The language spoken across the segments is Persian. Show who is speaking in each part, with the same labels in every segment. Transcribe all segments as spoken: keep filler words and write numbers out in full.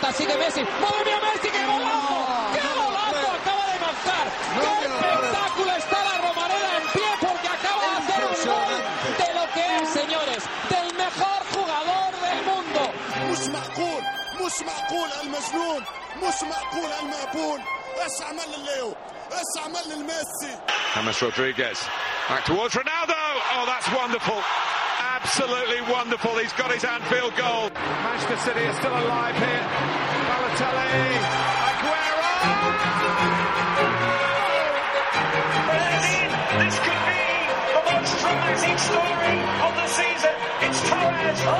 Speaker 1: pelota, sigue Messi. ¡Madre mía, Messi! ¡Qué golazo! ¡Qué golazo acaba de marcar! ¡Qué espectáculo! Está la Romareda en pie porque acaba de hacer un gol de lo que es, señores, del mejor jugador del mundo.
Speaker 2: مش معقول مش معقول المجنون مش معقول المأبون. ايش عمل لليو؟ ايش عمل للميسي؟
Speaker 3: James Rodriguez back towards Ronaldo. Oh, that's wonderful. Absolutely wonderful. He's got his Anfield goal. Manchester City are still alive here. Balotelli, Aguero.
Speaker 4: This could be the most dramatic story of the season. It's Torres. Oh,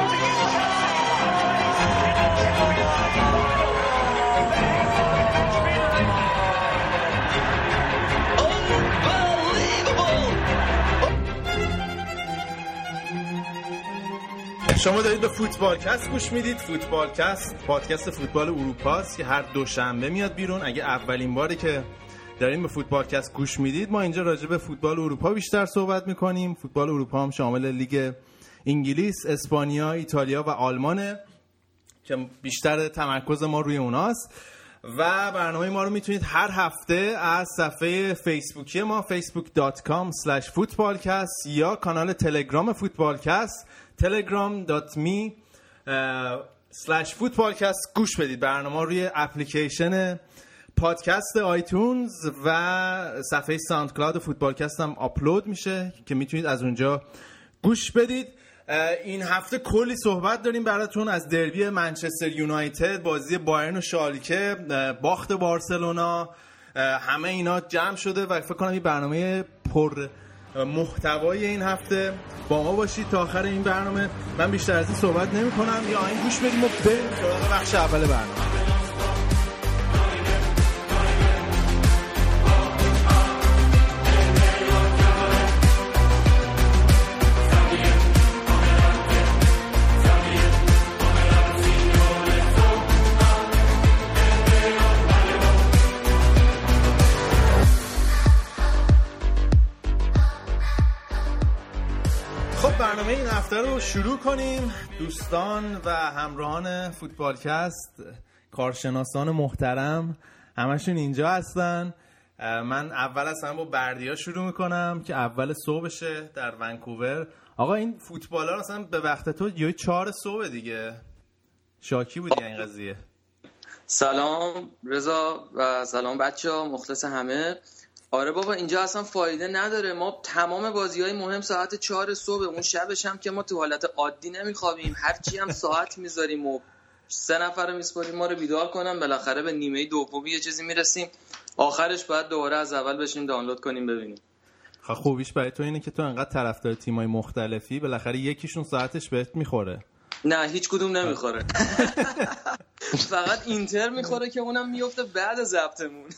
Speaker 5: شما دارید به فوتبالکست گوش میدید. فوتبالکست پادکست فوتبال اروپاست که هر دوشنبه میاد بیرون. اگه اولین باره که دارین به فوتبالکست گوش میدید، ما اینجا راجع به فوتبال اروپا بیشتر صحبت میکنیم. فوتبال اروپا هم شامل لیگ انگلیس، اسپانیا، ایتالیا و آلمانه که بیشتر تمرکز ما روی اوناست. و برنامه ما رو میتونید هر هفته از صفحه فیسبوکی ما facebook dot com slash footballcast یا کانال تلگرام فوتبالکست telegram dot me slash footballcast گوش بدید. برنامه روی اپلیکیشن پادکست آیتونز و صفحه ساوند کلاود فوتبالکست هم آپلود میشه که میتونید از اونجا گوش بدید. این هفته کلی صحبت داریم براتون از دربی منچستر یونایتد، بازی بایرن و شالکه، باخت بارسلونا، همه اینا جمع شده و فکر کنم این برنامه پر محتوای این هفته. با ما باشید تا آخر این برنامه. من بیشتر از این صحبت نمی کنم، یا این گوش بدیم و بریم سراغ بخش اول برنامه. برنامه این هفته رو شروع کنیم. دوستان و همراهان فوتبالکست، کارشناسان محترم همشون اینجا هستن. من اول از همه با بردیا شروع میکنم که اول صبحشه در ونکوور. آقا این فوتبالر اصلا به وقت تو یه چهار صبح دیگه، شاکی بودی این قضیه؟
Speaker 6: سلام رضا و سلام بچه‌ها، مخلص همه. آره بابا اینجا اصلا فایده نداره، ما تمام بازی‌های مهم ساعت چهار صبح، اون شبش هم که ما تو حالت عادی نمیخوابیم، هرچی هم ساعت میذاریم و سه نفر رو میسپاریم ما رو بیدار کنن، بالاخره به نیمه دومی یه چیزی میرسیم، آخرش باید دوباره از اول بشیم دانلود کنیم ببینیم.
Speaker 5: خب خوبیش برای تو اینه که تو انقدر طرفدار تیمای مختلفی، بالاخره یکیشون ساعتش بهت میخوره.
Speaker 6: نه هیچ کدوم نمیخوره. فقط اینتر میخوره که اونم میفته بعد ضبطمون.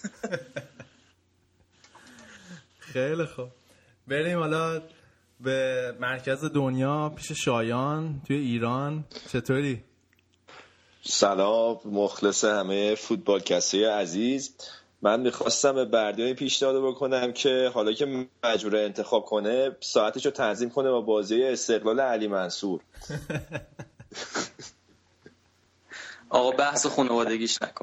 Speaker 5: خیلی خوب، بریم حالا به مرکز دنیا پیش شایان توی ایران. چطوری؟
Speaker 7: سلام، مخلص همه فوتبالکستی عزیز. من میخواستم به بردیای پیشنهاد بکنم که حالا که مجبور انتخاب کنه ساعتشو تنظیم کنه با بازی استقلال علی منصور.
Speaker 6: آقا بحث خانوادگیش نکن.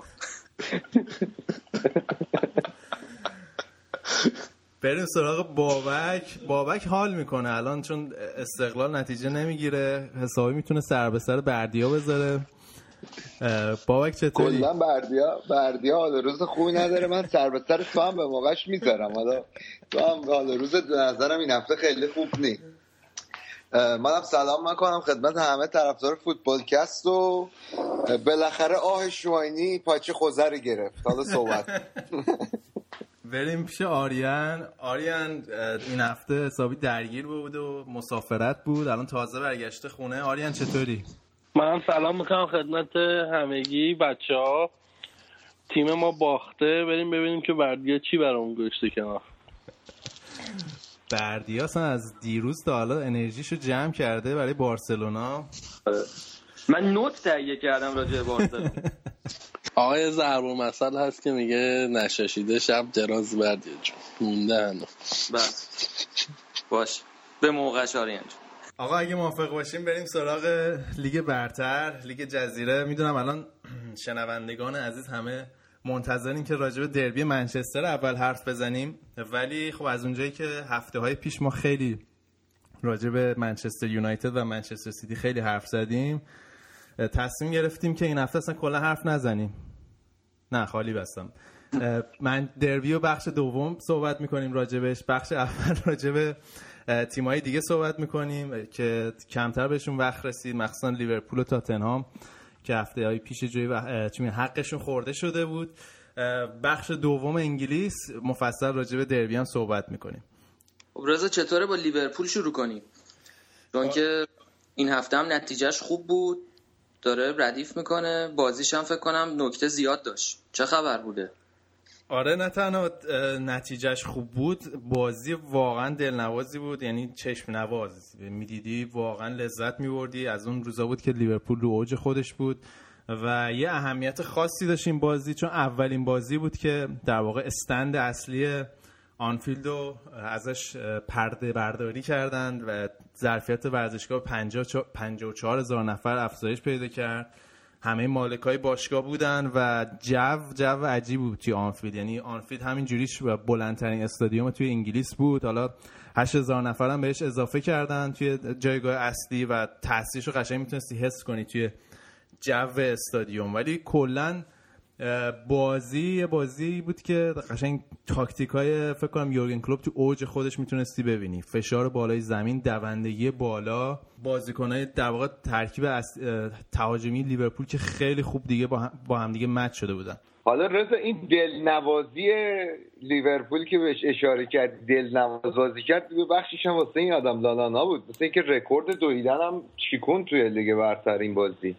Speaker 5: بریم سراغ بابک. بابک حال میکنه الان چون استقلال نتیجه نمیگیره، حسابی میتونه سر به سر بردیا بذاره. بابک چطوری؟
Speaker 8: کلا بردیا بردیا حال روز خوبی نداره، من سر به سر تو هم به موقعش میذارم. حالا تو هم حال روز به نظرم این هفته خیلی خوب نیست. منم سلام میکنم خدمت همه طرفدار فوتبالکست و بالاخره آه شوینی پاچه خوزر گرفت. حالا صحبت
Speaker 5: بریم پیش آریان. آریان این هفته حسابی درگیر بود و مسافرت بود، الان تازه برگشته خونه. آریان چطوری؟
Speaker 9: من سلام میکنم خدمت همگی بچه‌ها. تیم ما باخته، بریم ببینیم که بردیا چی برامون گذاشته کنار.
Speaker 5: بردیا اصلا از دیروز تا حالا انرژیشو جمع کرده برای بارسلونا.
Speaker 6: من نوت تهیه کردم راجع به بارسلونا.
Speaker 9: آقای ضرب المثل هست که میگه نشاشیده شب دراز بردیا جون مونده هنو.
Speaker 6: بس باش به موقع شاریان جون.
Speaker 5: آقا اگه موافق باشیم بریم سراغ لیگ برتر، لیگ جزیره. میدونم الان شنوندگان عزیز همه منتظرین که راجع به دربی منچستر اول حرف بزنیم، ولی خب از اونجایی که هفته های پیش ما خیلی راجع به منچستر یونایتد و منچستر سیتی خیلی حرف زدیم، تصمیم گرفتیم که این هفته اصلا کلا حرف نزنیم. نه خالی بستم. من دربی و بخش دوم صحبت میکنیم راجبش، بخش اول راجع به تیم‌های دیگه صحبت میکنیم که کمتر بهشون وقت رسید، مخصوصا لیورپول و تاتنهام که هفته‌های پیش جوی و چون حقشون خورده شده بود. بخش دوم انگلیس مفصل راجع به دربی هم صحبت میکنیم.
Speaker 6: خب رضا چطوره با لیورپول شروع کنیم؟ چون که این هفته هم نتیجهش خوب بود، داره ردیف میکنه، بازیش هم فکر کنم نکته زیاد داشت. چه خبر بوده؟
Speaker 5: آره نه تنها نتیجهش خوب بود، بازی واقعا دلنوازی بود، یعنی چشم نواز، میدیدی واقعا لذت میبردی. از اون روزا بود که لیورپول رو اوج خودش بود و یه اهمیت خاصی داشت این بازی، چون اولین بازی بود که در واقع استند اصلی آنفیلد رو ازش پرده برداری کردند و ظرفیت ورزشگاه پنجاه و چهار هزار نفر افزایش پیدا کرد. همه مالکای باشگاه بودن و جو جو عجیب بود توی آنفیلد، یعنی آنفیلد همین جوریش بلندترین استادیوم توی انگلیس بود. حالا هشت هزار نفر هم بهش اضافه کردن توی جایگاه اصلی و تاثیرش رو قشنگ میتونستی حس کنی توی جو استادیوم. ولی کلاً بازی بازی بود که قشنگ تاکتیکای فکر کنم یورگن کلوپ تو اوج خودش میتونستی ببینی، فشار بالای زمین، دوندگی بالا، بازیکنای در واقع ترکیب تهاجمی لیورپول که خیلی خوب دیگه با هم, با هم دیگه مچ شده بودن.
Speaker 8: حالا رضا این دلنوازی لیورپول که بهش اشاره کرد، دلنواز بازی کرد، به بخشش هم واسه این آدم لالانا بود، مثل اینکه رکورد دویدن هم چیکون توی لیگ برتر این بازی.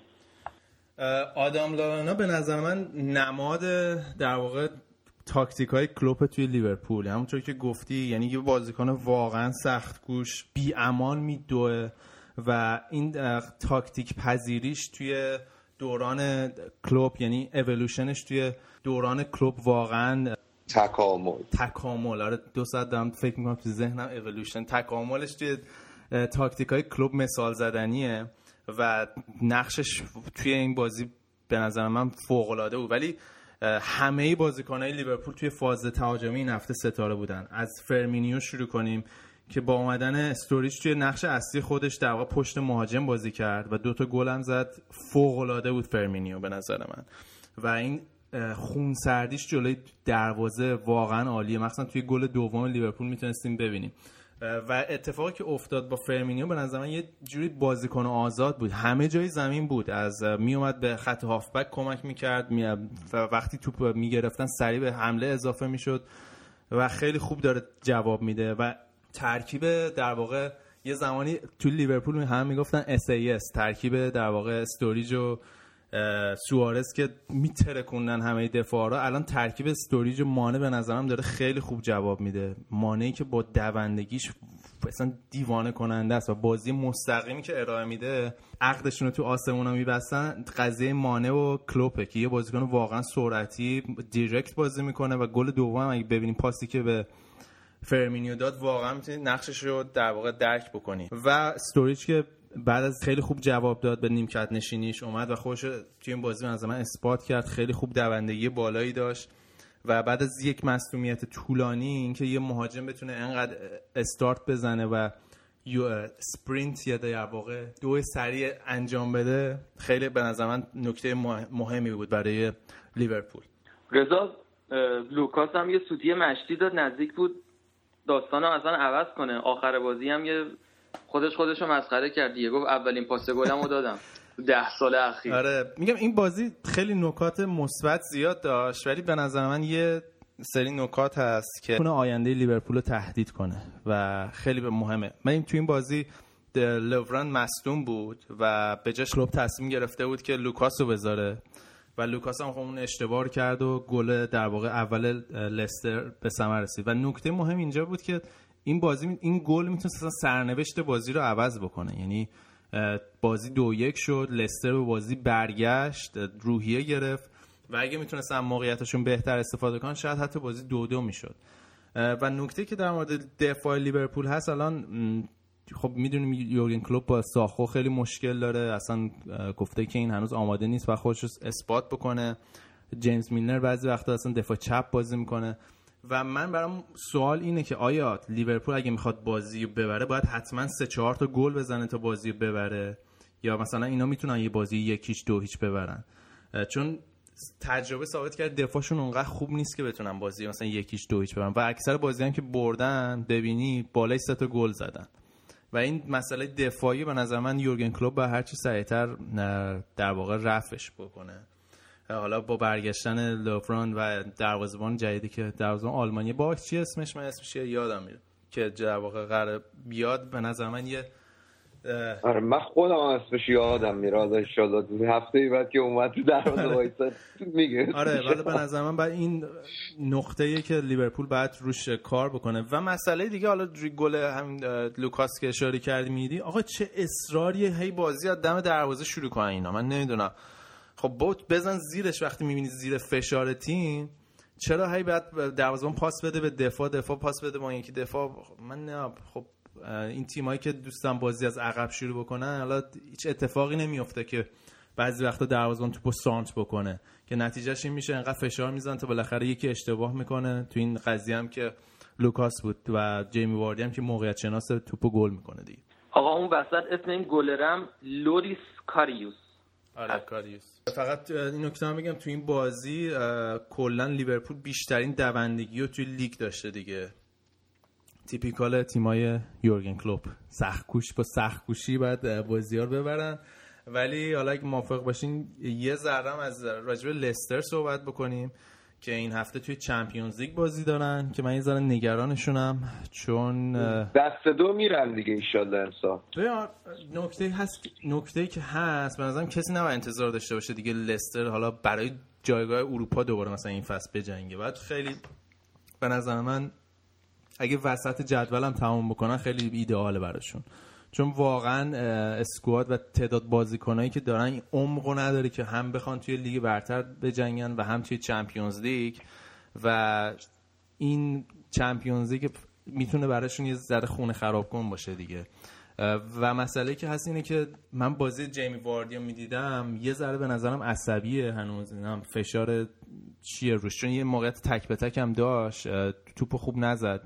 Speaker 5: آدم لالانا به نظر من نماد در واقع تاکتیکای کلوپ توی لیورپول، همونطور که گفتی، یعنی یه بازیکن واقعا سختگوش، بی امان میدوه و این تاکتیک پذیریش توی دوران کلوپ، یعنی اِوولوشنش توی دوران کلوپ واقعا
Speaker 8: تکامل
Speaker 5: تکامل آره دو ساعت دارم فکر میکنم تو ذهنم اِوولوشن، تکاملش توی تاکتیکای کلوپ مثال زدنیه و نقشش توی این بازی به نظر من فوق‌العاده بود. ولی همه بازیکن‌های لیورپول توی فاز تهاجمی این هفته ستاره بودن. از فرمینیو شروع کنیم که با اومدن استوریج توی نقش اصلی خودش در واقع پشت مهاجم بازی کرد و دو تا گل هم زد. فوق‌العاده بود فرمینیو به نظر من و این خونسردیش جلوی دروازه واقعا عالیه، مثلا توی گل دوم لیورپول میتونستیم ببینیم. و اتفاقی که افتاد با فرمینیو به نظر من یه جوری بازیکن آزاد بود، همه جای زمین بود، از می اومد به خط هافبک کمک میکرد و وقتی توپ میگرفتن سریع به حمله اضافه میشد و خیلی خوب داره جواب میده. و ترکیب در واقع یه زمانی تو لیورپول هم میگفتن اس ای اس، ترکیب در واقع استوریج و سوارز که میترکوندن همه دفاع را، الان ترکیب استوریج و مانه به نظرم داره خیلی خوب جواب میده. مانه‌ای که با دوندگیش اصلا دیوانه کننده است و بازی مستقیمی که ارائه میده، عقدشون رو تو آسمونا میبستن. قضیه مانه و کلوپه که یه بازیکن واقعا سرعتی دایرکت بازی میکنه و گل دوم اگه ببینیم پاسی که به فرمینیو داد واقعا میتونی نقشش رو در واقع درک بکنی. و استوریج که بعد از خیلی خوب جواب داد به نیمکت نشینیش، اومد و خودش توی این بازی از من اثبات کرد، خیلی خوب دوندگی بالایی داشت و بعد از یک مصدومیت طولانی اینکه یه مهاجم بتونه انقدر استارت بزنه و یو اسپرینت یا در واقع دو سریع انجام بده، خیلی به نظر من نکته مهمی بود برای لیورپول.
Speaker 6: رضا لوکاس هم یه سوتی مشتی داد، نزدیک بود داستانو اصلا عوض کنه. آخر بازی هم یه خودش خودشو مسخره کرد دیگه، گفت اولین پاس گلمو دادم ده سال اخیر.
Speaker 5: آره میگم این بازی خیلی نکات مثبت زیاد داشت، ولی به نظر من یه سری نکات هست که کنه آینده لیورپول رو تهدید کنه و خیلی مهمه. من تو این بازی لوران مصدوم بود و به جاش کلوب تصمیم گرفته بود که لوکاس رو بذاره و لوکاس هم اون اشتباه کرد و گل در واقع اول لستر به ثمر رسید. و نکته مهم اینجا بود که این بازی این گل میتونه اصلا سرنوشت بازی رو عوض بکنه، یعنی بازی دو یک شد، لستر به بازی برگشت، روحیه گرفت و اگه میتونستن موقعیتشون بهتر استفاده کنن شاید حتی بازی دو دو میشد. و نکته که در مورد دفاع لیورپول هست، الان خب میدونیم یورگن کلوپ با ساخو خیلی مشکل داره، اصلا گفته که این هنوز آماده نیست و خودش رو اثبات بکنه. جیمز میلنر بعضی وقتا اصلا دفاع چپ بازی میکنه و من برام سوال اینه که آیا لیورپول اگه میخواد بازی رو ببره باید حتما سه چهار تا گل بزنه تا بازی رو ببره، یا مثلا اینا میتونن یه بازی یکیش دو هیچ ببرن؟ چون تجربه ثابت کرد دفاعشون اونقدر خوب نیست که بتونن بازی مثلا یکیش دو هیچ ببرن و اکثر بازیام که بردن ببینی بالای سه تا گل زدن و این مسئله دفاعی به نظر من یورگن کلوپ با هر چی سریعتر در واقع رفعش بکنه. حالا با برگشتن لوفران و دروازه‌بان جدیدی که دروازه‌بان آلمانی با چی اسمش من اسمش یادم میره که در واقع قراره بیاد، به نظر من یه
Speaker 8: آره من خودم اسمش یادم میره ان شاءالله هفته بعد که اومد تو دروازه وایساد میگه.
Speaker 5: آره ولی به نظر من بعد این نقطه‌ایه که لیورپول باید روش کار بکنه. و مسئله دیگه حالا گل همین لوکاس که اشاره کردی میدی، آقا چه اصراریه هی بازی از دم دروازه شروع کنن اینا، من نمیدونم. خب بوت بزن زیرش وقتی میبینی زیر فشار تیم، چرا هی بعد دروازه‌بان پاس بده به دفاع، دفاع پاس بده با اینکه دفاع. من نه خب این تیمایی که دوستان بازی از عقب شروع بکنن حالا هیچ اتفاقی نمیفته که بعضی وقتا دروازه‌بان توپو سانت بکنه که نتیجهش این میشه انقدر فشار میزنن تا بالاخره یکی اشتباه میکنه. تو این قضیه هم که لوکاس بود و جیمی واردی هم که موقعیت شناس توپو گل میکنه دیگه.
Speaker 6: آقا اون وسط اسم این گلرم لوریس کاریوس.
Speaker 5: آره کاریوس. فقط این نکته هم بگم تو این بازی کلا لیورپول بیشترین دوندگی رو توی لیگ داشته دیگه، تیپیکال تیمای یورگن کلوپ، سخت‌کوش با سخت‌کوشی بعد بازی‌ها رو ببرن. ولی حالا اگه موافق باشین یه ذره از راجع به لستر صحبت بکنیم که این هفته توی چمپیونز لیگ بازی دارن که من یه ذره نگرانشونم چون
Speaker 8: دست دو میرن دیگه ان شاءالله امسال.
Speaker 5: نکته هست نکته‌ای که هست به نظرم کسی نباید انتظار داشته باشه دیگه لستر حالا برای جایگاه اروپا دوباره مثلا این فصل بجنگه. بعد خیلی به نظر من اگه وسط جدولم تمام بکنن خیلی ایدئاله براشون، چون واقعا اسکواد و تعداد بازیکنایی که دارن این عمقو نداره که هم بخوان توی لیگ برتر بجنگن و هم توی چمپیونز لیگ، و این چمپیونز لیگ میتونه براشون یه ذره خونه خراب کن باشه دیگه. و مسئله که هست اینه که من بازی جیمی واردی رو میدیدم یه ذره به نظرم عصبیه هنوز، اینم فشار چیه روش، چون یه موقعیت تک به تک هم داشت توپو خوب نزد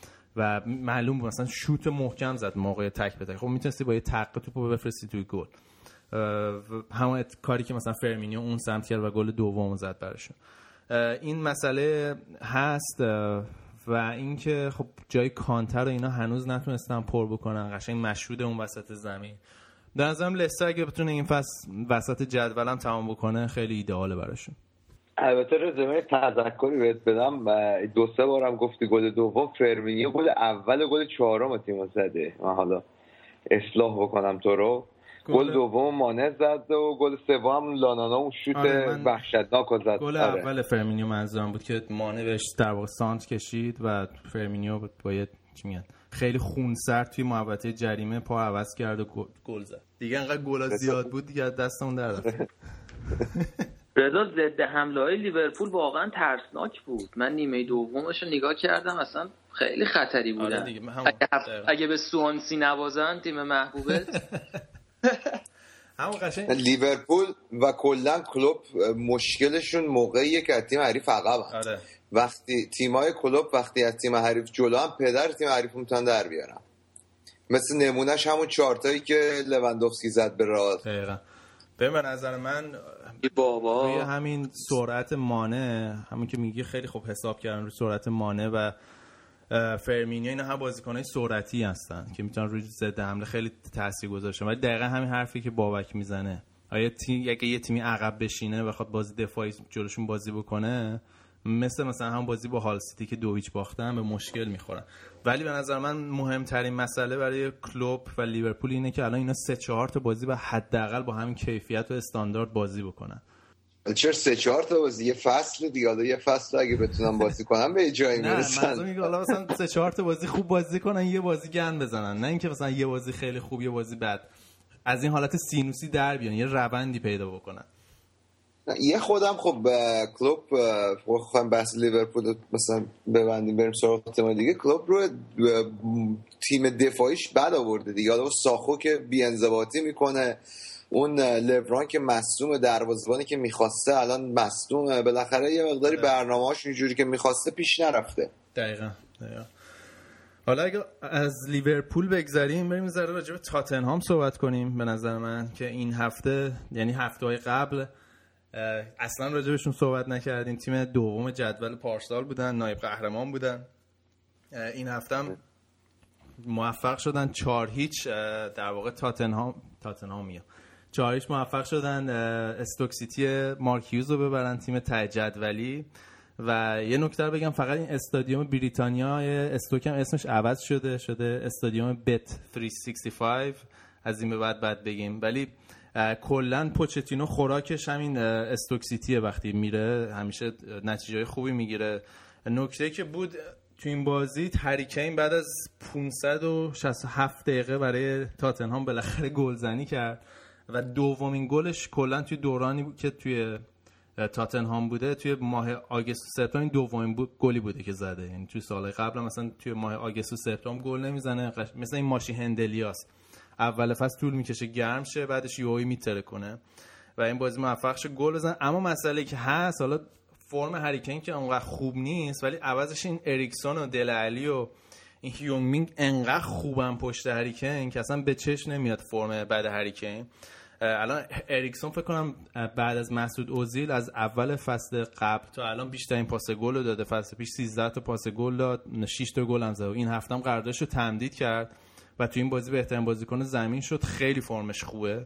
Speaker 5: و معلوم بود مثلا شوت محکم زد موقع تک به تک، خب میتونستی با یه تق توپو بفرستی توی گل. همون کاری که مثلا فرمینیو اون سمت کرد و گل دومو زد براشون. این مسئله هست و اینکه خب جای کانتر رو اینا هنوز نتونستن پر بکنن، قشنگ مشهود اون وسط زمین. در نظرم لستر اگه بتونه این فصل وسط جدولم تمام بکنه خیلی ایدئاله براشون.
Speaker 8: البته رزومه تذکری بهت بدم، دو سه بارم گفتی گل دوم فرمینیو گل اول گل چهارم تیم زده، من حالا اصلاح بکنم تو رو، گل دوم مانه زد و گل سوم لانانا اون شوت وحشتناک زد.
Speaker 5: گل اول فرمینیو منظورم بود که مانه بهش در واقع سانت کشید و فرمینیو باید چی میگن خیلی خونسرد توی محوطه جریمه پا عوض کرد و گل زد. دیگه انقدر گلا زیاد بود دیگه دستمون در رفت.
Speaker 6: رضا ضد حمله های لیورپول واقعا ترسناک بود. من نیمه دومش رو نگاه کردم اصلا خیلی خطری بودن.
Speaker 5: آره دیگه
Speaker 6: اگه, اگه به سوانسی نوازن تیم محبوبت
Speaker 5: همون قشنگ
Speaker 8: لیورپول و کلا کلوب مشکلشون موقعیه که از تیم حریف عقبن.
Speaker 5: آره.
Speaker 8: وقتی تیمای کلوب وقتی از تیم حریف جلو هم پدر تیم حریف میتونن در بیارن، مثل نمونهش همون چارتایی که لواندوفسکی زد به رئال.
Speaker 5: دقیقاً. به نظر من
Speaker 6: بابا
Speaker 5: روی همین سرعت مانه، همون که میگی خیلی خوب حساب کردن روی سرعت مانه و فرمینیو، اینا هم بازیکنای سرعتی هستن که میتونن روی ضد حمله خیلی تاثیر گذاشته. ولی دقیقاً همین حرفی که بابک میزنه، آیا تیم اگه یه تیمی عقب بشینه بخواد بازی دفاعی جلوشون بازی بکنه، مثل مثلا هم بازی با هال سیتی که دو هیچ باختن به مشکل میخورن. ولی به نظر من مهمترین مسئله برای کلوب و لیورپول اینه که الان اینا سه چهار تا بازی و حداقل با همین کیفیت و استاندارد بازی بکنن.
Speaker 8: چرا سه چهار تا بازی یه فصل دیگه، حالا یه فصل اگه بتونن بازی کنن به جایی میرسن.
Speaker 5: نه مثلا حالا مثلا سه چهار تا بازی خوب بازی کنن، یه بازی گند بزنن، نه اینکه مثلا یه بازی خیلی خوب یه بازی بد، از این حالت سینوسی در بیان، یه روندی پیدا بکنن.
Speaker 8: یه خودم خب کلوب خواهم بحث لیورپول مثلا ببندیم بریم سراغ تیم دیگه. کلوب رو تیم دفاعیش بد آورده دیگه. حالا ساخو که بی‌انضباطی میکنه، اون لبران که مصدوم، دروازه‌بانی که میخواسته الان مصدومه، بالاخره یه مقداری برنامه‌اش اینجوری که میخواسته پیش نرفته.
Speaker 5: دقیقاً دقیقاً. حالا اگه از لیورپول بگذریم بریم ذره راجع به تاتنهام صحبت کنیم. به نظر من که این هفته یعنی هفته‌های قبل اصلا راجع بهشون صحبت نکردیم. تیم دوم جدول پارسال بودن، نایب قهرمان بودن. این هفته هم موفق شدن چهار هیچ در واقع تاتنهام تاتنهامیا چهار هیچ موفق شدن استوک سیتی مارک هیوز رو ببرن، تیم ته جدولی. و یه نکته رو بگم فقط، این استادیوم بریتانیا استوک هم اسمش عوض شده شده استادیوم بت سیصد و شصت و پنج. از این به بعد بعد بگیم، ولی کلا پوچتینو خوراکش همین استوک سیتیه، وقتی میره همیشه نتیجه خوبی میگیره. نکته که بود تو این بازی، هری کین بعد از پانصد و شصت و هفت دقیقه برای تاتنهام بالاخره گلزنی کرد و دومین گلش کلا توی دورانی بود که توی تاتنهام بوده، توی ماه آگوست و سپتامبر این دومین گلی بوده که زده. یعنی توی سالهای قبل مثلا توی ماه آگوست و سپتامبر گل نمیزنه، مثلا این ماشی هندلیاست، اول فصل طول میکشه گرم شه، بعدش یهویی میتره کنه و این بازی موفق شه گل بزنه. اما مسئله که هست، حالا فرم هری کین که اونقدر خوب نیست، ولی عوضش این اریکسون و دل علی و این هیونگ مینگ انقدر خوبن پشت هری کین که اصلا به چشم نمیاد فرم بعد هری کین. الان اریکسون فکر کنم بعد از مسعود اوزیل از اول فصل قبل تا الان بیشترین پاس گل رو داده. فصل پیش سیزده تا پاس گل داد، شش تا گل هم زد. این هفته هم قراردادش رو تمدید کرد و تو این بازی بهترین بازیکن زمین شد. خیلی فرمش خوبه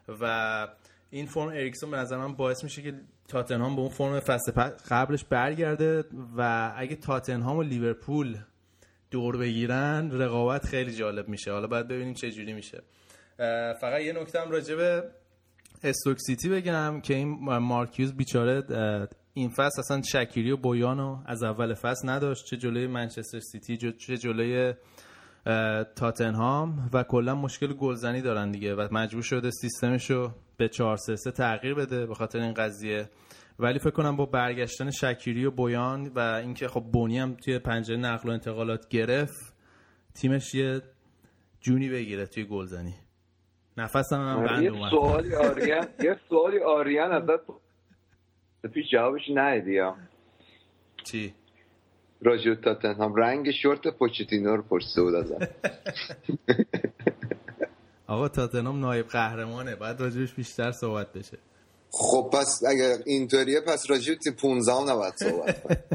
Speaker 5: و این فرم اریکسون به نظر من باعث میشه که تاتنهام به اون فرم فصل قبلش برگرده و اگه تاتنهام و لیورپول دور بگیرن رقابت خیلی جالب میشه. حالا باید ببینیم چه جوری میشه. فقط یه نکته هم راجع به استوک سیتی بگم که این مارکیوز بیچاره این فصل اصلا شکیری و بویانو از اول فصل نداشت، چه جلوی منچستر سیتی چه جلوی تاتنهام، و کلا مشکل گلزنی دارن دیگه و مجبور شده سیستمشو به چهار سه سه تغییر بده به خاطر این قضیه. ولی فکر کنم با برگشتن شکیری و بویان و اینکه خب بونی هم توی پنجره نقل و انتقالات گرفت، تیمش یه جونی بگیره توی گلزنی. نفسم هم بند اومد.
Speaker 8: یه سوالی آریان یه سوالی آریان ازت پیش جوابش ندیدی.
Speaker 5: چی؟
Speaker 8: راجع به تاتنهام رنگ شورت پوچتینو رو پرسیده بود ازم.
Speaker 5: آقا تاتنهام نایب قهرمانه، بعد راجعش بیشتر صحبت بشه.
Speaker 8: خب پس اگر اینطوریه پس راجع به پانزده هم نباید صحبت کنیم.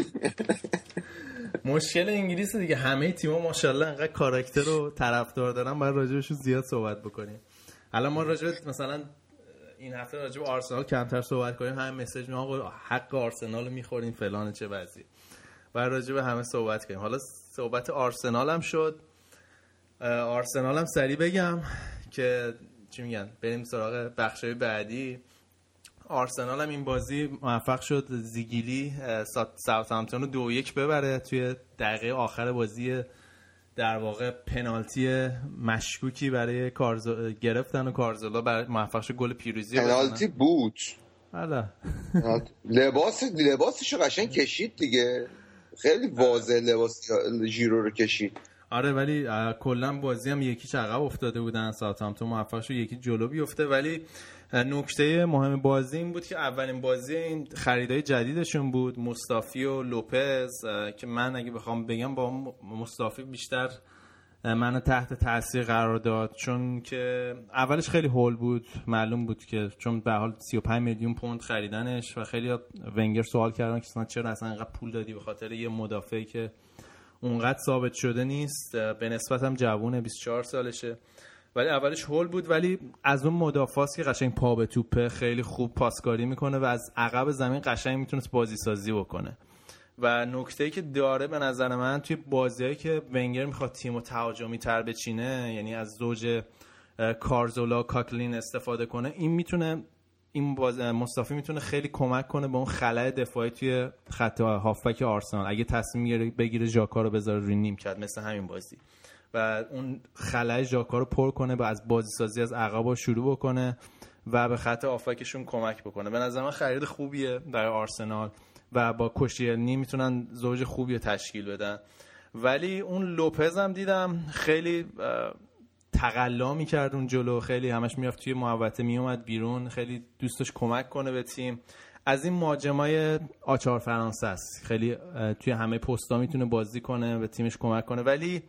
Speaker 5: مشکل انگلیس دیگه، همه تیم‌ها ماشاءالله انقدر کاراکتر و طرفدار دارن، باید راجعشون زیاد صحبت بکنیم. الان ما راجع مثلا این هفته راجع به آرسنال کمتر صحبت کنیم، همه مسیج میاد آقا حق آرسنال رو می‌خورین فلان چه وضعی. باید راجع به همه صحبت کنیم. حالا صحبت آرسنال هم شد. آرسنال هم سریع بگم که چی میگن بریم سراغ بخشای بعدی. آرسنال هم این بازی موفق شد زیگیلی ساوثهامپتون رو دو یک ببره توی دقیقه آخر بازی. در واقع پنالتی مشکوکی برای کارزو گرفتن و کارزولا برای موفق شد گل پیروزی بزنه.
Speaker 8: پنالتی بود.
Speaker 5: حالا
Speaker 8: لباس لباسشو قشنگ کشید دیگه، خیلی واضح لباس ژیرو رو کشید.
Speaker 5: آره ولی کلا بازی هم یکی عقب افتاده بودن، ساوثهامپتون موفق شد یکی جلو بیفته. ولی نکته مهم بازی این بود که اولین بازی این خریدای جدیدشون بود، مصطفی و لوپز، که من اگه بخوام بگم با مصطفی بیشتر منو تحت تاثیر قرار داد، چون که اولش خیلی هول بود، معلوم بود که چون به حال سی و پنج میلیون پوند خریدنش و خیلی ونگر سوال کردن که چرا اصلا اینقدر پول دادی به خاطر یه مدافعی که اونقدر ثابت شده نیست، به نسبت هم جوونه، بیست و چهار سالشه. ولی اولش هول بود، ولی از اون مدافعاست که قشنگ پا به توپه، خیلی خوب پاسکاری میکنه و از عقب زمین قشنگ میتونست بازی سازی بکنه. و نکته‌ای که داره به نظر من توی بازیایی که ونگر میخواد تیمو تهاجمی تر بچینه، یعنی از زوج کارزولا کاکلین استفاده کنه، این میتونه این باز مصطفی میتونه خیلی کمک کنه به اون خلأ دفاعی توی خط هافبک آرسنال. اگه تصمیم بگیره ژاکا رو بذاره روی نیمکت مثل همین بازی و اون خلأ ژاکا رو پر کنه، با از بازی سازی از عقبا شروع بکنه و به خط هافبکشون کمک بکنه. به نظر من خرید خوبیه برای آرسنال و با کوشیلنی میتونن زوج خوبی رو تشکیل بدن. ولی اون لوپز هم دیدم خیلی تقلا میکرد اون جلو، خیلی همش میرفت توی محوطه میومد بیرون، خیلی دوستش کمک کنه به تیم. از این مهاجمای آچار فرانسه است، خیلی توی همه پستا میتونه بازی کنه، به تیمش کمک کنه، ولی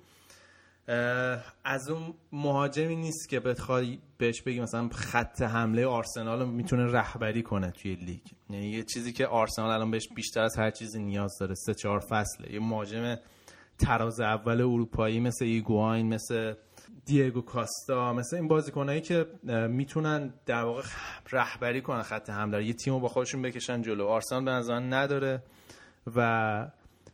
Speaker 5: از اون مهاجمی نیست که بخوای بهش بگی مثلا خط حمله آرسنال میتونه رهبری کنه توی لیگ. یعنی یه چیزی که آرسنال الان بهش بیشتر از هر چیزی نیاز داره سه چهار فصله، یه مهاجم تراز اول اروپایی مثل ایگواین، مثل دیگو کاستا، مثل این بازیکنایی که میتونن در واقع رهبری کنن خط حمله، یه تیمو با خودشون بکشن جلو. آرسنال به نظر من نداره و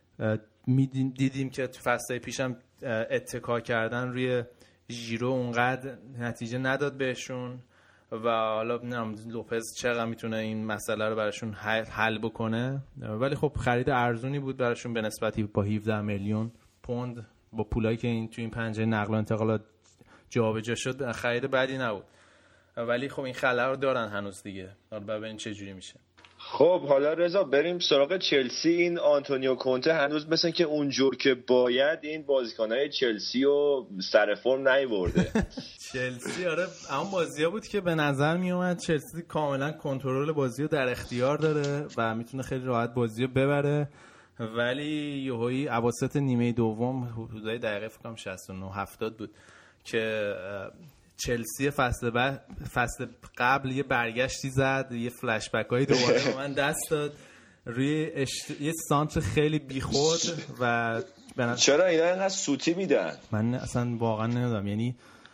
Speaker 5: دیدیم که تو فصل پیشم اتکا کردن روی ژیرو اونقدر نتیجه نداد بهشون و حالا نمیدونم لوپز چقدر میتونه این مسئله رو براشون حل بکنه، ولی خب خرید ارزونی بود براشون به نسبتی با هفده میلیون پوند با پولایی که این تو این پنجره نقل و انتقالات جابجا شد خرید بدی نبود. ولی خب این خلأ رو دارن هنوز دیگه، حالا ببین چه جوری میشه.
Speaker 7: خب حالا رضا بریم سراغ چلسی. این آنتونیو کونته هنوز مثلا که اونجور که باید این بازیکنای چلسی رو سر فرم نیورده.
Speaker 5: چلسی آره اون بازی‌ها بود که به نظر می اومد چلسی کاملا کنترل بازی رو در اختیار داره و میتونه خیلی راحت بازی رو ببره، ولی یهویی اواسط نیمه دوم حدودای دقیقه فکر کنم شصت و نه هفتاد بود که چلسی فصل بعد فصل قبل یه برگشتی زد، یه فلش بک هایی دوباره به من دست داد روی اشت... یه سانتر خیلی بیخود و بنا...
Speaker 7: چرا اینا اینقدر سوتی میدن؟
Speaker 5: من اصلا واقعا نمیدونم. یعنی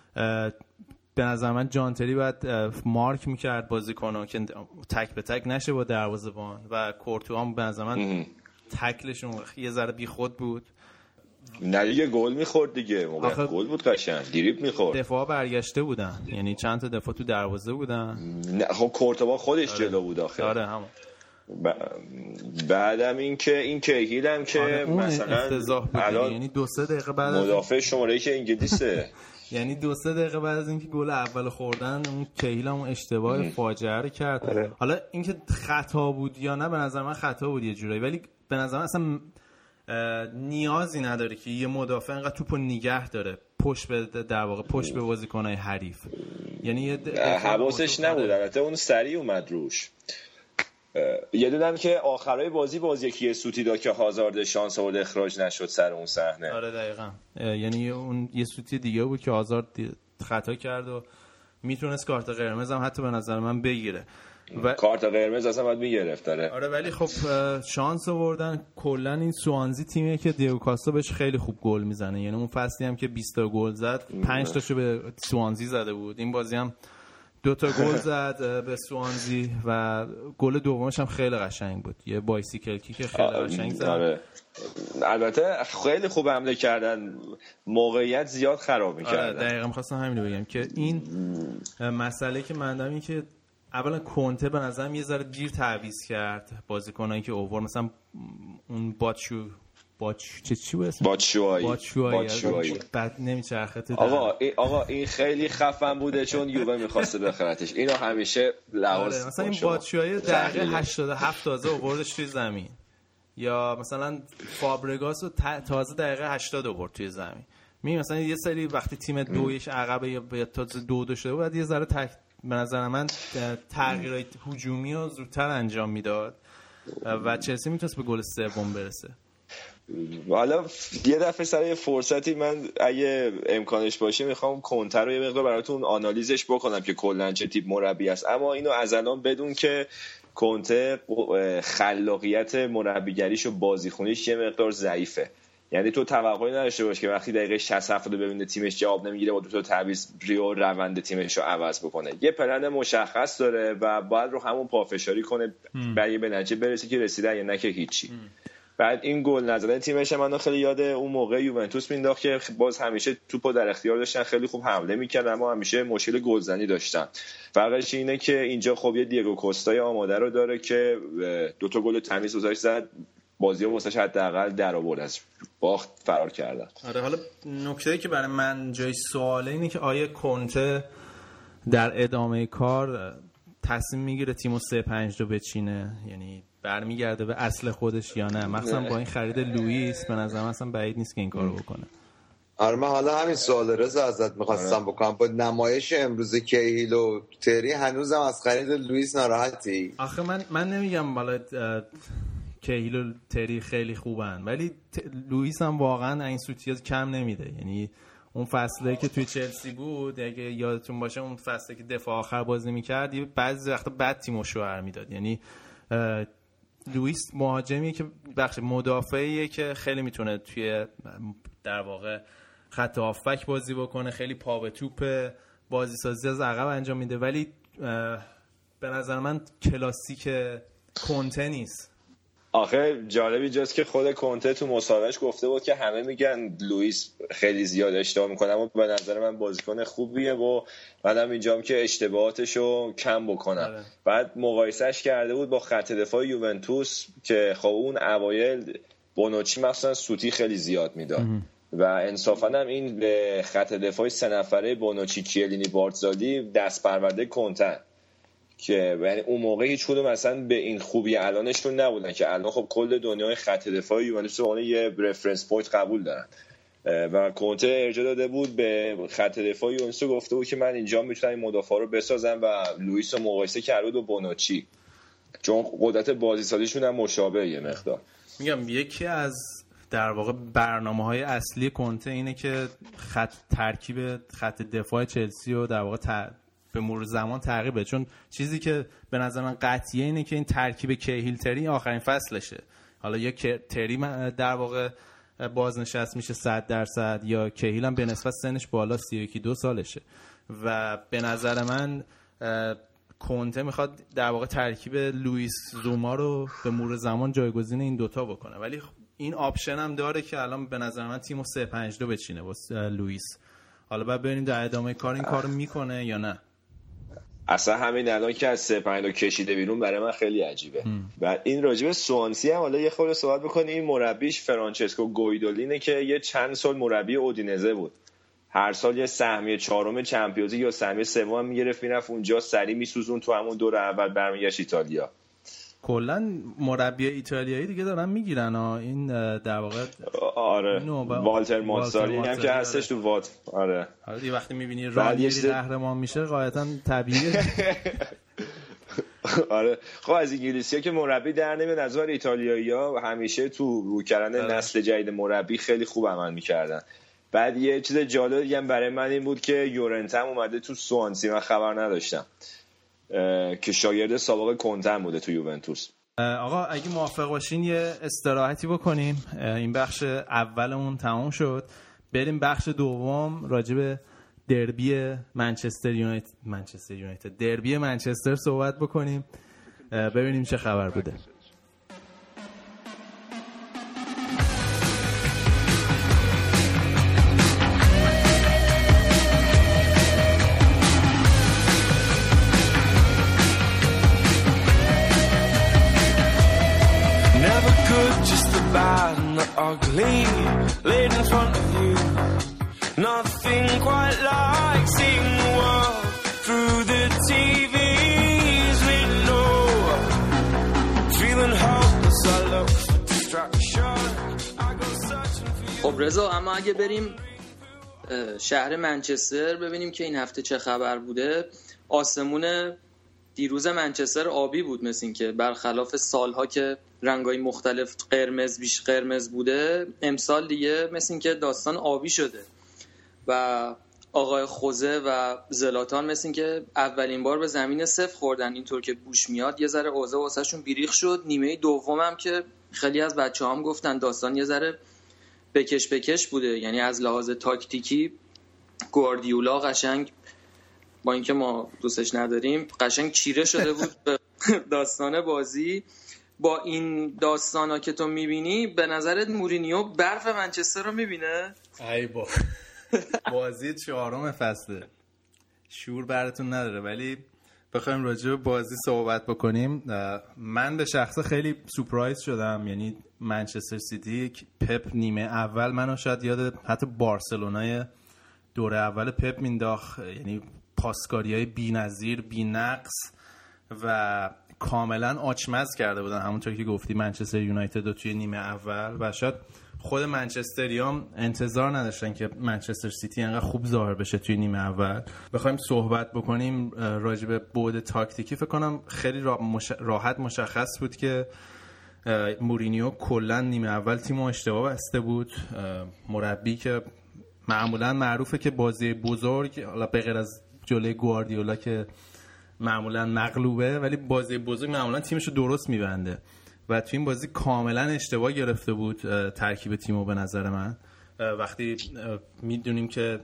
Speaker 5: به نظر من جانتری باید مارک میکرد بازیکنو که تک به تک نشه با دروازه‌بان و کورتوا هم به نظر من تکلشون یه ذره بیخود بود.
Speaker 7: نه دیگه گل میخورد دیگه، موقع گل بود قشنگ دریبل میخورد.
Speaker 5: دفاع برگشته بودن، یعنی چند تا دفاع تو دروازه بودن.
Speaker 7: نه خب کورتوا خودش آره. جلو بود آخه.
Speaker 5: آره همون.
Speaker 7: ب... بعدم این که این کیهیل هم که
Speaker 5: آره
Speaker 7: مثلا
Speaker 5: افتضاح بود، یعنی دو سه دقیقه بعد
Speaker 7: مدافع شماره که انگلیسه
Speaker 5: یعنی دو سه دقیقه بعد از اینکه گل اول خوردن اون کیهیل هم اشتباه فاجعه رو کرد. آره. حالا اینکه خطا بود یا نه به نظر من خطا بود یه جورایی، ولی به نظر من اصلا نیازی نداره که یه مدافع انقدر توپو نگه داره پشت به در واقع پشت به بازیکنای حریف. یعنی یه
Speaker 7: حواسش نبود، البته اون سریع اومد روش. یه دونم که آخرای بازی باز یکی سوتی داد که هازارد شانس آورد اخراج نشد سر اون صحنه.
Speaker 5: آره دقیقاً، یعنی اون یه سوتی دیگه بود که هازارد خطا کرد و میتونست کارت قرمز هم حتی به نظر من بگیره
Speaker 7: و کارت قرمز اصلا باید میگرفت. داره
Speaker 5: آره ولی خب شانس آوردن. کلا این سوانزی تیمیه که دیگو کاستا بهش خیلی خوب گل میزنه، یعنی اون فصلی هم که بیست تا گل زد پنج تاشو به سوانزی زده بود، این بازی هم دو تا گل زد به سوانزی و گل دومش هم خیلی قشنگ بود، یه بایسیکل کیک خیلی قشنگ زد.
Speaker 7: آره. البته خیلی خوب حمله کردن، موقعیت زیاد خراب می‌کردن.
Speaker 5: آره دقیقاً می‌خواستم همین رو بگم که این مسئله که من دارم این که اولا کنته به نظرم یه ذره دیر تعویض کرد بازیکنایی که اوور، مثلا اون باتشو باچ چه چی بود اسمش
Speaker 7: باتشوایی
Speaker 5: باتشوایی بعد نمیچرخه تو
Speaker 7: آقا ای آقا این خیلی خفن بوده چون یووه می‌خواسته بخرتش، اینو همیشه لحاظ
Speaker 5: آره. مثلا این باتشوایی دقیقه هشتاد و هفت تازه آوردش توی زمین، یا مثلا فابرگاس رو تازه دقیقه هشتاد آورد توی زمین. می مثلا یه سری وقتی تیم دو یک عقبه یا تازه دو دو شده بعد یه ذره تک به نظر من تغییرات هجومی رو زودتر انجام میداد و چلسی میتونست به گل سوم برسه.
Speaker 7: حالا یه دفعه سر یه فرصتی من اگه امکانش باشه میخوام کنته رو یه مقدار براتون آنالیزش بکنم که کلاً چه تیپ مربی است، اما اینو از الان بدون که کنته خلاقیت مربیگریش و بازیخونیش یه مقدار ضعیفه. یعنی تو توقعی نداشته باش که وقتی دقیقه شصت هفتاد ببینه تیمش جواب نمیگیره با دو تا تعویض ریو روند تیمش رو عوض بکنه. یه پلن مشخص داره و باید رو همون پافشاری کنه برای به نتیجه برسه که رسیده یا نه که هیچی. بعد این گل نزدن تیمش من خیلی یاد اون موقع یوونتوس مینداخت که باز همیشه توپو در اختیار داشتن، خیلی خوب حمله میکردن اما همیشه مشکل گلزنی داشتن. فرقش اینه که اینجا خب یه دیگو کوستای آماده رو داره که دو تا گل تمیز گذاشت زد، بازی‌ها واسش حداقل در آورد، از باخت فرار کردن.
Speaker 5: آره حالا نکته‌ای که برای من جای سواله اینه که آیا کنته در ادامه کار تصمیم میگیره تیمو سه پنج دو بچینه، یعنی برمیگرده به اصل خودش یا نه؟ مثلا با این خرید لوئیس به نظرم اصلا بعید نیست که این کارو بکنه.
Speaker 8: آره من حالا همین سوال رضا ازت می‌خواستم آره. بکنم با نمایش امروز کیهیل و تری هنوزم از خرید لوئیس ناراحتی؟
Speaker 5: آخه من من نمیگم بالا کیهیل و تری خیلی خوبن، ولی ت... لوئیس هم واقعا این سوتیات کم نمیده. یعنی اون فصله که توی چلسی بود اگه یادتون باشه، اون فصله که دفاع آخر بازی می‌کرد بعضی وقتا بد تیمو شوهر میداد. یعنی لوئیس مهاجمیه که بخش مدافعیه که خیلی میتونه توی در واقع خط هافک بازی بکنه، خیلی پا به توپ، بازی سازی از عقب انجام میده، ولی به نظر من کلاسیک کنته نیست.
Speaker 7: آخه جالبی جاست که خود کنته تو مصاحبهش گفته بود که همه میگن لوئیس خیلی زیاد اشتباه میکنه، اما به نظر من بازیکن خوبیه و منم اینجام که اشتباهاتشو کم بکنم. آره. بعد مقایسهش کرده بود با خط دفاع یوونتوس که خب اون اوایل بونوچی مثلا سوتی خیلی زیاد میداد و انصافا هم این به خط دفاع سه نفره بونوچی، کیلینی، بارتزالی دست پرورده کنته که یعنی اون موقع هیچ کدوم مثلا به این خوبی الانشون نبودن که الان خب کل دنیای خط دفاع یوونتوس رو یه رفرنس پوینت قبول دارن و کنته ارجاع داده بود به خط دفاع یوونتوس، گفته بود که من اینجا میتونم این مدافع رو بسازم و لوئیس رو مقایسه کرده بود با بونوچی چون قدرت بازی سازیشون هم مشابه یه مقدار.
Speaker 5: میگم یکی از در واقع برنامه‌های اصلی کنته اینه که خط ترکیب خط دفاع چلسی رو در واقع ت... به مرور زمان تغییر بده، چون چیزی که به نظر من قطعیه اینه که این ترکیب کیهیل تری آخرین فصلشه. حالا یا تری در واقع بازنشست میشه صد درصد یا کیهیل هم به نسبت سنش بالا سی و یک دو سالشه و به نظر من کنته میخواد در واقع ترکیب لوئیس زوما رو به مرور زمان جایگزین این دوتا بکنه، ولی این آپشن هم داره که الان به نظر من تیمو سه پنج دو بچینه واسه لوئیس. حالا بعد ببینیم در ادامه کار این کارو میکنه یا نه.
Speaker 7: اصلا همین الان که از سه پنج دو کشیده بیرون برای من خیلی عجیبه. بعد این راجب سوانسی هم حالا یه خورده صحبت بکنیم. این مربیش فرانچسکو گویدولینه که یه چند سال مربی اودینزه بود، هر سال یه سهمیه چهارم چمپیونز یا سهمیه سوم هم میگرفت، میرفت اونجا سری میسوزون تو همون دور اول برمیگشت ایتالیا.
Speaker 5: کلا مربی ایتالیایی دیگه دارن میگیرن ها این در واقع.
Speaker 7: آره والتر موزاری هم که هستش تو وات. آره
Speaker 5: حالا یه وقتی میبینی رانیری قهرمان میشه قاعدتا طبیعیه.
Speaker 7: آره خب از انگلیسی‌ها که مربی در نمیاد، از نظر ایتالیایی‌ها همیشه تو رو کردن نسل جدید مربی خیلی خوب عمل میکردن. بعد یه چیز جالب دیگه برای من این بود که یورنته هم اومده تو سوانسی، من خبر نداشتم، که شاگرد سابق کنته بوده تو یوونتوس.
Speaker 5: آقا اگه موافق باشین یه استراحتی بکنیم، این بخش اولمون تمام شد، بریم بخش دوم راجع به دربی منچستر یونایتد منچستر یونایتد دربی منچستر صحبت بکنیم، ببینیم چه خبر بوده.
Speaker 10: Ugly, laid in front of you. Nothing quite like seeing the world through the T V's window. Feeling helpless, I look for distraction. I go searching for you.
Speaker 6: خب رضا، اما اگه بریم شهر منچستر ببینیم که این هفته چه خبر بوده. آسمون دیروز منچستر آبی بود، مثل این که برخلاف سالها که رنگای مختلف قرمز بیش قرمز بوده، امسال دیگه مثل این که داستان آبی شده و آقای خوزه و زلاتان مثل این که اولین بار به زمین صفر خوردن. اینطور که بوش میاد یه ذره اوضاع واسهشون بیریخ شد. نیمه دوم هم که خیلی از بچه‌ها هم گفتن داستان یه ذره بکش بکش بوده، یعنی از لحاظ تاکتیکی گواردیولا قشنگ با اینکه ما دوستش نداریم قشنگ چیره شده بود به داستان بازی. با این داستانا که تو میبینی به نظرت مورینیو برف منچستر رو میبینه؟
Speaker 5: ای با بازی چهارم فصله شور براتون نداره، ولی بخوایم راجع به بازی صحبت بکنیم، من به شخص خیلی سورپرایز شدم. یعنی منچستر سیتی پپ نیمه اول منو شاید یاد حتی بارسلونای دوره اول پپ مینداخت، یعنی پاسکاری‌های بی‌نظیر، بی‌نقص و کاملا آچمز کرده بودن، همونطور که گفتی منچستر یونایتد رو توی نیمه اول، و شاید خود منچستریام انتظار نداشتن که منچستر سیتی انقدر خوب ظاهر بشه توی نیمه اول. بخوایم صحبت بکنیم راجع به بعد تاکتیکی، فکر کنم خیلی راحت مشخص بود که مورینیو کلا نیمه اول تیمو اشتباه بسته بود. مربی که معمولا معروفه که بازی بزرگ، حالا به غیر از جلوی گواردیولا که معمولا مغلوبه، ولی بازی بزرگ معمولا تیمشو درست میبنده و تو این بازی کاملا اشتباه گرفته بود ترکیب تیمو. به نظر من وقتی میدونیم که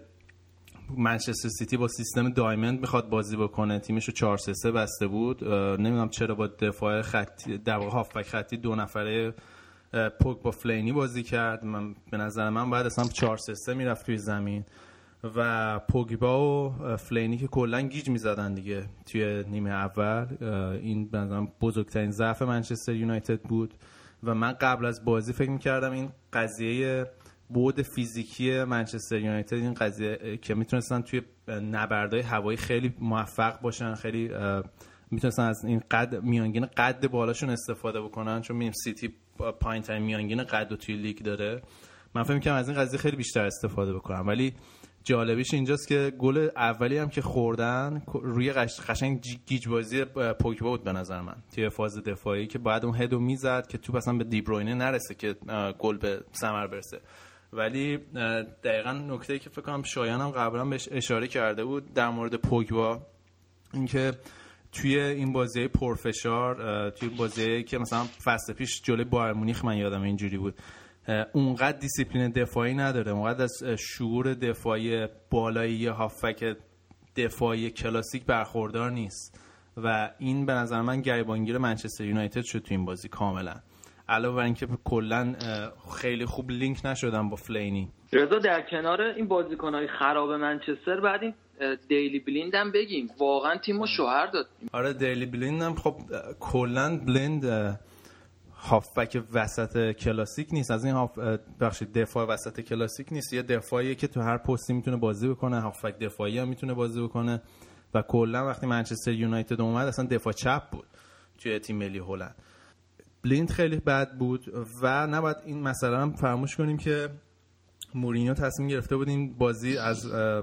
Speaker 5: منچستر سیتی با سیستم دایموند میخواد بازی بکنه، تیمشو چهار سه سه بسته بود، نمیدونم چرا با دفاع خطی، در واقع هافبک خطی دو نفره پوگ با فلینی بازی کرد. من به نظر من باید اصلا چهار سه سه میرفت توی زمین و پوگبا و فلینی که کلا گیج میزدن دیگه توی نیمه اول. این به نظرم بزرگترین ضعف منچستر یونایتد بود و من قبل از بازی فکر میکردم این قضیه بعد فیزیکی منچستر یونایتد، این قضیه که میتونستن توی نبردهای هوایی خیلی موفق باشن، خیلی میتونستن از این قد میانگین قد بالاشون استفاده بکنن، چون میبینیم سیتی پایین‌ترین میانگین قد توی لیگ داره. من فکر می‌کردم از این قضیه خیلی بیشتر استفاده بکنم، ولی جالبیش اینجاست که گل اولی هم که خوردن روی قشنگ گیج بازی پوگبا بود به نظر من توی فاز دفاعی، که بعد اون هدو میزد که توپ اصلا به دی بروینه نرسه که گل به ثمر برسه. ولی دقیقاً نکته‌ای که فکر کنم شایان هم قبلا بهش اشاره کرده بود در مورد پوگبا، اینکه توی این بازی پرفشار، توی بازی که مثلا فصل پیش جلوی بایر مونیخ من یادم اینجوری بود، اونقدر دیسیپلین دفاعی نداره، اونقدر از شعور دفاعی بالایی یا هافک دفاعی کلاسیک برخوردار نیست و این به نظر من گریبانگیر منچستر یونایتد شد تو این بازی کاملا. علاوه بر اینکه کلا خیلی خوب لینک نشدن با فلینی.
Speaker 6: رضا در کنار این بازیکن‌های خراب منچستر بعد این دیلی بلیند هم بگیم، واقعا تیمو شوهر داد.
Speaker 5: آره دیلی بلیند هم خب کلا بلیند هافبک وسط کلاسیک نیست، از این هاف بخشید دفاع وسط کلاسیک نیست، یه دفاعیه که تو هر پستی میتونه بازی بکنه، هافبک دفاعی هم میتونه بازی بکنه و کلا وقتی منچستر یونایتد اومد اصلا دفاع چپ بود توی تیم ملی هلند. بلیند خیلی بد بود و نباید این مسئله هم فراموش کنیم که مورینیو تصمیم گرفته بود این بازی از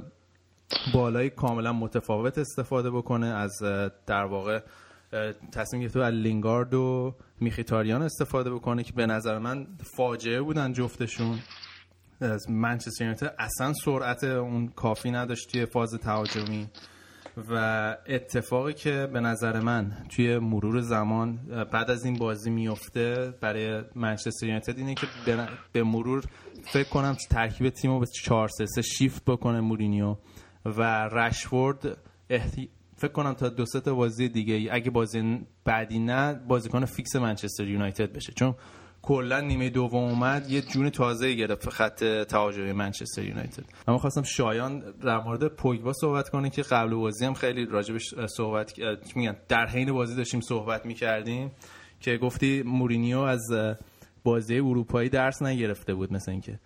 Speaker 5: بالای کاملا متفاوت استفاده بکنه، از در واقع تصمیم گرفته از لینگارد و میخیتاریان استفاده بکنه که به نظر من فاجعه بودن جفتشون. از منچستر یونایتد اصلا سرعت اون کافی نداشت توی فاز تهاجمی و اتفاقی که به نظر من توی مرور زمان بعد از این بازی میفته برای منچستر یونایتد اینه که به مرور فکر کنم ترکیب تیمو به چهار سه سه شیفت بکنه مورینیو و رشفورد احتی... فکر کنم تا دو سه تا بازی دیگه اگه بازی بعدی نه بازیکن فیکس منچستر یونایتد بشه، چون کلا نیمه دوم اومد یه جون تازه‌ای گرفت خط تهاجمی منچستر یونایتد. من خواستم شایان در مورد پوگبا صحبت کنه که قبل بازی هم خیلی راجبش صحبت میگن در حین بازی داشتیم صحبت می‌کردیم که گفتی مورینیو از بازی اروپایی درس نگرفته بود مثلا اینکه.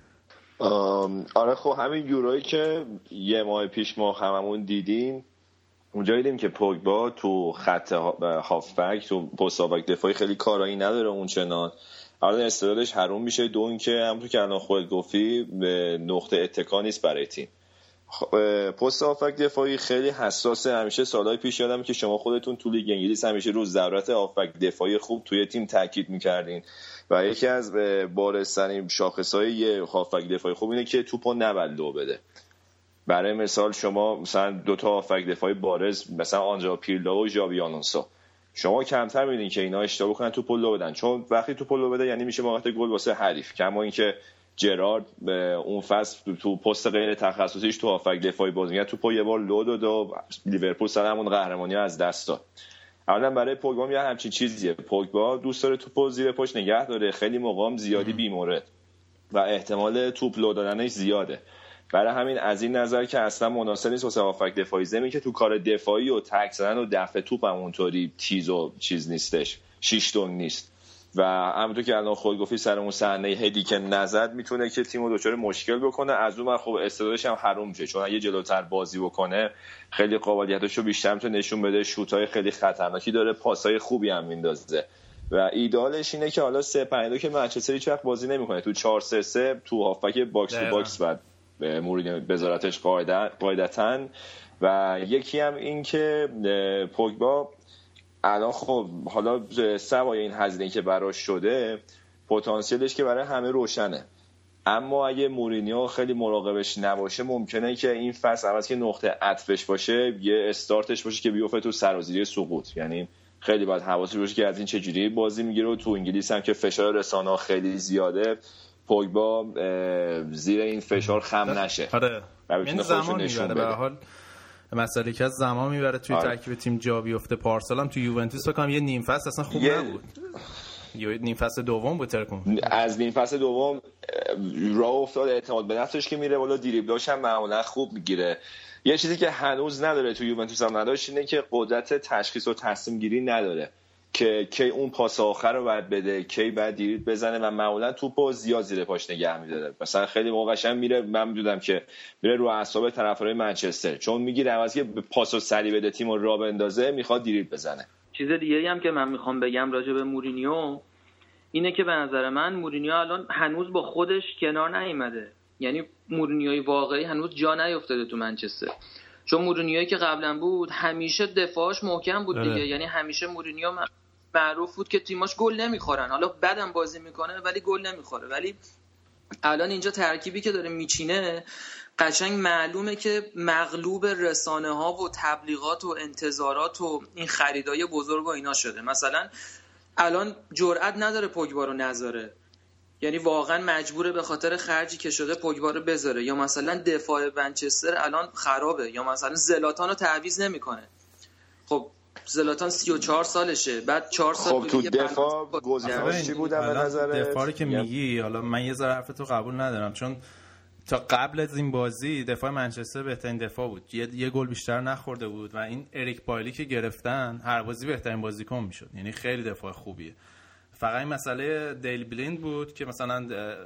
Speaker 7: آره خب همین یورویی که یه ماه پیش ما هممون دیدیم اونجا دیدیم که پوگبا تو خط هافبک تو پست هافبک دفاعی خیلی کارایی نداره اونچنان. الان استعدادش حروم میشه، دو اینکه همونطور که الان خودت گفتی به نقطه اتکا نیست برای تیم. پست هافبک دفاعی خیلی حساسه. همیشه سالهای پیش یادم که شما خودتون تو لیگ انگلیس همیشه رو ضرورت هافبک دفاعی خوب توی تیم تاکید می‌کردین و یکی از بارزترین شاخص‌های یه هافبک دفاعی خوب اینه که توپو نباید لو بده. برای مثال شما مثلا دو تا هافبک دفاعی بارز مثلا آنجا پیرلو و ژابی آلونسو، شما کمتر می‌بینین که اینا اشتباه کنن توپو لو بدن، چون وقتی توپو لو بده یعنی میشه موقعیت گل واسه حریف. کما اینکه جرارد به اون فصل تو پست غیر تخصصیش تو هافبک دفاعی بازی کرد، توپو یه بار لو داد و لیورپول سر همون قهرمانی از دست داد. اولا برای پوگبا یه همچین چیزیه، پوگبا دوست داره توپو زیر پاش نگه داره، خیلی موقعام زیادی بی‌مورد و احتمال توپ لو دادنش زیاده. برای همین از این نظر که اصلا مناسب نیست واسه هافبک دفاعی، زمین که تو کار دفاعی و تک زدن و دفع توپ هم اونطوری تیز و چیز نیستش، شیش دنگ نیست. و همونطور که الان خود گفتی سر اون صحنه هدی که نزد میتونه که تیمو دچار مشکل بکنه. از اون خب استعدادش هم حروم میشه، چون اگه جلوتر بازی بکنه خیلی قابلیتاشو بیشتر میتونه نشون بده، شوت‌های خیلی خطرناکی داره، پاس‌های خوبی هم میندازه و ایدالش اینه که حالا سه پنج دو که منچستر هیچ وقت بازی نمیکنه، تو چهار سه سه تو هافبک باکس تو باکس بعد مورینیو بذارتش قاعدتاً. و یکی هم این که پوگبا الان خب حالا سوای این هزینه‌ای که براش شده پتانسیلش که برای همه روشنه، اما اگه مورینیو خیلی مراقبش نباشه ممکنه که این فصل عوض که نقطه عطفش باشه یه استارتش باشه که بیفته تو سرازیری سقوط. یعنی خیلی باید حواسش باشه که از این چه جوری بازی میگیره و تو انگلیس هم که فشار رسانه‌ها خیلی زیاده پوگبا زیر این فشار خم نشه.
Speaker 5: آره این زمان میبره، به هر حال مسئله که از زمان میبره توی آره. ترکیب تیم جا بیفته. پارسال هم تو یوونتوس فکرم یه نیم فصل اصلا خوب یه... نبود، یه نیم فصل دوم بود ترکم
Speaker 7: از نیم فصل دوم راه افتاد، اعتماد به نفسش که میره بالا، دریبلاش هم معمولا خوب میگیره. یه چیزی که هنوز نداره تو یوونتوس هم نداشت اینه که قدرت تشخیص و تصمیم گیری نداره که کی اون پاس آخر رو باید بده، کی باید دیریب بزنه و معمولا توپو زیاد زیر پاش نگه می‌داره. مثلا خیلی موقعش هم میره، من می‌دونم که میره رو اعصاب طرفدارای منچستر، چون میگیره عوضی که پاسو سری بده تیمو راه بندازه میخواد دیریب بزنه.
Speaker 6: چیز دیگه‌ای هم که من میخوام بگم راجع به مورینیو اینه که به نظر من مورینیو الان هنوز با خودش کنار نیامده، یعنی مورینیوی واقعی هنوز جا نیافتاده تو منچستر. چون مورینیویی که قبلا بود همیشه دفاعش محکم بود دیگه، یعنی همیشه مورینیو معروف بود که تیماش گل نمیخورن، حالا بعدم بازی میکنه ولی گل نمیخوره. ولی الان اینجا ترکیبی که داره میچینه قشنگ معلومه که مغلوب رسانه ها و تبلیغات و انتظارات و این خریدای بزرگ و اینا شده. مثلا الان جرئت نداره پوگبا رو نذاره، یعنی واقعا مجبوره به خاطر خرجی که شده پوگبا رو بذاره. یا مثلا دفاع منچستر الان خرابه، یا مثلا زلاتان رو تعویض نمیکنه. خب زلاتان سی و چهار سالشه، بعد چهار سال
Speaker 7: خب تو دفاع گزینه‌اش چی بود به نظرت؟
Speaker 5: دفاعی که میگی حالا من یه ذره حرفتو قبول ندارم، چون تا قبل از این بازی دفاع منچستر بهترین دفاع بود، یه, یه گل بیشتر نخورده بود و این اریک بایلی که گرفتن هر بازی بهترین بازیکن میشد، یعنی خیلی دفاع خوبیه. فقط این مسئله دیل بلیند بود که مثلا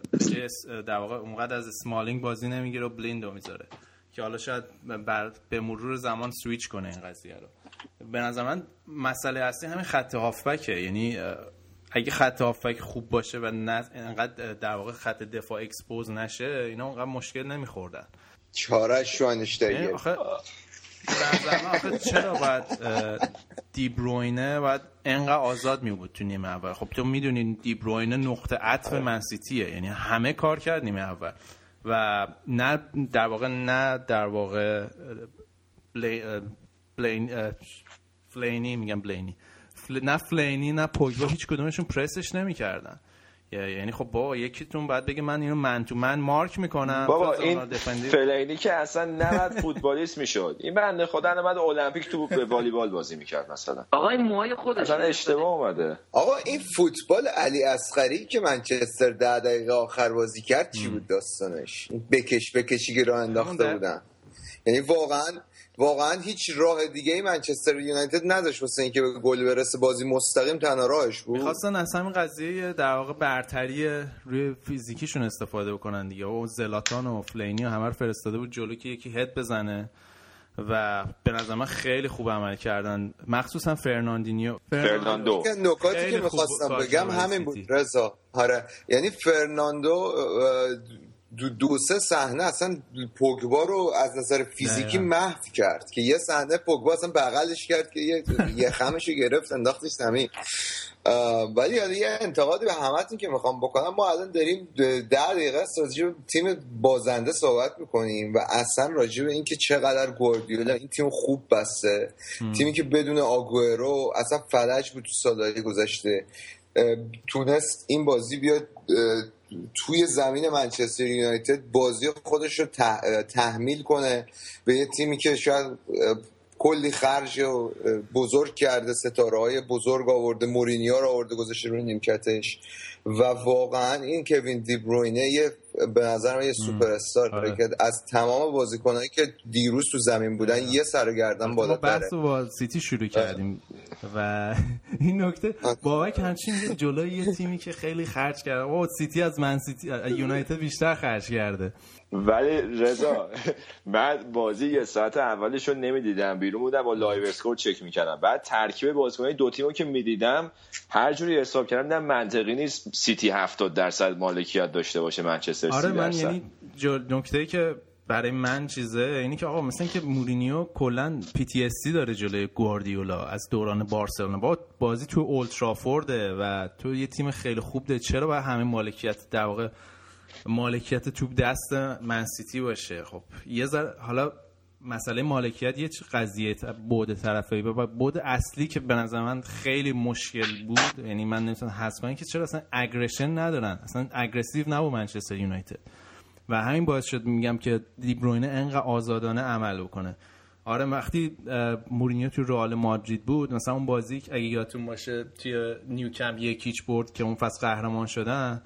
Speaker 5: در واقع اونقدر از اسمالینگ بازی نمیگیره و بلیند رو میذاره که حالا شاید بر به مرور زمان سویچ کنه این قضیه رو. به نظر من مسئله اصلی همین خط هافبکه، یعنی اگه خط هافبک خوب باشه و نه انقدر در واقع خط دفاع اکسپوز نشه اینا اونقدر مشکل نمیخوردن.
Speaker 8: چارش شوانشتایر
Speaker 5: آخه آخه چرا باید دی بروینه باید انقدر آزاد می بود تو نیمه اول؟ خب تو میدونین دی بروینه نقطه عطف من سیتیه، یعنی همه کار کرد نیمه اول و نه در واقع نه در واقع بلی بلین فلینی میگم بلینی فل... نه فلینی نه پوگبا هیچ کدومشون پرسش نمیکردن. یعنی خب با یکیتون باید بگه من اینو من تو من مارک میکنم.
Speaker 7: بابا این فلینی که اصلا نباید فوتبالیست میشد، این بنده خدا نباید المپیک تو به والیبال بازی میکرد مثلا.
Speaker 6: آقا این موهای خودش
Speaker 7: اصلا اشتباه اومده.
Speaker 8: آقا این فوتبال علی اصغری که منچستر ده دقیقه آخر بازی کرد چی بود داستانش؟ بکش بکشی که راه انداخته بودن، یعنی واقعا واقعا هیچ راه دیگه ای منچستر یونایتد نداشت واسه اینکه به گل برسه، بازی مستقیم تنها راهش بود.
Speaker 5: می‌خواستن از همین قضیه در واقع برتری روی فیزیکیشون استفاده بکنن دیگه، و زلاتان و فلینی و همه رو فرستاده بود جلو که یکی هد بزنه و به نظر من خیلی خوب عمل کردن، مخصوصا فرناندینیو
Speaker 7: فرناندو.
Speaker 8: نکاتی که می‌خواستم بگم همین بود رضا. آره یعنی فرناندو دو, دو سه صحنه اصلا پوگبا رو از نظر فیزیکی محو کرد که یه صحنه پوگبا اصلا بغلش کرد که یه, یه خمشو گرفت انداختش زمین. ولی حالا یه انتقادی به همتون که میخوام بکنم، ما الان داریم ده دقیقه راجع به تیم بازنده صحبت میکنیم و اصلا راجع به این که چقدر گواردیولا این تیم خوب بسته، تیمی که بدون آگوئرو اصلا فلج بود تو سالهای گذشته، تونست این بازی بیاد توی زمین منچستر یونایتد بازی خودش رو تحمیل کنه به یه تیمی که شاید کلی خرج و بزرگ کرده، ستاره‌های بزرگ آورده، مورینیو رو آورده گذاشته روی نیمکتش و واقعا این کوین دی بروینه یه به نظر من یه سوپر استار داره که از تمام بازیکنایی که دیروز تو زمین بودن آه. یه سر و گردن بالاتره.
Speaker 5: ما بحثو با سیتی شروع کردیم و این نکته بابک همچین جلوی یه تیمی که خیلی خرج کرده، او سیتی از من سیتی یونایتد بیشتر خرج کرده.
Speaker 7: ولی رضا من بازی یه ساعت اولش رو نمیدیدم، بیرون بودم با لایو اسکور چک میکردم، بعد ترکیب بازیکنای دو تیمو که میدیدم هر جوری حساب کردم دیدم منطقی نیست سیتی هفتاد درصد مالکیت داشته باشه منچستر سی
Speaker 5: آره
Speaker 7: درصد.
Speaker 5: من یعنی نکته‌ای که برای من چیزه اینی که آقا مثلا که مورینیو کلا پی تی اس دی داره جلوی گواردیولا از دوران بارسلونا، با بازی تو اولد ترافورده و تو یه تیم خیلی خوب ده، چرا باید همه مالکیت در واقع مالکیت توپ دست من سیتی باشه؟ خب یه ذره حالا مسئله مالکیت یه قضیه بعد طرفی و بعد اصلی که به نظر من خیلی مشکل بود، یعنی من نمیتونم حذف کنم که چرا اصلا اگریشن ندارن، اصلا اگریسیو نبود منچستر یونایتد و همین باعث شد میگم که دی بروینه انقدر آزادانه عمل بکنه. آره وقتی مورینیو تو رئال مادرید بود مثلا اون بازی اگه یادتون باشه توی نیوکمپ یکیچ برد که اون فصل قهرمان شدن،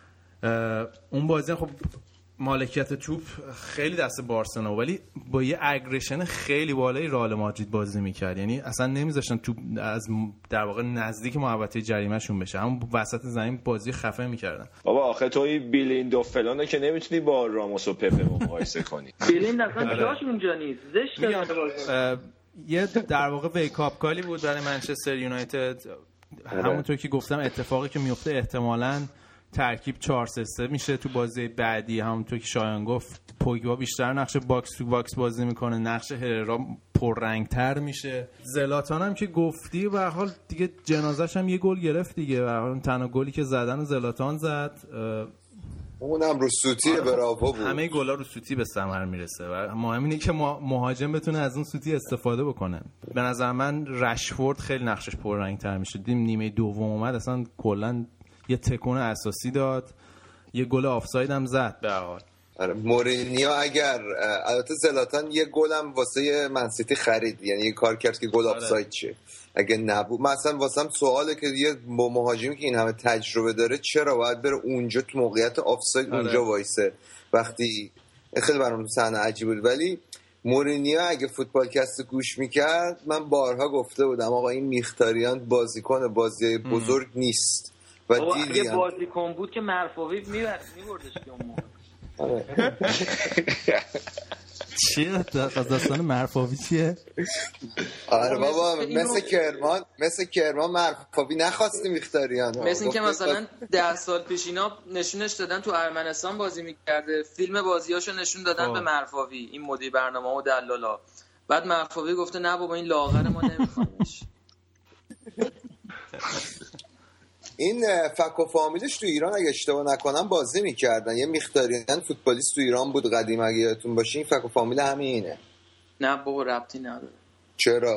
Speaker 5: اون بازی خب مالکیت توپ خیلی دست بارسلونا ولی با یه اگریشن خیلی بالای رئال مادرید بازی میکرد، یعنی اصلا نمیذاشتن توپ از در واقع نزدیک محوطه جریمه شون بشه، همون وسط زمین بازی خفه میکردن.
Speaker 7: بابا آخه توی بیلیند و فلانه که نمیتونی با راموس و پپه مقایسه کنی.
Speaker 6: بیلیند اصلا جاش اونجا نیست، زشته.
Speaker 5: یه در واقع ویکاپ کالی بود برای منچستر یونایتد، همونطور که گفتم اتفاقی که میفته احتمالاً ترکیب چهار سه سه میشه تو بازی بعدی، همونطور که شایان گفت پوگبا بیشتر نقش باکس تو باکس بازی میکنه، نقش هررا پررنگتر میشه، زلاتان هم که گفتی و حال دیگه جنازش هم یه گل گرفت دیگه و حال تنها گلی که زدن و زلاتان زد
Speaker 8: اونم رو سوتی براوو بود،
Speaker 5: همه گلا رو سوتی به ثمر میرسه و مهم اینه که مهاجم بتونه از اون سوتی استفاده بکنه. به نظر من رشفورد خیلی نقشش پررنگتر میشه، دیم نیمه دوم اومد اصلا کلا یه تکون اساسی داد، یه گل آفساید هم زد به هر حال.
Speaker 8: آره مورینیو اگر البته زلاتان یه گل هم واسه منسیتی خرید، یعنی یه کار کرد که گل آفساید شه، اگه نبود مثلا واسم سواله که یه با مهاجمی که این همه تجربه داره چرا باید بره اونجا تو موقعیت آفساید آره. اونجا وایسه وقتی خیلی برام صحنه عجیب بود. ولی مورینیو اگه فوتبالکست گوش میکرد من بارها گفته بودم آقا این میختاریان بازیکن بازی بزرگ ام. نیست و
Speaker 6: دیدی اگه بازیکن بود که مرفوی میبردش که اون موقع.
Speaker 5: چیه داستان مرفوی چیه؟
Speaker 8: آره بابا مثل کرمان مثل کرمان مرفوی نخواستی میختاریان،
Speaker 6: مثل اینکه مثلا ده سال پیش اینا نشونش دادن تو ارمنستان بازی میکرده، فیلم بازیاشو نشون دادن به مرفوی، این مدیر برنامه و دلالا، بعد مرفوی گفته نه بابا این لاغر ما نمیخوامش.
Speaker 8: این فک و فامیلش تو ایران اگه اشتباه نکنم بازی میکردن، یه میختاریان فوتبالیست تو ایران بود قدیم اگه یادتون باشه، این فک و فامیل همینه.
Speaker 6: نه بابا ربطی نداره.
Speaker 8: چرا؟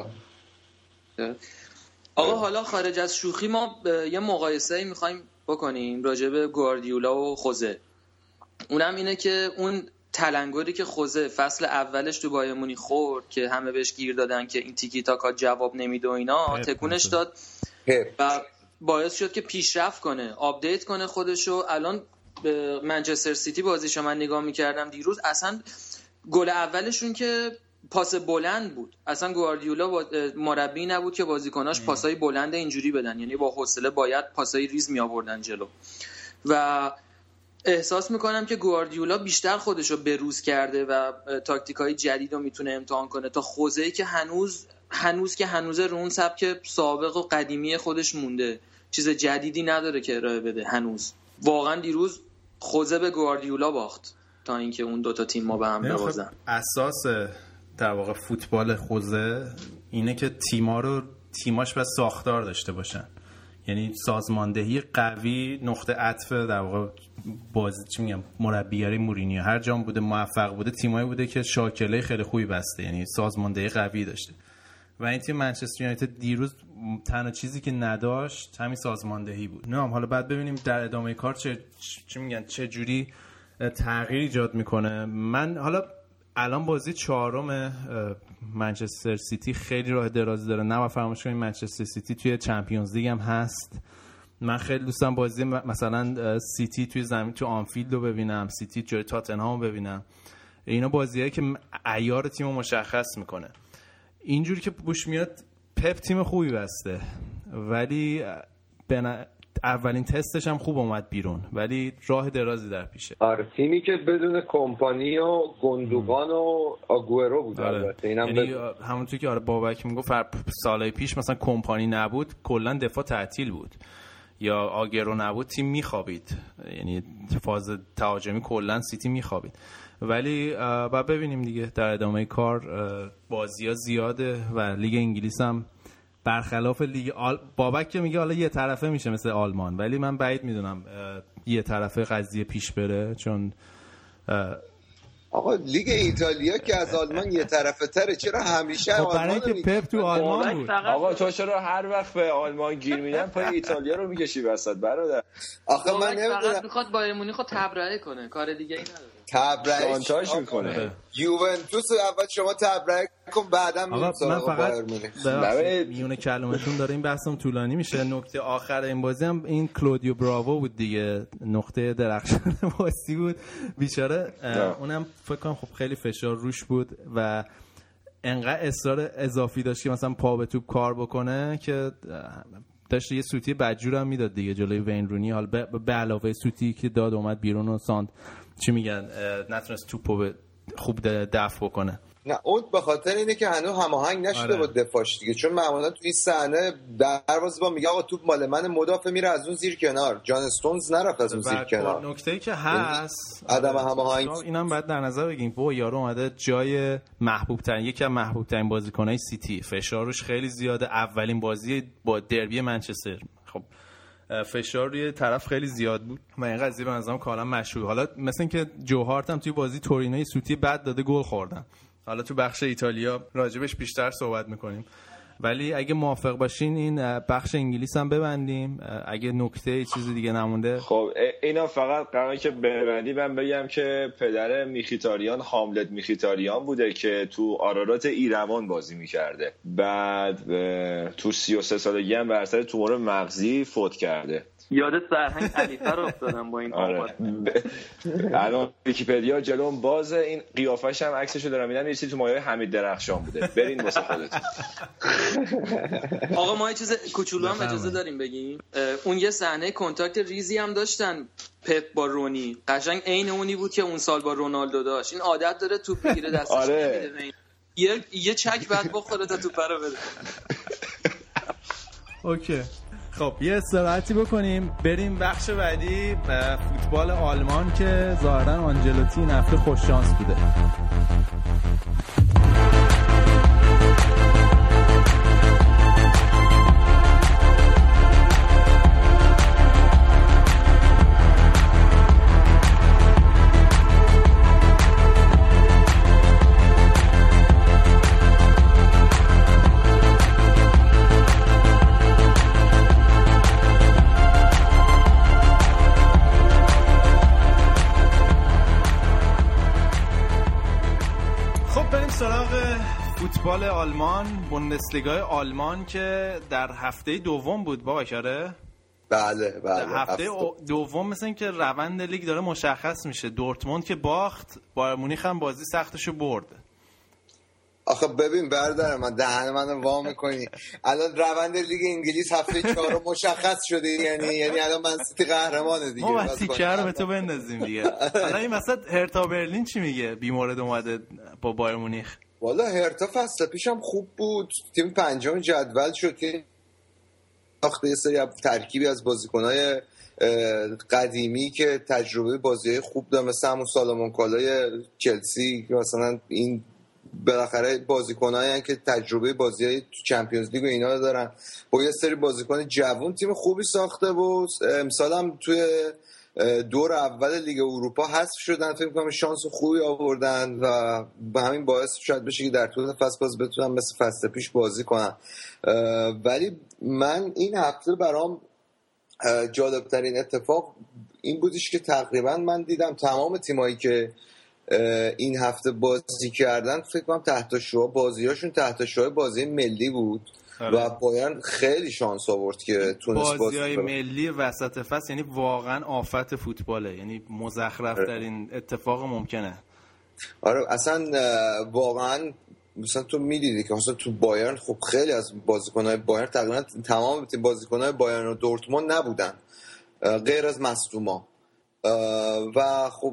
Speaker 6: آقا حالا خارج از شوخی ما یه مقایسه‌ای می‌خوایم بکنیم راجع به گواردیولا و خوزه. اونم اینه که اون تلنگری که خوزه فصل اولش تو بایر مونیخ خورد که همه بهش گیر دادن که این تیکی تاکا جواب نمیده و اینا، تکونش داد و باعث شد که پیشرفت کنه، آپدیت کنه خودشو. الان به منچستر سیتی بازیشو من نگاه می‌کردم دیروز، اصلا گل اولشون که پاس بلند بود، اصلا گواردیولا مربی نبود که بازیکناش پاسای بلند اینجوری بدن، یعنی با حوصله باید پاسای ریز می آوردن جلو. و احساس میکنم که گواردیولا بیشتر خودشو بروز کرده و تاکتیکای جدید رو میتونه امتحان کنه تا خوزه‌ای که هنوز هنوز که هنوز رو اون سبک سابق و قدیمی خودش مونده، چیز جدیدی نداره که ارائه بده هنوز. واقعا دیروز خوزه به گواردیولا باخت تا اینکه اون دوتا تیم ما به هم ببازن.
Speaker 5: اساس در واقع فوتبال خوزه اینه که تیما رو تیماش باید ساختار داشته باشن، یعنی سازماندهی قوی نقطه عطف در واقع بازی چی میگم مربیگری مورینیو هر جام بوده موفق بوده، تیمایی بوده که شاکله خیلی خوبی بسته، یعنی سازماندهی قوی داشته. و این تیم منچستر یونایتد دیروز تنها چیزی که نداشت همین سازماندهی بود. نه حالا بعد ببینیم در ادامه کار چه چی میگن چه جوری تغییر ایجاد میکنه. من حالا الان بازی چهارم منچستر سیتی خیلی راه درازی داره، نه فراموش کنیم منچستر سیتی توی چمپیونز لیگ هم هست من خیلی دوستم بازی مثلا سیتی توی زمین تو آنفیلد رو ببینم، سیتی جای تاتنهام رو ببینم. اینا بازیایی که عیار تیمو مشخص میکنه. اینجوری که بوش میاد پپ تیم خوبی بسته، ولی بنا... اولین تستش هم خوب اومد بیرون، ولی راه درازی در پیشه.
Speaker 11: آره تیمی که بدون کمپانی و گندوگان و آگورو بود.
Speaker 5: آره.
Speaker 11: البته اینم
Speaker 5: یعنی
Speaker 11: بد...
Speaker 5: همونطور که آره بابک میگفت سالهای پیش مثلا کمپانی نبود کلا دفاع تعطیل بود، یا آگرو نبود تیم میخوابید، یعنی فاز تهاجمی کلا سیتی میخوابید. ولی بعد ببینیم دیگه در ادامه کار، بازی‌ها زیاده و لیگ انگلیس هم برخلاف لیگ آل... بابک که میگه حالا یه طرفه میشه مثل آلمان، ولی من بعید میدونم یه طرفه قضیه پیش بره، چون
Speaker 8: آقا لیگ ایتالیا که از آلمان یه طرفه تره، چرا همیشه
Speaker 5: خب
Speaker 8: آلمان
Speaker 5: برای که پپ تو آلمان بود.
Speaker 7: آقا تو چرا هر وقت به آلمان گیر میدن پای ایتالیا رو میکشی وسط برادر؟
Speaker 8: آخه من
Speaker 6: نمیدونم
Speaker 8: نمیدونم
Speaker 6: میخواد بایر مونیخ رو تبرئه کنه، کار دیگه ای نداره.
Speaker 8: تبرئه
Speaker 7: شانتاژ میکنه.
Speaker 8: یوونتوس اول شما تبرئه کن بعدم
Speaker 5: آقا من فقط میونه کلمتون داره این بحثم طولانی میشه. نکته آخر این بازی هم این کلودیو براوو بود دیگه، نقطه درخشان بازی بود بیچاره. اونم فکر کنم خب خیلی فشار روش بود و انقدر اصرار اضافی داشت که مثلا پا به توپ کار بکنه که داشت یه سوتی بدجور هم میداد دیگه جلوی وین رونی. حالا به علاوه سوتی که داد اومد بیرون و ساند چی میگن نتونست توپو خوب دفع بکنه.
Speaker 8: نه اون به خاطر اینه که هنوز هماهنگ نشده
Speaker 5: آره.
Speaker 8: با دفاعش دیگه، چون معمولا تو این صحنه دروازه‌بان میگه آقا توپ مال من، مدافع میره از اون زیر کنار. جان استونز نرفت از اون زیر کنار.
Speaker 5: نکته‌ای که هست
Speaker 8: عدم هماهنگ
Speaker 5: اینم باید در نظر بگیم. با یارو اومده جای محبوب ترین یکی از محبوب ترین بازیکنای سیتی، فشارش خیلی زیاده، اولین بازی با دربی منچستر، خب فشار روی طرف خیلی زیاد بود و این قضیه به نظرم کاملا مشهور. حالا مثلا اینکه جوهارت هم توی بازی تورینوی سوتی بد داده گل خوردن، حالا تو بخش ایتالیا راجبش بیشتر صحبت میکنیم، ولی اگه موافق باشین این بخش انگلیس هم ببندیم اگه نکته چیز دیگه نمونده.
Speaker 7: خب اینا فقط قراره که ببندی من بگم که پدر میخیتاریان هاملت میخیتاریان بوده که تو آرارات ایروان بازی میکرده، بعد تو سی و سه سالگی هم بر اثر تومور مغزی فوت کرده.
Speaker 6: یادت سرهنگ خلیفه رو افتادم با این آماد.
Speaker 7: الان ویکی‌پدیا جلوم باز این قیافش هم عکسشو دارم میدن، یه چیزی تو مایه حمید درخشان بوده. برین واسه خودتون.
Speaker 6: آقا ما یه چیز کوچولو هم اجازه داریم بگیم. اون یه صحنه کنتاکت ریزی هم داشتن پپ با رونی، قشنگ عین اونی بود که اون سال با رونالدو داشت. این عادت داره توپ بگیره دستش
Speaker 7: آره.
Speaker 6: نمیده، یه یه چک بعد بخوره تا توپ رو بده.
Speaker 5: اوکی خب یه استراحتی بکنیم بریم بخش بعدی، فوتبال آلمان که ظاهرا آنجلوتی این هفته خوش شانس بوده. فوتبال آلمان، بوندسلیگای آلمان که در هفته دوم بود بابا کاره؟
Speaker 8: بله بله
Speaker 5: هفته دوم مثل این که روند لیگ داره مشخص میشه. دورتموند که باخت، بایر مونیخ هم بازی سختشو برد.
Speaker 8: آخه ببین برادر من دهن منو وا میکنی، الان روند لیگ انگلیس هفته چهارم مشخص شده، یعنی یعنی الان من سیتی قهرمانه دیگه.
Speaker 5: ما وقتی کار به تو بندازیم دیگه. الان این مثلا هرتا برلین چی میگه؟ بیمارد اومده با بایر مونیخ.
Speaker 8: والا هرتا فصل پیشم خوب بود، تیم پنجم جدول شد که ساخته یه سری ترکیبی از بازیکن‌های قدیمی که تجربه بازی‌های خوب داره، مثل همون سالامون کالای چلسی که مثلا این بالاخره بازیکنایی هستن که تجربه بازی‌های تو چمپیونز لیگ و اینا رو دارن، با یه سری بازیکن جوان تیم خوبی ساخته بود. امسال هم توی دور اول لیگ اروپا حذف شدن، فکر کنم شانس خوبی آوردن و به همین باعث شاید بشه که در طول فصل باز بتونن مثل فصل پیش بازی کنن. ولی من این هفته برام جالبترین اتفاق این بودش که تقریبا من دیدم تمام تیمایی که این هفته بازی کردن فکر کنم تحت شعار بازیاشون تحت شعار بازی ملی بود
Speaker 12: و بایرن خیلی شانس آورد که تونست
Speaker 5: بازی‌های ملی وسط فصل یعنی واقعا آفت فوتباله، یعنی مزخرف ترین اتفاق ممکنه.
Speaker 12: آره اصلا واقعا مثلا تو میدیدی که مثلا تو بایرن خب خیلی از بازیکن‌های بایرن تقریبا تمام بازیکن‌های بایرن و دورتموند نبودن غیر از مصدوما و خب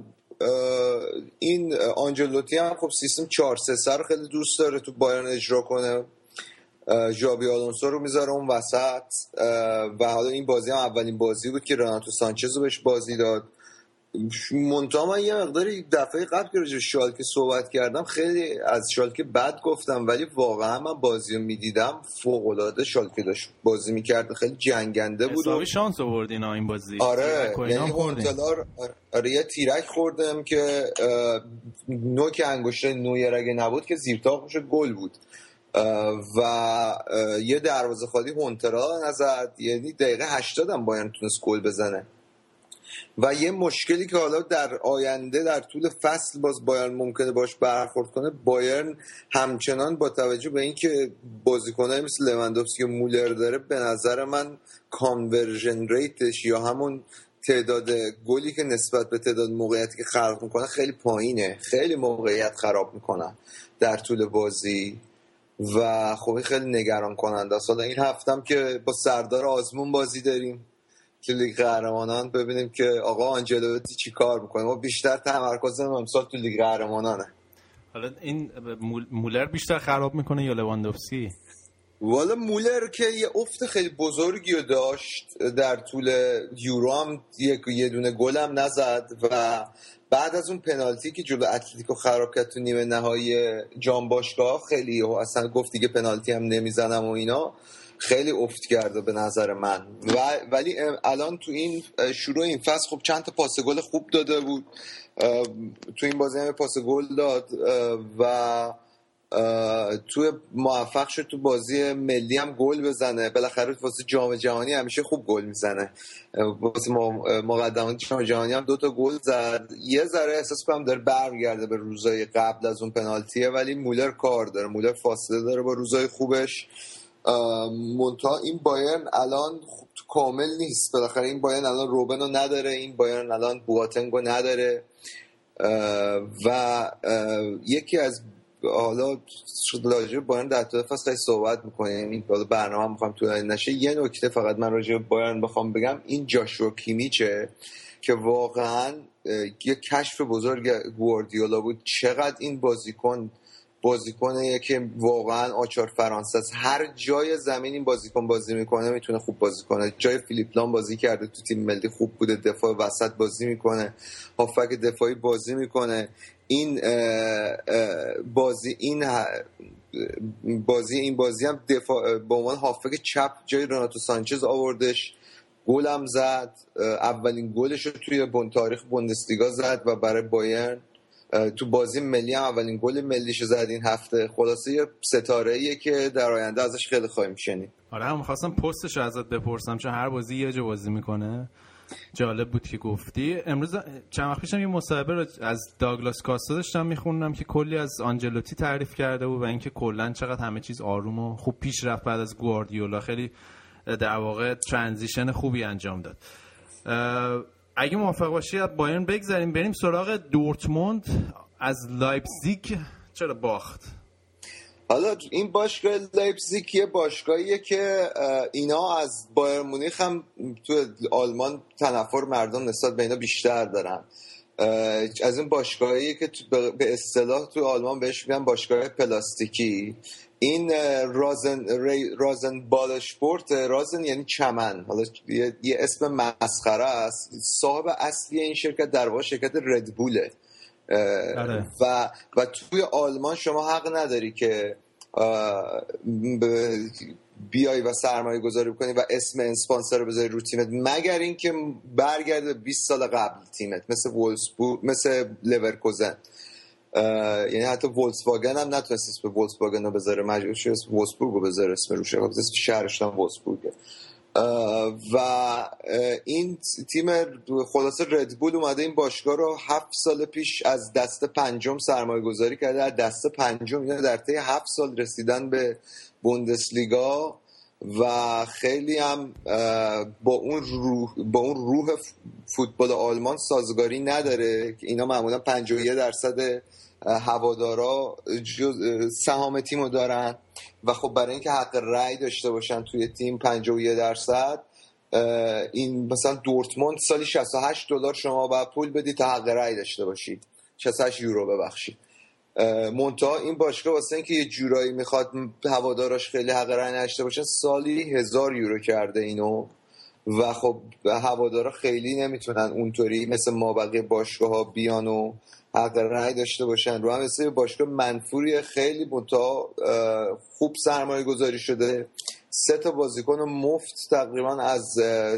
Speaker 12: این آنجلوتی هم خب سیستم چهار سه سه رو خیلی دوست داره تو بایرن اجرا کنه. ژابی آلونسو رو میذاره اون وسط و حالا این بازی هم اولین بازی بود که رناتو سانچز رو بهش بازی داد. منتها من یه مقداری دفعه قبل که راجع به شالکه صحبت کردم خیلی از شالکه بد گفتم، ولی واقعا من بازی رو میدیدم فوق‌العاده شالکه داشت بازی میکرد، خیلی جنگنده بود.
Speaker 5: حسابی شانس آورد اینا این بازی.
Speaker 12: آره یعنی هونتلار آره یه تیرک خوردم که نوک انگشت نویر اگه نبود که زیرتاق میشه گل بود و یه دروازه خالی هونترا نزد، یعنی دقیقه هشتاد هم بایرن تونست گل بزنه. و یه مشکلی که حالا در آینده در طول فصل باز بایرن ممکنه باش برخورد کنه، بایرن همچنان با توجه به اینکه بازیکنایی مثل لواندوفسکی و مولر داره، به نظر من کانورژن ریتش یا همون تعداد گلی که نسبت به تعداد موقعیتی که خلق میکنه خیلی پایینه، خیلی موقعیت خراب میکنن در طول بازی و خب خیلی نگران کننده است. این هفتم که با سردار آزمون بازی داریم که لیگ قهرمانان، ببینیم که آقا آنجلوتی چی کار میکنه. ما بیشتر تمرکزمون امسال تو لیگ قهرمانانه.
Speaker 5: حالا این مولر بیشتر خراب میکنه یا لواندوفسکی؟
Speaker 12: والا مولر که یه افت خیلی بزرگی رو داشت در طول یورو، هم یک یه دونه گل هم نزد و بعد از اون پنالتی که جلو اتلتیکو خراب کرد تو نیمه نهایی جام باشگاه خیلی اصلا گفت دیگه پنالتی هم نمیزنم و اینا، خیلی افت کرده به نظر من. و ولی الان تو این شروع این فصل خب چند تا پاس گل خوب داده بود، تو این بازی هم پاس گل داد و تو موفق شد تو بازی ملی هم گل بزنه. بالاخره واسه جام جهانی همیشه خوب گل میزنه، واسه مقدمات جام جهانی هم دو تا گل زد. یه ذره احساس کنم داره برمیگرده به روزای قبل از اون پنالتیه، ولی مولر کار داره، مولر فاصله داره با روزای خوبش. منتها این بایرن الان کامل نیست، بالاخره این بایرن الان روبنو نداره، این بایرن الان بواتنگو نداره و یکی از حالا راجع به بایرن در طول فصل خیلی صحبت می‌کنیم، این برنامه می‌خوام طولانی نشه. یه نکته فقط من راجع به بایرن بخوام بگم، این جاشوا کیمیچه که واقعا یه کشف بزرگ گواردیولا بود. چقدر این بازیکن بازیکنه که واقعا آچار فرانسه است، هر جای زمین این بازیکن بازی میکنه میتونه خوب بازی کنه. جای فیلیپ لام بازی کرده تو تیم ملی خوب بوده، دفاع وسط بازی میکنه، هافک دفاعی بازی میکنه. این بازی این بازی این بازی هم دفاع به عنوان هافک چپ جای رناتو سانچز آوردش، گل هم زد، اولین گلش رو توی بون تاریخ بوندسلیگا زد و برای بایرن تو بازی ملی هم اولین گل ملیشو زد این هفته. خلاصه یه ستاره‌ایه که در آینده ازش خیلی خواهیم شنید.
Speaker 5: آره هم خواستم پستش ازت بپرسم چون هر بازی یه جا بازی میکنه. جالب بود که گفتی. امروز چند وقت پیشم یه مصاحبه از داگلاس کاستا داشتم میخوندم که کلی از آنجلوتی تعریف کرده بود و اینکه کلا چقدر همه چیز آروم و خوب پیش رفت بعد از گواردیولا، خیلی در واقع ترانزیشن خوبی انجام داد. اگه موافق باشی از بایرن بگذاریم بریم سراغ دورتموند. از لایپزیگ چرا باخت؟
Speaker 12: حالا این باشگاه لایپزیگ یه باشگاهیه که اینا از بایرن مونیخ هم تو آلمان تنفر مردم نسبت به اینا بیشتر دارن. از این باشگاهیه که به اصطلاح تو آلمان بهش میگن باشگاه پلاستیکی. این رازن رازن بالشپورت، رازن یعنی چمن، حالا یه, یه اسم مسخره است. صاحب اصلی این شرکت در واقع شرکت ردبوله و و توی آلمان شما حق نداری که بیای و سرمایه گذاری بکنی و اسم اسپانسر رو بذاری رو تیمت، مگر اینکه برگرده بیست سال قبل تیمت، مثل وولسبورگ، مثل لورکوزن. یعنی حتی ولکسواگن هم نتونست اسم ولکسواگن رو بذاره، مجبور شد اسم وولسبورگ رو بذاره اسم روشه، اسم شهرش هم وولسبورگه. و این تیم خلاصه ردبول اومده این باشگاه رو هفت سال پیش از دست پنجم سرمایه گذاری کرده. از دست پنجم اینا در طی هفت سال رسیدن به بوندسلیگا و خیلی هم با اون روح با اون روح فوتبال آلمان سازگاری نداره که اینا معمولا پنجاه و یک درصد هوادارا سهام تیمو دارن و خب برای اینکه حق رأی داشته باشن توی تیم پنجاه و یک درصد، این مثلا دورتموند سالی شصت و هشت دلار شما باید پول بدید تا حق رأی داشته باشید، شصت و هشت یورو ببخشید. منتها این باشگاه واسه اینکه یه جورایی میخواد هواداراش خیلی حق رأی نداشته باشن سالی هزار یورو کرده اینو و خب هوادارا خیلی نمیتونن اونطوری مثل ما بقیه باشگاه‌ها بیان و حق رأی داشته باشن. رو هم مثل باشگاه منفوری خیلی منتها خوب سرمایه گذاری شده، سه تا بازیکن مفت تقریبا از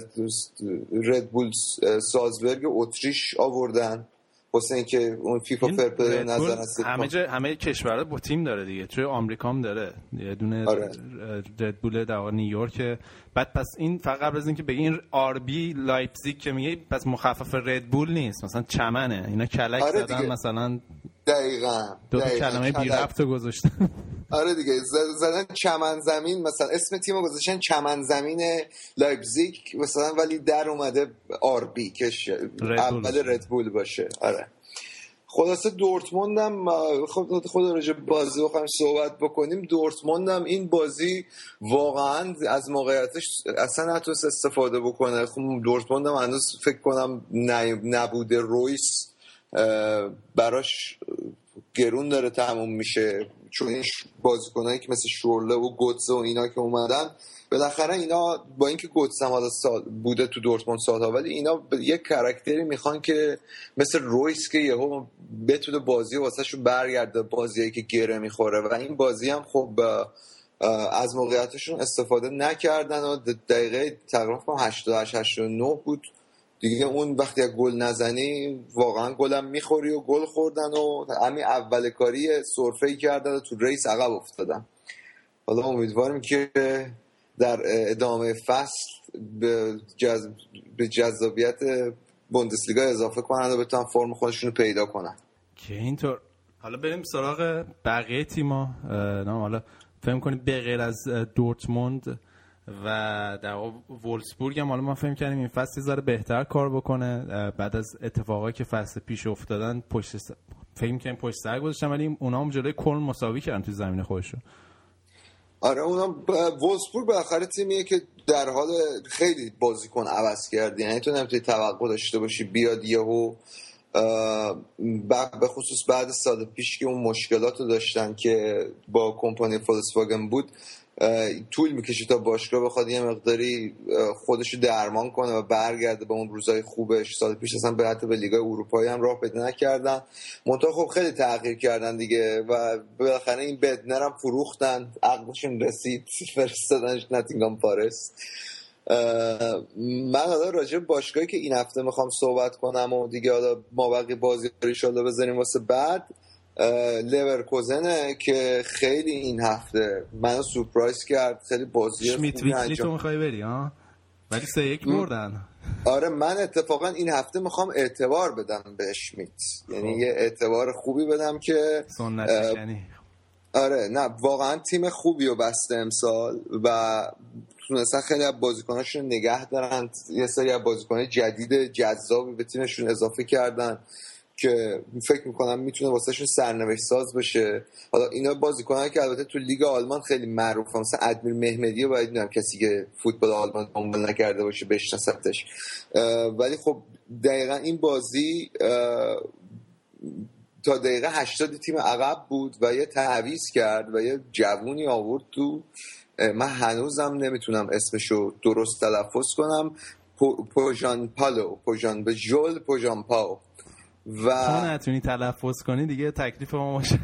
Speaker 12: ردبول سالزبورگ اتریش آوردن واسه اینکه اون فیفا فرپلی نظر هست.
Speaker 5: همه جا همه کشورها با تیم داره دیگه، توی آمریکا هم داره یه دونه آره. ردبول در نیویورک. بعد پس این فقط قبل از اینکه بگین آر بی لایپزیگ که میگه پس مخفف ردبول نیست، مثلا چمنه اینا کلک آره زدن دیگه. مثلا
Speaker 12: دقیقاً
Speaker 5: دو تا کلمه بی ربط گذاشتن.
Speaker 12: آره دیگه زدن چمن زمین، مثلا اسم تیمو گذاشتن چمن زمین لایپزیگ مثلا، ولی در اومده آر بی که اول ردبول باشه. آره خلاصه دورتموند هم خود خود راجع بازی بخوایم صحبت بکنیم، دورتموند هم این بازی واقعا از موقعیتش اصلا نتونست استفاده بکنه. خب دورتموند هم هنوز فکر کنم نبوده رویس براش گرون داره تموم میشه، چون این بازیکنایی که مثل شورله و گوتزه و اینا که اومدن بالاخره اینا با اینکه گوتزه هم حالا سال بوده تو دورتموند سالها، ولی اینا یک کاراکتری میخوان که مثل رویس که یهو بتونه بازی واسهشون برگرده، بازیایی که گره میخوره و این بازی هم خب از موقعیتشون استفاده نکردن و دقیقه تقریبا هشتاد و هشت هشتاد و نه بود دیگه. اون وقتی از گل نزنی واقعا گلم میخوری و گل خوردن و همین اول کاری سرفه‌ای کردن و تو ریس عقب افتادن. حالا امیدواریم که در ادامه فصل به, جز... به جذابیت بوندسلیگا اضافه کنن و بتونن فرم خودشون رو پیدا کنن
Speaker 5: که اینطور. حالا بریم سراغ بقیه تیما. نه حالا فهم کنید به غیر از دورتموند و در وولفسبورگ هم حالا ما فهم کردیم این فصل زاره بهتر کار بکنه بعد از اتفاقایی که فصل پیش افتادن، پشت س... فهم کنیم پشت سر گذاشتن ولی اونا هم جلوی کلن مساوی کردن تو زمین خودشون.
Speaker 12: آره اونا وولفسبورگ بالاخره تیمیه که در حال خیلی بازیکن عوض کرد، یعنی تو نمیتونی توقع داشته باشی بیاد یهو به خصوص بعد سال پیش که اون مشکلات رو داشتن که با کمپانی فولکسواگن بود، طول میکشه تا باشگاه بخواد یه مقداری خودشو درمان کنه و برگرده به اون روزای خوبش. سال پیش اصلا به حتی به لیگای اروپایی هم راه پیدا نکردن، منتها خب خیلی تغییر کردن دیگه و بالاخره این بدنر هم فروختن، عقلشون رسید فرستادنش ناتینگهام فارست. من حالا راجع به باشگاهی که این هفته میخوام صحبت کنم و دیگه حالا ما بقیه بازی رو ان شاءالله بذاریم واسه بعد، لیورکوزنه که خیلی این هفته منو سورپرایز کرد، خیلی بازی
Speaker 5: شمیت ویکلی تو میخوای بری ها، ولی سه یک بردن.
Speaker 12: آره من اتفاقا این هفته میخوام اعتبار بدم به شمیت، یعنی یه اعتبار خوبی بدم که
Speaker 5: سنت شنی.
Speaker 12: آره نه واقعا تیم خوبی رو بسته امسال و تونستن خیلی از بازیکناشون نگه دارن، یه سری از بازیکنای جدید جذابی به تیمشون اضافه کردن که فکر میکنم میتونه واسهشون سرنوشت ساز بشه. حالا اینا بازیکنایی که البته تو لیگ آلمان خیلی معروفه، مثلا ادمیر مهمدی رو باید میدونم کسی که فوتبال آلمان دنبال نکرده باشه بشناستش، ولی خب دقیقا این بازی تا دقیقه هشتاد تیم عقب بود و یه تعویض کرد و یه جوونی آورد تو، من هنوزم نمیتونم اسمشو درست تلفظ کنم، پوژان پالو پوژان به ژول پوژان پاو و
Speaker 5: تو نتونی تلفظ کنی دیگه تکلیف ما باشه.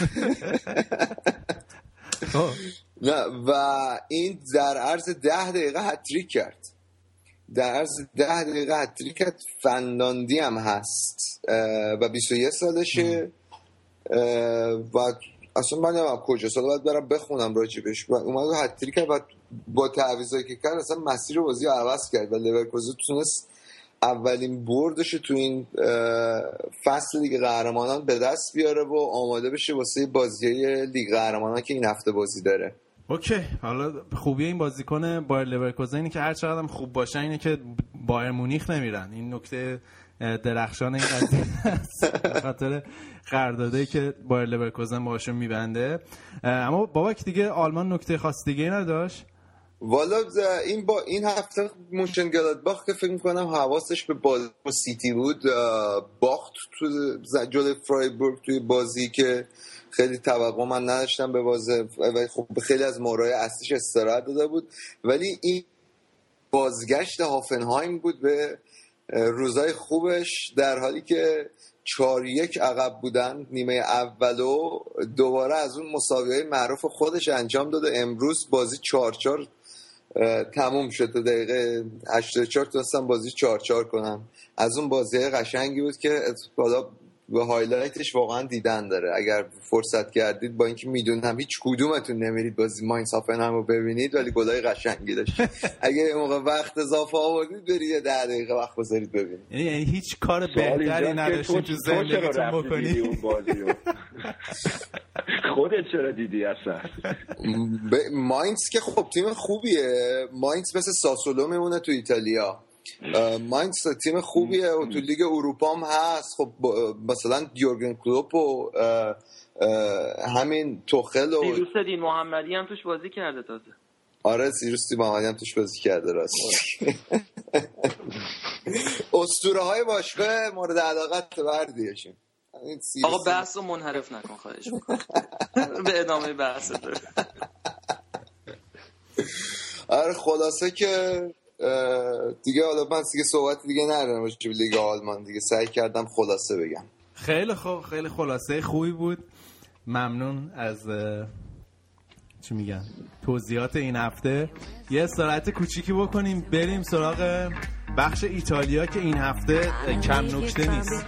Speaker 12: نه و این در عرض ده دقیقه هتریک کرد، در عرض ده دقیقه هتریک کرد. فنلاندی هم هست و بیست و یک سالشه و اصلا من نمیم کجا سال باید برم بخونم راجبش و اومد و هتریک کرد و با تعویضایی که کرد اصلا مسیر بازی رو عوض کرد و لیورکوزن تونست اولین بردش تو این فصل لیگ قهرمانان به دست بیاره و آماده بشه واسه بازی‌های لیگ قهرمانان که این هفته بازی داره.
Speaker 5: اوکی، حالا خوبی این بازیکن بایر لورکوزن اینه که هر چقدر هم خوب باشن اینه که بایر مونیخ نمیرن. این نکته درخشان این قضیه است به خاطر قراردادی که بایر لورکوزن باهاشون میبنده. اما بابک دیگه آلمان نکته خاص دیگه نداشت؟
Speaker 12: والا این با این هفته مونشنگلادباخ که فکر میکنم حواسش به بازی با سیتی بود باخت تو جلوی فرایبورگ توی بازی که خیلی توقع من نداشتم به بازی و خب خیلی از مورای اصلیش استراحت داده بود، ولی این بازگشت هافنهایم بود به روزای خوبش در حالی که چهار یک عقب بودن نیمه اولو، دوباره از اون مساویهای معروف خودش انجام داد و امروز بازی چهار چهار تموم شد. تا دقیقه هشتاد و چهار تونستم بازی چهار چهار کنم. از اون بازی قشنگی بود که حالا به هایلایتش واقعا دیدن داره. اگر فرصت کردید، با اینکه میدونم هیچ کدومتون نمیرید بازی ماینز هافنهایم رو ببینید، ولی گلای قشنگی داشت. اگه موقع وقت اضافه آوردید برید یه ده دقیقه وقت بذارید ببینید.
Speaker 5: یعنی هیچ کار بهتری نداشتین تو زندگیتون بکنید اون بازیو.
Speaker 13: خودت چرا دیدی اصلا؟
Speaker 12: ماینز که خب تیم خوبیه. ماینز مثل ساسولو میمونه تو ایتالیا. ماینز تیم خوبیه و تو لیگ اروپا هم هست. خب مثلا یورگن کلوپ و همین توخل و
Speaker 6: سیروس دین محمدی هم توش بازی کرده تازه.
Speaker 12: آره سیروس دین محمدی هم توش بازی کرده راست. اسطوره های باشگاه مورد علاقت بردیشون.
Speaker 6: آقا بحث رو منحرف نکن خواهش میکنم. به ادامه بحث داره.
Speaker 12: آره خلاصه که دیگه حالا من دیگه صحبت دیگه ندارم راجع به لیگ آلمان، دیگه سعی کردم خلاصه بگم.
Speaker 5: خیلی خوب، خیلی خلاصه خوبی بود. ممنون از چی میگن توضیحات این هفته. یه استراحت کوچیکی بکنیم بریم سراغ بخش ایتالیا که این هفته کم نکته نیست.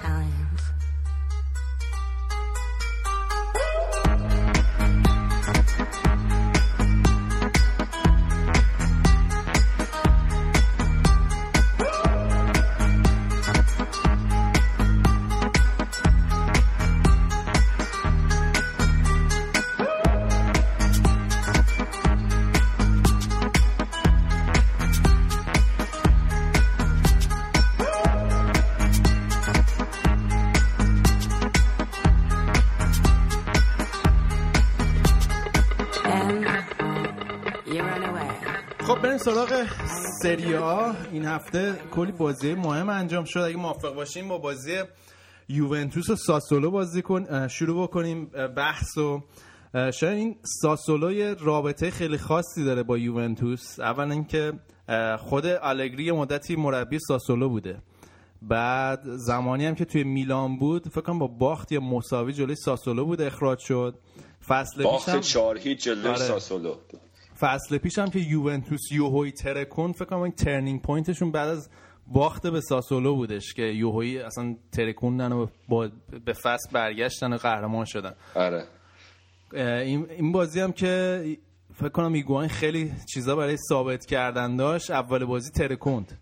Speaker 5: سراغ سری آ. این هفته کلی بازی مهم انجام شد. اگه موافق باشیم با بازی یوونتوس و ساسولو بازی کن شروع بکنیم بحث. و شاید این ساسولو یه رابطه خیلی خاصی داره با یوونتوس. اولا اینکه خود آلگری مدتی مربی ساسولو بوده، بعد زمانی هم که توی میلان بود فکر کنم با باخت یا مساوی جلوی ساسولو بود اخراج شد. فصل
Speaker 7: باخت چهار هیچ جلوی ساسولو.
Speaker 5: فصل پیش هم که یوونتوس یوهوی ترکون، فکر کنم این ترنینگ پوینتشون بعد از باخت به ساسولو بودش که یوهوی اصلا ترکوندن و با به فصل برگشتن و قهرمان شدن.
Speaker 7: آره
Speaker 5: این این بازی هم که فکر کنم ایگواین خیلی چیزا برای ثابت کردن داشت. اول بازی ترکوند.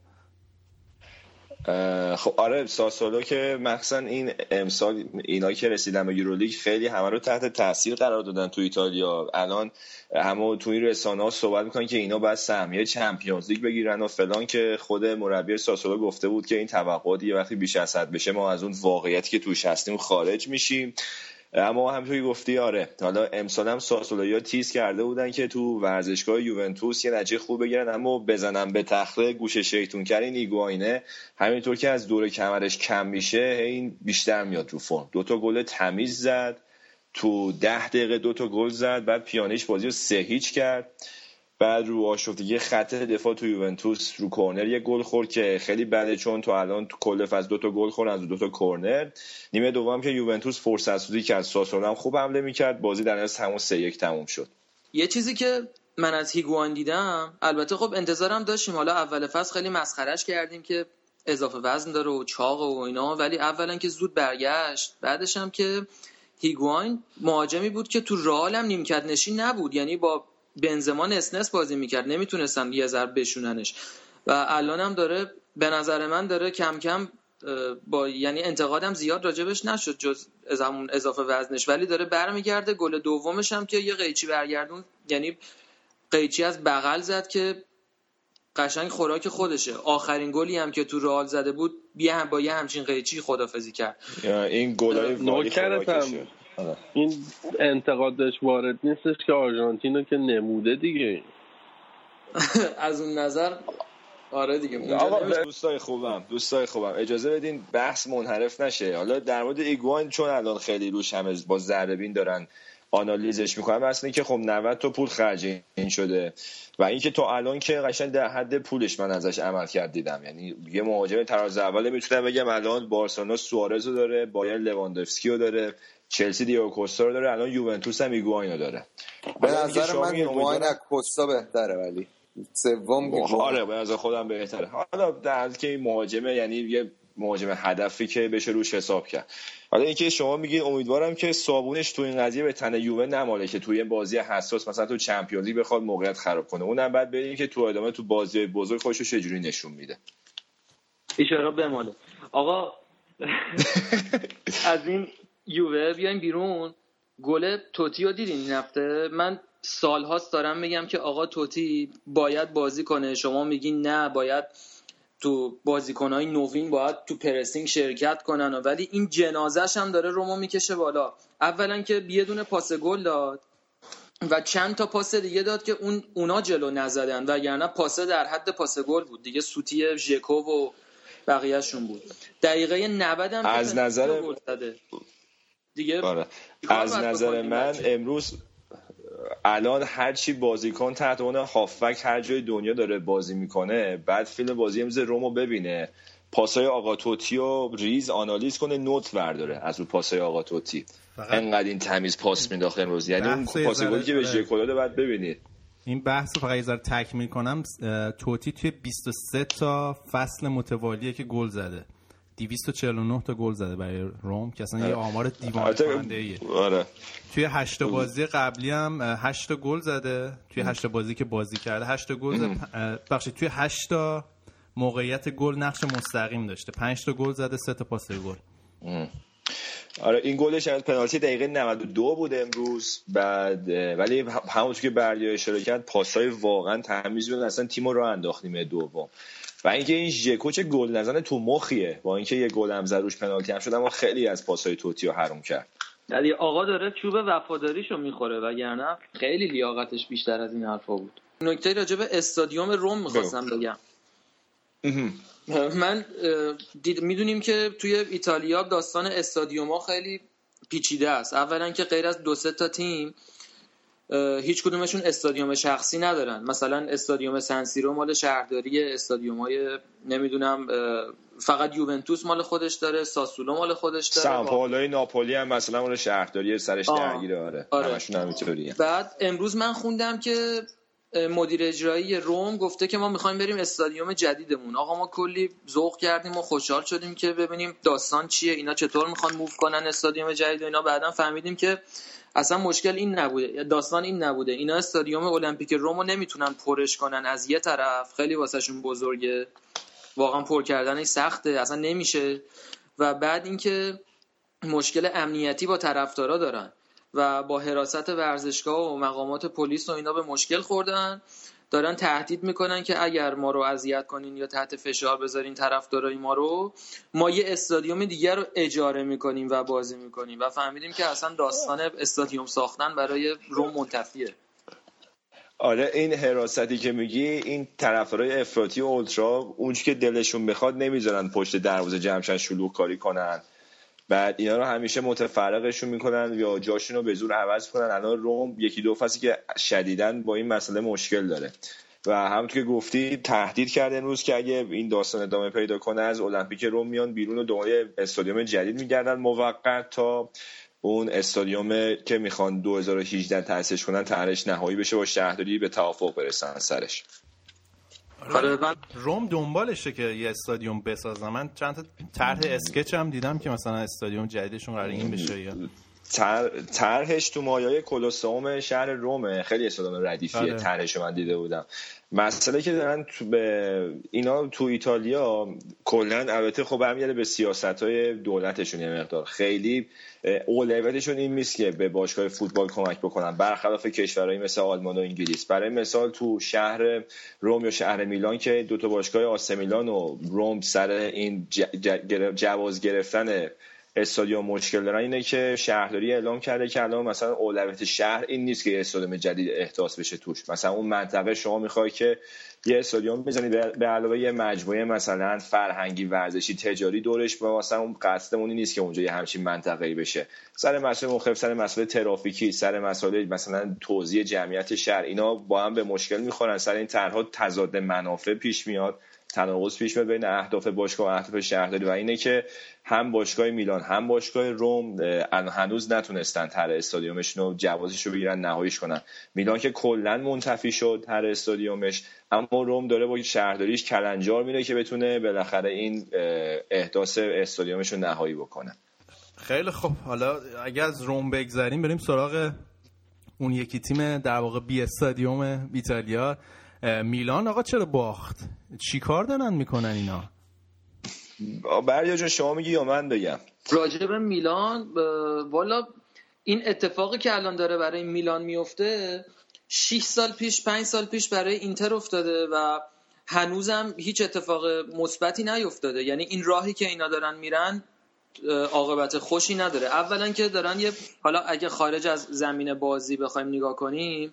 Speaker 7: خب آره ساسولو که مخصوصا این امسال اینا که رسیدن به یورولیگ خیلی همه رو تحت تاثیر قرار دادن تو ایتالیا. الان همه تو این رسانه‌ها صحبت میکنن که اینا باید سهمیه چمپیونز لیگ بگیرن و فلان، که خود مربی ساسولو گفته بود که این توقعات یه وقتی بیش از حد بشه ما از اون واقعیتی که توش هستیم خارج میشیم. اما همونطوری گفتی آره حالا امسال هم ساسولویا تیز کرده بودن که تو ورزشگاه یوونتوس یه نتیجه خوب بگیرن، اما بزنن به تخته گوشه شیطون کرین ایگواینه همینطور که از دور کمرش کم میشه این بیشتر میاد رو فرم. دوتا گل تمیز زد تو ده دقیقه، دوتا گل زد، بعد پیانیش بازی رو سه هیچ کرد. بعد رو آشفتگی خط دفاع تو یوونتوس رو کورنر یه گل خورد که خیلی بده، چون تو الان تو کل فاز دو تا گل خورد از دو تا کورنر. نیمه دوم که یوونتوس فرصت سازی کرد، ساسولو هم خوب حمله میکرد، بازی در نهایت همون سه یک تموم شد.
Speaker 6: یه چیزی که من از هیگوان دیدم، البته خب انتظارم داشتیم، حالا اول فصل خیلی مسخرهش کردیم که اضافه وزن داره و چاق و اینا، ولی اولا که زود برگشت، بعدش هم که هیگوان مهاجمی بود که تو رئال هم نیمکت نشین نبود، یعنی با بنزما نسنس بازی میکرد، نمیتونستن یه ضرب بشوننش و الان هم داره به نظر من داره کم کم با یعنی انتقادم زیاد راجبش نشد جز از همون اضافه وزنش، ولی داره برمیگرده. گل دومش هم که یه قیچی برگردون، یعنی قیچی از بغل زد که قشنگ خوراک خودشه. آخرین گلی هم که تو رئال زده بود بیا هم با یه همچین قیچی خدافظی کرد.
Speaker 7: این گلای واقعی خوراکشه.
Speaker 9: این انتقادش وارد نیستش که آرژانتینو که نموده دیگه.
Speaker 6: از اون نظر آره دیگه.
Speaker 7: آقا دوستای خوبم دوستای خوبم اجازه بدین بحث منحرف نشه. حالا در مورد ایگوان چون الان خیلی روش همه با ذره بین دارن آنالیزش میکنم، اصلا که خب نود تا پول خرج این شده و اینکه تو الان که قشنگ در حد پولش من ازش عمل کرد دیدم، یعنی یه مهاجم طراز اول میتونم بگم الان بارسلونا سوارزو داره، بایر لواندوفسکی رو داره، چلسی دیگو کوستا رو داره، الان یوونتوس هم ایگواینو داره.
Speaker 12: به نظر من ایگواین از کوستا بهتره ولی سوم
Speaker 7: آره به نظر خودم بهتره. حالا در حالی که این مهاجمه یعنی یه مهاجم هدفی که بشه روش حساب کرد. حالا اینکه شما میگید امیدوارم که صابونش تو این قضیه به تن یووه نماله که توی بازی حساس مثلا تو چمپیونز لیگ بخواد موقعیت خراب کنه. اونم بعد ببینیم که تو ادامه تو بازی بزرگ خودش رو چجوری نشون میده.
Speaker 6: اشاره بماله. آقا از این یووه بیایم بیرون. گل توتی رو دیدین این هفته؟ من سالهاست دارم میگم که آقا توتی باید بازی کنه، شما میگین نه باید تو بازیکن‌های نوین باید تو پرسینگ شرکت کنن، ولی این جنازه‌ش هم داره رومو میکشه بالا. اولا که یه دونه پاس گل داد و چند تا پاس دیگه داد که اون اونا جلو نزدن، وگرنه پاس در حد پاس گل بود دیگه. سوتی ژکو و بقیه‌شون بود. دقیقه نود هم
Speaker 7: از نظر
Speaker 6: گل زده دیگه.
Speaker 7: آره. از نظر من امروز الان هر چی بازیکن تحت اون هافبک هر جای دنیا داره بازی میکنه، بعد فیلم بازی امروز رومو ببینه، پاسای آقا توتی رو ریز آنالیز کنه، نوت برداره از اون پاسای آقا توتی. انقدر این تمیز پاس مینداخت امروز، یعنی اون پاس گلی که به ژکو داده بعد ببینید.
Speaker 5: این بحث رو فقط یه ذره تکمیل کنم. توتی توی بیست و سه تا فصل متوالیه که گل زده، دویست و چهل و نه تا گل زده برای روم که اصلا یه آمار دیوانه کننده ایه.
Speaker 7: آره.
Speaker 5: توی هشت تا بازی قبلی هم هشت تا گل زده. توی هشت تا بازی که بازی کرده هشت تا گل زده. بخشید توی هشت تا موقعیت گل نقش مستقیم داشته. پنج تا گل زده، سه تا پاس گل.
Speaker 7: آره این گلش از پنالتی دقیقه نود و دو بود امروز. بعد ولی همونطور که بردیا اشاره کرد پاسای واقعا تمیز بود، اصلا تیمو راه انداخت نیمه دوم. و اینکه این ژکو چه گل نزنه تو مخیه، با اینکه یه گل هم زد روش پنالتی هم شد، اما خیلی از پاسای توتی رو حروم کرد.
Speaker 6: یعنی آقا داره چوب وفاداریشو میخوره، وگرنه خیلی لیاقتش بیشتر از این حرفا بود. نکته راجع به استادیوم روم می‌خواستم بگم. من دید میدونیم که توی ایتالیا داستان استادیوم‌ها خیلی پیچیده است. اولا که غیر از دو سه تا تیم هیچ کدومشون استادیوم شخصی ندارن. مثلا استادیوم سنسیرو مال شهرداریه، استادیومای نمیدونم فقط یوونتوس مال خودش داره، ساسولو مال خودش داره،
Speaker 7: سان پائولوی ناپولی هم مثلا مال شهرداری سرش درگیره. آره, آره. همشون همینطوریه.
Speaker 6: بعد امروز من خوندم که مدیر اجرایی روم گفته که ما میخوایم بریم استادیوم جدیدمون. آقا ما کلی ذوق کردیم و خوشحال شدیم که ببینیم داستان چیه، اینا چطور میخوان موو کنن استادیوم جدید و اینا. بعداً فهمیدیم که اصلا مشکل این نبوده، داستان این نبوده. اینا استادیوم المپیک رومو نمیتونن پرش کنن، از یه طرف خیلی واسهشون بزرگه، واقعا پر کردنش سخته، اصلا نمیشه. و بعد اینکه مشکل امنیتی با طرفدارا دارن و با حراست ورزشگاه و مقامات پلیس و اینا به مشکل خوردن، دارن تهدید میکنن که اگر ما رو اذیت کنین یا تحت فشار بذارین طرفدارای ما رو، ما یه استادیوم دیگر رو اجاره میکنیم و بازی میکنیم. و فهمیدیم که اصلا داستان استادیوم ساختن برای روم منتفیه.
Speaker 7: آره این حراستی که میگی، این طرفدارای افراطی و اولترا اونچه که دلشون بخواد نمیذارن پشت دروازه جمعشن شلوغ کاری کنن، بعد اینا رو همیشه متفرقشون میکنن یا جاشون رو به زور عوض کنن. الان روم یکی دو فصلی که شدیداً با این مسئله مشکل داره و همونطور که گفتی تهدید کرده امروز که اگه این داستان ادامه پیدا کنه از المپیک روم میان بیرون و دنبال استادیوم جدید میگردن موقت تا اون استادیوم که میخوان دو هزار و هجده تأسیس کنن طرحش نهایی بشه، با شهرداری به توافق برسن سرش.
Speaker 5: روم دنبالشه که یه استادیوم بسازن. من چند تا طرح اسکچ هم دیدم که مثلا استادیوم جدیدشون قراره این بشه. یا
Speaker 7: طرحش تو مایه‌های کلوسئوم شهر رومه، خیلی استادیوم ردیفیه. طرحشو من دیده بودم. مسئله که دارن تو به اینا تو ایتالیا کلا، البته خب برمیگرده به سیاست‌های دولتشون، یه مقدار خیلی اولویتشون این نیست که به باشگاه فوتبال کمک بکنن، برخلاف کشورهایی مثل آلمان و انگلیس. برای مثال تو شهر روم یا شهر میلان که دو تا باشگاه آسه میلان و روم سر این جواز گرفتن استادیوم مشکل دارن، اینه که شهرداری اعلام کرده که الان مثلا اولویت شهر این نیست که یه استادیوم جدید احداث بشه توش. مثلا اون منطقه شما میخوای که یه استادیوم بزنی به علاوه یه مجموعه مثلا فرهنگی، ورزشی، تجاری دورش، با مثلا اون قصدمون نیست که اونجا یه همچین منطقه‌ای بشه. سر مسائل مختلف، سر مسائل ترافیکی، سر مسائل مثلا توزیع جمعیت شهر، اینا با هم به مشکل میخورن. سر این طرح‌ها تضاد منافع پیش میاد، تناقض پیش میاد بین اهداف باشگاه و اهداف شهرداری، و اینه که هم باشگاه میلان هم باشگاه روم هنوز نتونستن طرح استادیومشون رو جوازش رو بگیرن، نهاییش کنن. میلان که کلا منتفی شد طرح استادیومش، اما روم داره با شهرداریش کلنجار میره که بتونه بالاخره این احداث استادیومش رو نهایی بکنه.
Speaker 5: خیلی خب، حالا اگه از روم بگذریم بریم سراغ اون یکی تیم در واقع بی استادیوم ایتالیا، میلان. آقا چرا باخت؟ چی کار دارن میکنن اینا؟
Speaker 7: بریا جان شما میگی یا من بگم؟
Speaker 6: راجب میلان ب... والا این اتفاقی که الان داره برای میلان میفته شش سال پیش پنج سال پیش برای اینتر افتاده و هنوزم هیچ اتفاق مثبتی نیفتاده. یعنی این راهی که اینا دارن میرن عاقبت خوشی نداره. اولا که دارن یه، حالا اگه خارج از زمین بازی بخوایم نگاه کنیم،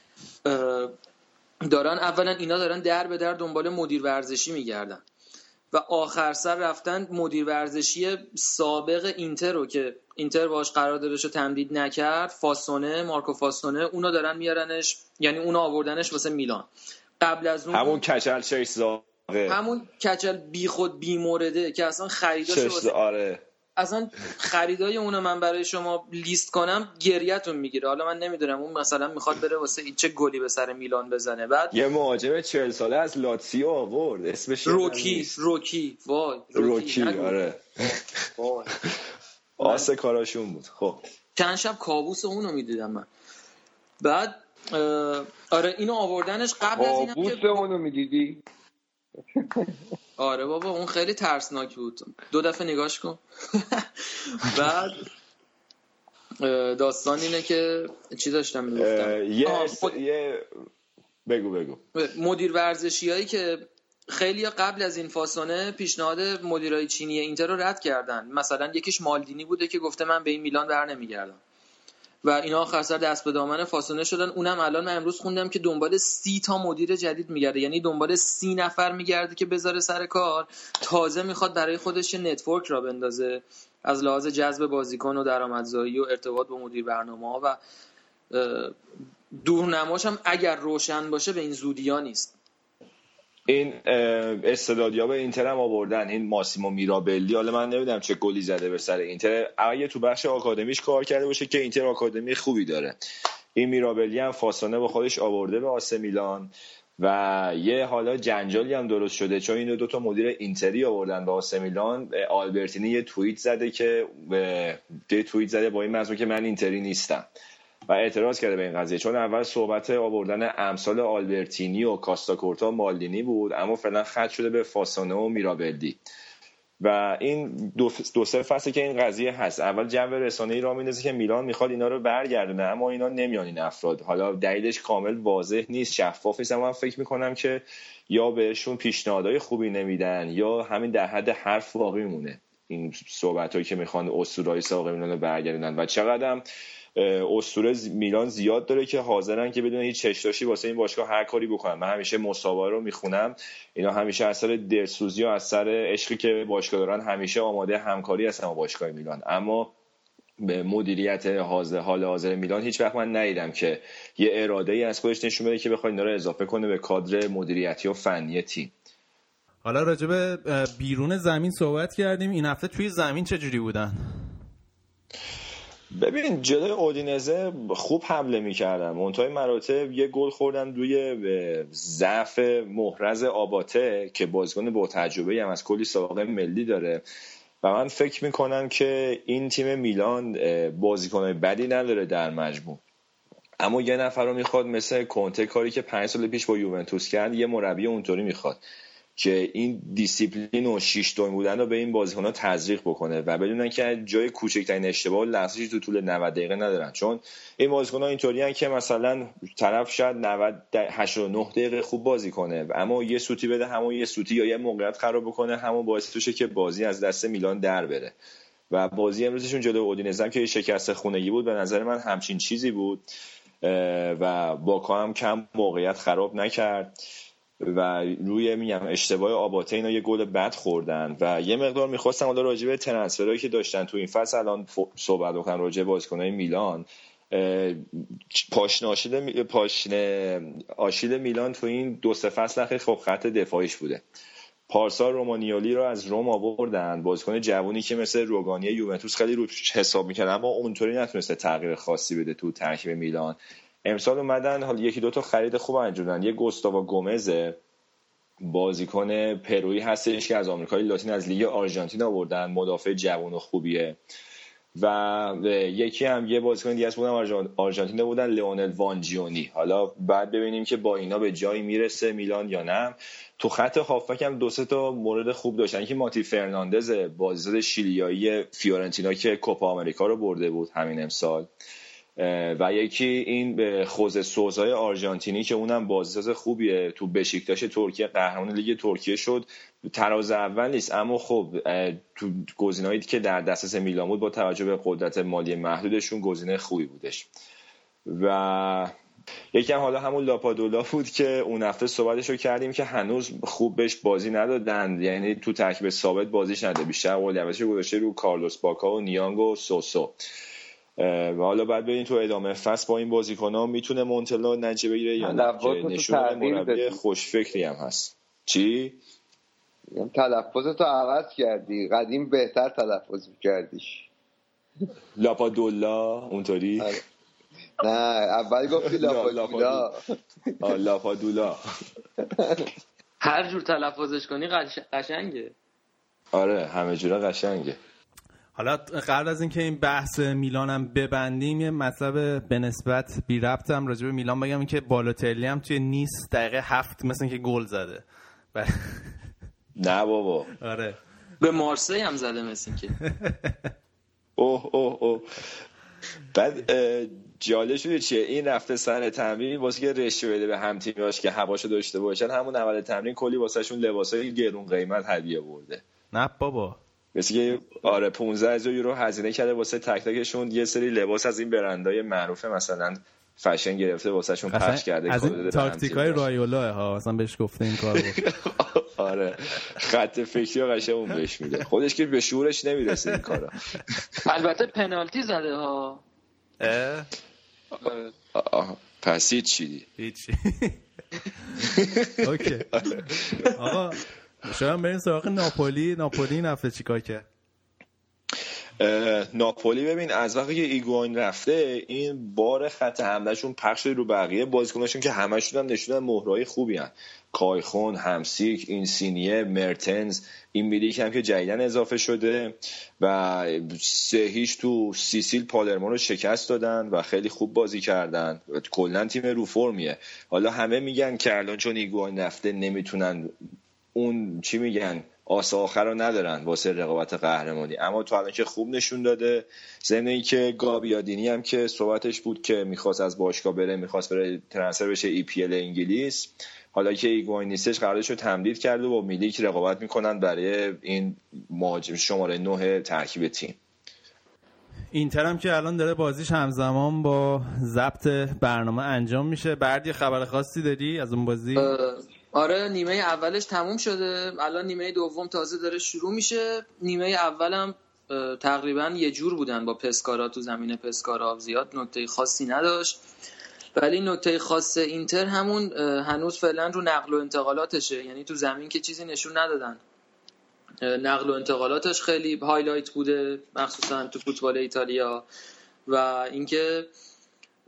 Speaker 6: دارن اولا اینا دارن در به در دنبال مدیر ورزشی میگردن و آخر سر رفتن مدیر ورزشی سابق اینتر رو که اینتر باش قراردادش رو تمدید نکرد، فاسونه، مارکو فاسونه، اونا دارن میارنش، یعنی اونا آوردنش واسه میلان. قبل از اون
Speaker 7: همون کچل شیزاقه،
Speaker 6: همون کچل بی خود بی مورده که اصلا خریداش واسه
Speaker 7: آره
Speaker 6: اصلا خریدای اونو من برای شما لیست کنم گریتون میگیره. حالا من نمیدونم اون مثلا میخواد بره واسه چه گلی به سر میلان بزنه. بعد
Speaker 7: یه مهاجم چهل ساله از لاتزیو آورد، اسمش
Speaker 6: روکی روکی وای
Speaker 7: روکی, روکی آره وای آسه کاراشون بود. خب
Speaker 6: چند شب کابوس اونو میدیدم من. بعد آره اینو آوردنش قبل از اینم
Speaker 11: که کابوس اونو میدیدی.
Speaker 6: آره بابا اون خیلی ترسناک بود، دو دفعه نگاش کن. بعد داستان اینه که چی داشتم میگفتم،
Speaker 7: یه خود... یه بگو بگو
Speaker 6: مدیر ورزشیایی که خیلی قبل از این فاسونه پیشنهاد مدیرای چینی اینتر رو رد کردن. مثلا یکیش مالدینی بوده که گفته من به این میلان بر نمیگردم و اینا آخر سر دست به دامن فاسونه شدن. اونم الان من امروز خوندم که دنبال سی تا مدیر جدید میگرده، یعنی دنبال سی نفر میگرده که بذاره سر کار. تازه میخواد برای خودش نتورک را بندازه از لحاظ جذب بازیکن و درآمدزایی و ارتباط با مدیر برنامه‌ها و دورنماش هم اگر روشن باشه به این زودیا نیست.
Speaker 7: این استعدادیاب اینتر هم آوردن، این ماسیمو میرابلی. حالا من نمیدونم چه گلی زده به سر اینتر، اگه تو بخش آکادمیش کار کرده باشه که اینتر آکادمی خوبی داره. این میرابلی هم فاسانه با خودش آورده به آسه میلان و یه حالا جنجالی هم درست شده چون اینو دو تا مدیر اینتری آوردن به آسه میلان. آلبرتینی یه توییت زده که یه توییت زده با این مضمون که من اینتری نیستم و اعتراض کرده به این قضیه، چون اول صحبت آوردن امثال آلبرتینی و کاستاکورتا و مالدینی بود، اما فعلا ختم شده به فاسانه و میرابلی و این دو, دو سه فصله که این قضیه هست. اول جو رسانه‌ای را میندازه که میلان میخواد اینا رو برگردونه، اما اینا نمیان این افراد. حالا دلیلش کامل واضح نیست، شفاف نیست، اما من فکر میکنم که یا بهشون پیشنهادهای خوبی نمیدن یا همین در حد حرف واقعی مونه این صحبتایی که میخوان اسطوره‌های سابق میلان رو برگردونن. و چقدرم اسطوره میلان زیاد داره که حاضرن که بدون هیچ چشتاشی واسه این باشگاه هر کاری بکنن. من همیشه مسابقه رو میخونم، اینا همیشه از سر دلسوزی و از سر عشقی که باشگاه دارن همیشه آماده همکاری هستن با باشگاه میلان، اما به مدیریت حاضر حال حاضر میلان هیچ وقت من ندیدم که یه اراده‌ای از خودش نشون بده که بخواد اینا رو اضافه کنه به کادر مدیریتی و فنی تیم.
Speaker 5: حالا راجع به بیرون زمین صحبت کردیم، این هفته توی زمین چجوری بودن؟
Speaker 7: ببین جلوی اودینزه خوب حمله می‌کردن، منتهای مراتب یه گل خوردن روی ضعف محرز آباته که بازیکن با تجربه‌ای هم از کلی سابقه ملی داره و من فکر میکنم که این تیم میلان بازیکنای بدی نداره در مجموع، اما یه نفر رو میخواد مثل کنته، کاری که پنج سال پیش با یوونتوس کرد، یه مربی اونطوری میخواد که این دیسیپلین و شیش تون بودن رو به این بازیکن‌ها تزریق بکنه و بدونن که جای کوچکترین اشتباه لحظه‌ای تو طول نود دقیقه ندارن. چون این بازیکن‌ها اینطوریان که مثلا طرف شاید نود هشتاد و نه دقیقه خوب بازی کنه اما یه سوتی بده، همون یه سوتی یا یه موقعیت خراب بکنه، همون باعث میشه که بازی از دست میلان در بره. و بازی امروزشون جلوی اودینزه که شکست خونگی بود، به نظر من همچین چیزی بود و باکا هم کم موقعیت خراب نکرد و روی میگم اشتباه آباته اینا یه گل بد خوردن. و یه مقدار میخواستم حالا راجع به ترنسفرایی که داشتن تو این فصل الان صحبت بکنم راجع به بازیکن‌های میلان. پاشنه آشیل پاشنه آشیل میلان تو این دو سه فصل اخیر خب خط دفاعیش بوده. پارسال رومانیولی رو از روم آوردن، بازیکن جوونی که مثل روگانی یوونتوس خیلی رو حساب می‌کرد اما اونطوری نتونسته تغییر خاصی بده تو ترکیب میلان. امسال اومدن حالا یکی دو تا خرید خوب انجام دادن. یه گوستاوا گومز بازیکن پرویی هستش که از آمریکای لاتین از لیگ آرژانتین آوردن، مدافع جوان و خوبیه. و یکی هم یه بازیکن دیگه از بودن آرژانتین بودن، لئونل وانجیونی. حالا بعد ببینیم که با اینا به جایی میرسه میلان یا نه. تو خط هافبک هم دو سه تا مورد خوب داشتن که ماتی فرناندز بازیکن شیلیایی فیورنتینا که کوپا آمریکا رو برده بود همین امسال، و یکی این خوزه سوزای آرژانتینی که اونم بازیساز خوبیه، تو بشیکتاش ترکیه قهرمان لیگ ترکیه شد. تراز اول نیست اما خب تو گزینه‌هایی که در دسترس میلان بود با توجه به قدرت مالی محدودشون گزینه خوبی بودش. و یکی هم حالا همون لاپادولا بود که اون هفته صحبتشو کردیم که هنوز خوب بهش بازی ندادن، یعنی تو ترکیب ثابت بازیش نده، بیشتر اولویتش گذاشته رو کارلوس باکا و نیانگ و سوسو. و حالا بعد ببین تو ادامه فصل با این بازیکن‌ها میتونه مونتلا نتیجه بگیره یا نه، که نشون مربی خوشفکری هم هست. چی؟
Speaker 8: تلفظتو عوض کردی، قدیم بهتر تلفظ می‌کردیش.
Speaker 7: لاپادولا اونطوری؟
Speaker 8: نه اول گفتی لاپادولا.
Speaker 7: آ لاپادولا.
Speaker 6: هر جور تلفظش کنی قشنگه.
Speaker 7: آره همه جوره قشنگه.
Speaker 5: حالا قبل از اینکه این بحث میلانم ببندیم یه مطلب به نسبت بی ربطم راجع به میلان بگم، این که بالوتلی هم توی نیس دقیقه هفت مثلا که گل زده. ب...
Speaker 7: نه بابا.
Speaker 5: آره.
Speaker 6: به مارسی هم زده مثل که.
Speaker 7: اوه اوه اوه. بعد جالب شده چیه این رفته سر تمرین واسه که رشته بده به هم تیمیاش که هواشو داشته باشن، همون اول تمرین کلی واسهشون لباسای گرون قیمت هدیه برده.
Speaker 5: نه بابا.
Speaker 7: مثل که آره پانزده هزار یورو هزینه کرده واسه تک تکشون، یه سری لباس از این برندهای معروف مثلا فشن گرفته واسهشون پخش کرده.
Speaker 5: از این تاکتیکای رایولا ها مثلا بهش گفته این کارو.
Speaker 7: آره خط فکری قشنگ اون بهش میده، خودش که به شعورش نمیرسه این کارا.
Speaker 6: البته پنالتی زده ها.
Speaker 7: اه آه پس هیچ چیدی
Speaker 5: هیچی. اوکی آقا شاید بریم سراغ ناپولی. ناپولی این هفته چیکار کرد؟
Speaker 7: ناپولی ببین از وقتی که ایگواین رفته این بار خط حملهشون پخش شده رو بقیه بازیکناشون که همشون هم نشونن مهرهای خوبی هن. کایخون، همسیک، اینسینیه، مرتنز، این میلیک هم که جدیدن اضافه شده و سه هیچ تو سیسیل پالرمو رو شکست دادن و خیلی خوب بازی کردن. کلا تیم رو فرمیه. حالا همه میگن که الان چون ایگواین رفته نمیتونن اون چی میگن آسه آخر رو ندارن واسه رقابت قهرمانی، اما تو الان که خوب نشون داده. ضمن اینکه گابیادینی هم که صحبتش بود که میخواست از باشگاه بره، میخواست بره ترانسفر بشه ای پی ال انگلیس، حالا که ایگواین نیستش قراردادشو تمدید کرده و با میلیک رقابت میکنن برای این مهاجم شماره نه ترکیب تیم.
Speaker 5: اینتر هم که الان داره بازیش همزمان با ضبط برنامه انجام میشه. بعد یه خبر خاصی داری از اون بازی؟
Speaker 6: آره نیمه اولش تموم شده، الان نیمه دوم تازه داره شروع میشه. نیمه اولم تقریبا یه جور بودن با پسکارا تو زمین پسکارا، زیاد نکته خاصی نداشت. ولی نکته خاص اینتر همون هنوز فعلا رو نقل و انتقالاتشه، یعنی تو زمین که چیزی نشون ندادن. نقل و انتقالاتش خیلی هایلایت بوده مخصوصا تو فوتبال ایتالیا. و اینکه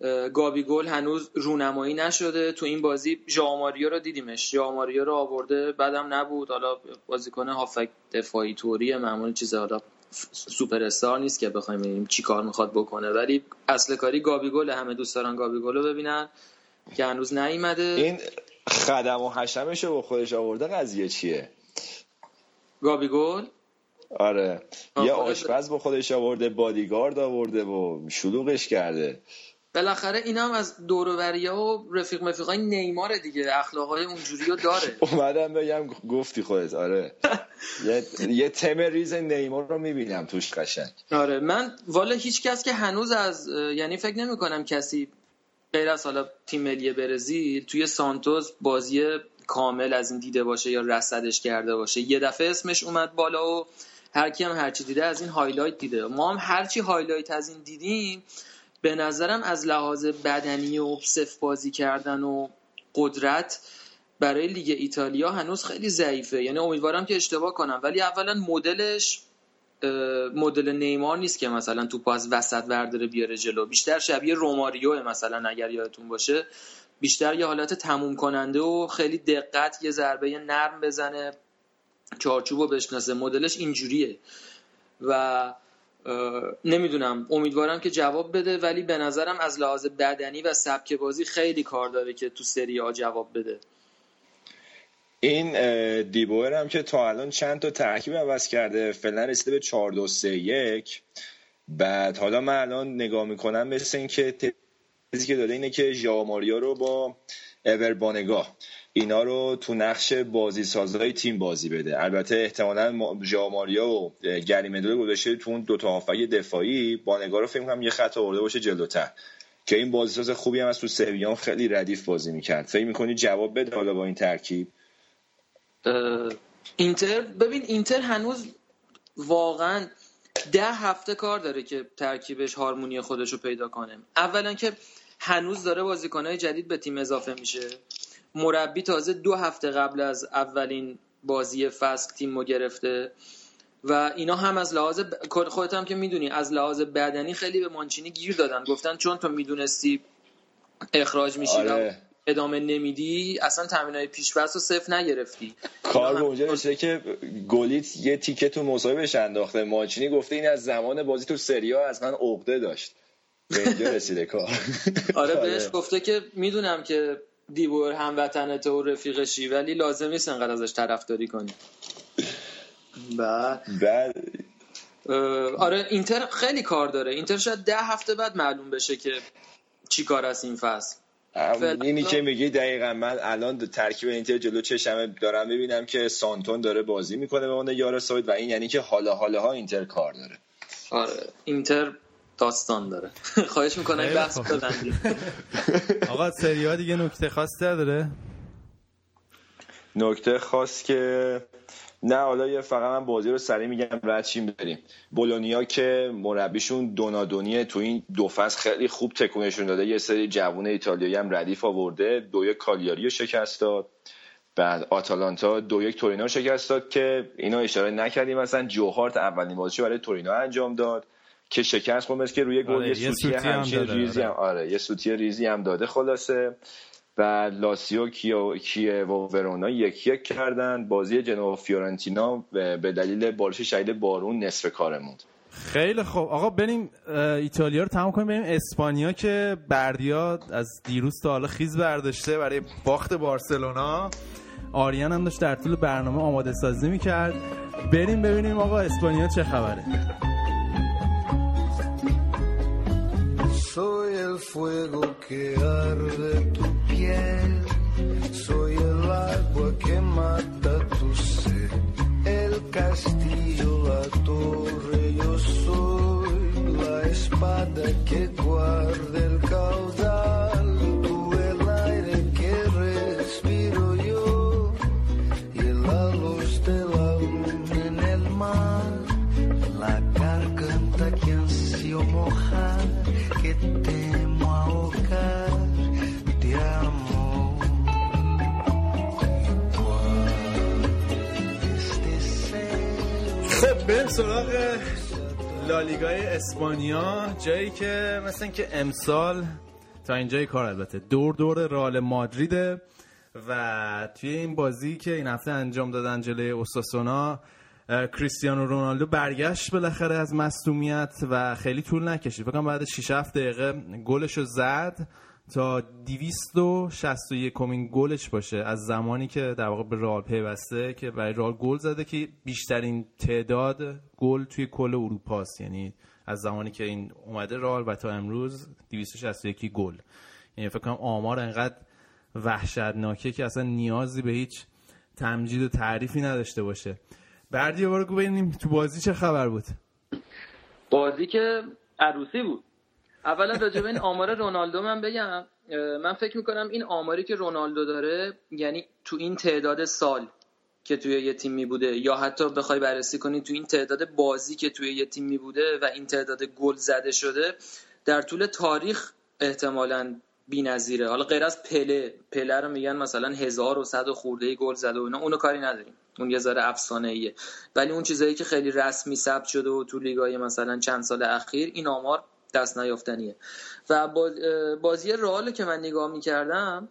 Speaker 6: گابی گل هنوز رونمایی نشده. تو این بازی ژائو ماریو رو دیدیمش، ژائو ماریو رو آورده، بعدم نبود. حالا بازیکن هافک دفاعی توری معمولی چیزه، حالا سوپر استار نیست که بخوایم ببینیم چی کار میخواد بکنه، ولی اصل کاری گابی گل. همه دوست دارن گابی گل رو ببینن که هنوز نیومده.
Speaker 7: این خدم و حشمش رو با خودش آورده، قضیه چیه؟
Speaker 6: گابی گل
Speaker 7: آره یه آشپز با خودش آورده، بادیگارد آورده و شلوغش کرده.
Speaker 6: بالاخره اینا هم از دور و بریا و رفیق مفیقای نیمار دیگه، اخلاقای اونجوری رو داره.
Speaker 7: اومدم بگم گفتی خودت. آره یه یه تم ریز نیمار رو میبینم توش قشنگ.
Speaker 6: آره من والا هیچ کس که هنوز از یعنی فکر نمی کنم کسی غیر از حالا تیم ملی برزیل توی سانتوس بازی کامل از این دیده باشه یا رصدش کرده باشه. یه دفعه اسمش اومد بالا و هر کی هم هرچی دیده از این هایلایت دیده. ما هم هرچی هایلایت از این دیدیم به نظرم از لحاظ بدنی و صف بازی کردن و قدرت برای لیگ ایتالیا هنوز خیلی ضعیفه. یعنی امیدوارم که اشتباه کنم، ولی اولا مدلش مدل نیمار نیست که مثلا توپ از وسط ورداره بیاره جلو، بیشتر شبیه روماریو مثلا اگر یادتون باشه، بیشتر یه حالت تموم کننده و خیلی دقت یه ضربه نرم بزنه چارچوبو بشناسه. مدلش اینجوریه و نمیدونم، امیدوارم که جواب بده، ولی به نظرم از لحاظ بدنی و سبک بازی خیلی کار داره که تو سری آ جواب بده.
Speaker 7: این دیبوئر هم که تا الان چند تا ترکیب عوض کرده، فعلا رسیده به چهار دو سه یک. بعد حالا من الان نگاه میکنم مثل این که تیزی که داده اینه که ژائو ماریو رو با اور بانگا اینا رو تو نقش بازی سازهای تیم بازی بده. البته احتمالاً ژائو ماریو و گریمدو گذاشته تو اون دو تا هافک دفاعی، بانگا رو فکر کنم یه خط آورده باشه جلوتر که این بازی ساز خوبی هم از تو سویا خیلی ردیف بازی میکرد. فکر میکنی جواب بده حالا با این ترکیب؟
Speaker 6: اینتر ببین اینتر هنوز واقعا ده هفته کار داره که ترکیبش هارمونی خودش رو پیدا کنه. اولا که هنوز داره بازیکنای جدید به تیم اضافه میشه، مربی تازه دو هفته قبل از اولین بازی فصل تیمو گرفته و اینا هم از لحاظ ب... خودت هم که میدونی از لحاظ بدنی خیلی به مانچینی گیر دادن، گفتن چون تو میدونستی اخراج میشی
Speaker 7: آره.
Speaker 6: ادامه نمیدی، اصلا تمرینای پیش بس رو صفر نگرفتی.
Speaker 7: کار به اونجا رسیده که گلیت یه تیکه تو مصاحبهش انداخته، مانچینی گفته این از زمان بازی تو سری آ از من عقده داشت. به اینجا رسیده کار.
Speaker 6: آره بهش گفته که میدونم که دیبور هموطنته و رفیقشی، ولی لازم نیست انقدر ازش طرفداری کنی. بعد
Speaker 7: بعد
Speaker 6: آره اینتر خیلی کار داره. اینتر شاید ده هفته بعد معلوم بشه که چی کار است این فصل.
Speaker 7: اینی که میگی دقیقاً من الان ترکیب اینتر جلو چشمه دارم ببینم که سانتون داره بازی میکنه به عنوان یار ساید و این یعنی که حالا حالا ها اینتر کار داره.
Speaker 6: آره اینتر داستان داره. خواهش میکنم این بحث بدن.
Speaker 5: آقا سری ها دیگه نکته خاصی داره؟
Speaker 7: نکته خاص که نه، حالا یه فقط من بازی رو سریع میگم رد شیم بریم. بولونیا که مربیشون دونادونیه تو این دو فصل خیلی خوب تکونشون داده، یه سری جوون ایتالیایی هم ردیف آورده، دو یک کالیاری رو شکست داد، بعد آتالانتا دو یک تورینو شکست داد که اینا اشاره نکردیم مثلا جوهارت اولین بازیشو برای تورینو انجام داد که شکست خورد، مثل که روی گل یه سوتی همچین ریزی هم آره یه سوتی ریزی هم داده خلاصه. و لاسیو کیو کیو و ورونا یک یک کردن. بازی جنوا فیورنتینا به دلیل بارش شدید بارون نصف کار موند.
Speaker 5: خیلی خوب آقا بریم ایتالیا رو تمام کنیم، بریم اسپانیا که بردیا از دیروز تا حالا خیز برداشته برای باخت بارسلونا. آریان هم داشت در طول برنامه آماده سازی میکرد. بریم ببینیم آقا اسپانیا چه خبره.
Speaker 10: Soy el fuego que arde tu piel, soy el agua que mata tu sed, el castillo, la torre, yo soy la espada que guarda el caudal, tú el aire que respiro yo y la luz de la luna en el mar, la garganta que ansio mojar, que temo ahogar, te amo.
Speaker 5: خب بریم سراغ لالیگای اسپانیا، جایی که مثلا که امسال تا اینجای کار البته دور دور رئال مادریده و توی این بازی که این هفته انجام دادن جلوی اوساسونا کریستیانو رونالدو برگشت بالاخره از مصدومیت و خیلی طول نکشید، فکر کنم بعد شش هفت دقیقه گلشو زد تا دویست و شصت و یکمین گلش باشه از زمانی که در واقع به رئال پیوسته که برای رئال گل زده که بیشترین تعداد گل توی کل اروپا است، یعنی از زمانی که این اومده رئال و تا امروز دویست و شصت و یک گل. یعنی فکر کنم آمار انقدر وحشتناکه که اصلا نیازی به هیچ تمجید و تعریفی نداشته باشه. بردی بارو ببینیم تو بازی چه خبر بود.
Speaker 6: بازی که عروسی بود. اولا راجع به این آمار رونالدو من بگم، من فکر میکنم این آماری که رونالدو داره، یعنی تو این تعداد سال که توی یه تیم می بوده یا حتی بخوای بررسی کنی تو این تعداد بازی که توی یه تیم می بوده و این تعداد گل زده شده در طول تاریخ احتمالاً بی‌نظیره. حالا غیر از پله پله رو میگن مثلا هزار و صد خورده گل زده و اینا، اونو کاری نداریم، اون یه ذره افسانه‌ایه، ولی اون چیزایی که خیلی رسمی ثبت شده و تو لیگای مثلا چند سال اخیر این آمار دست نیافتنیه. و بازی رئال که من نگاه می‌کردم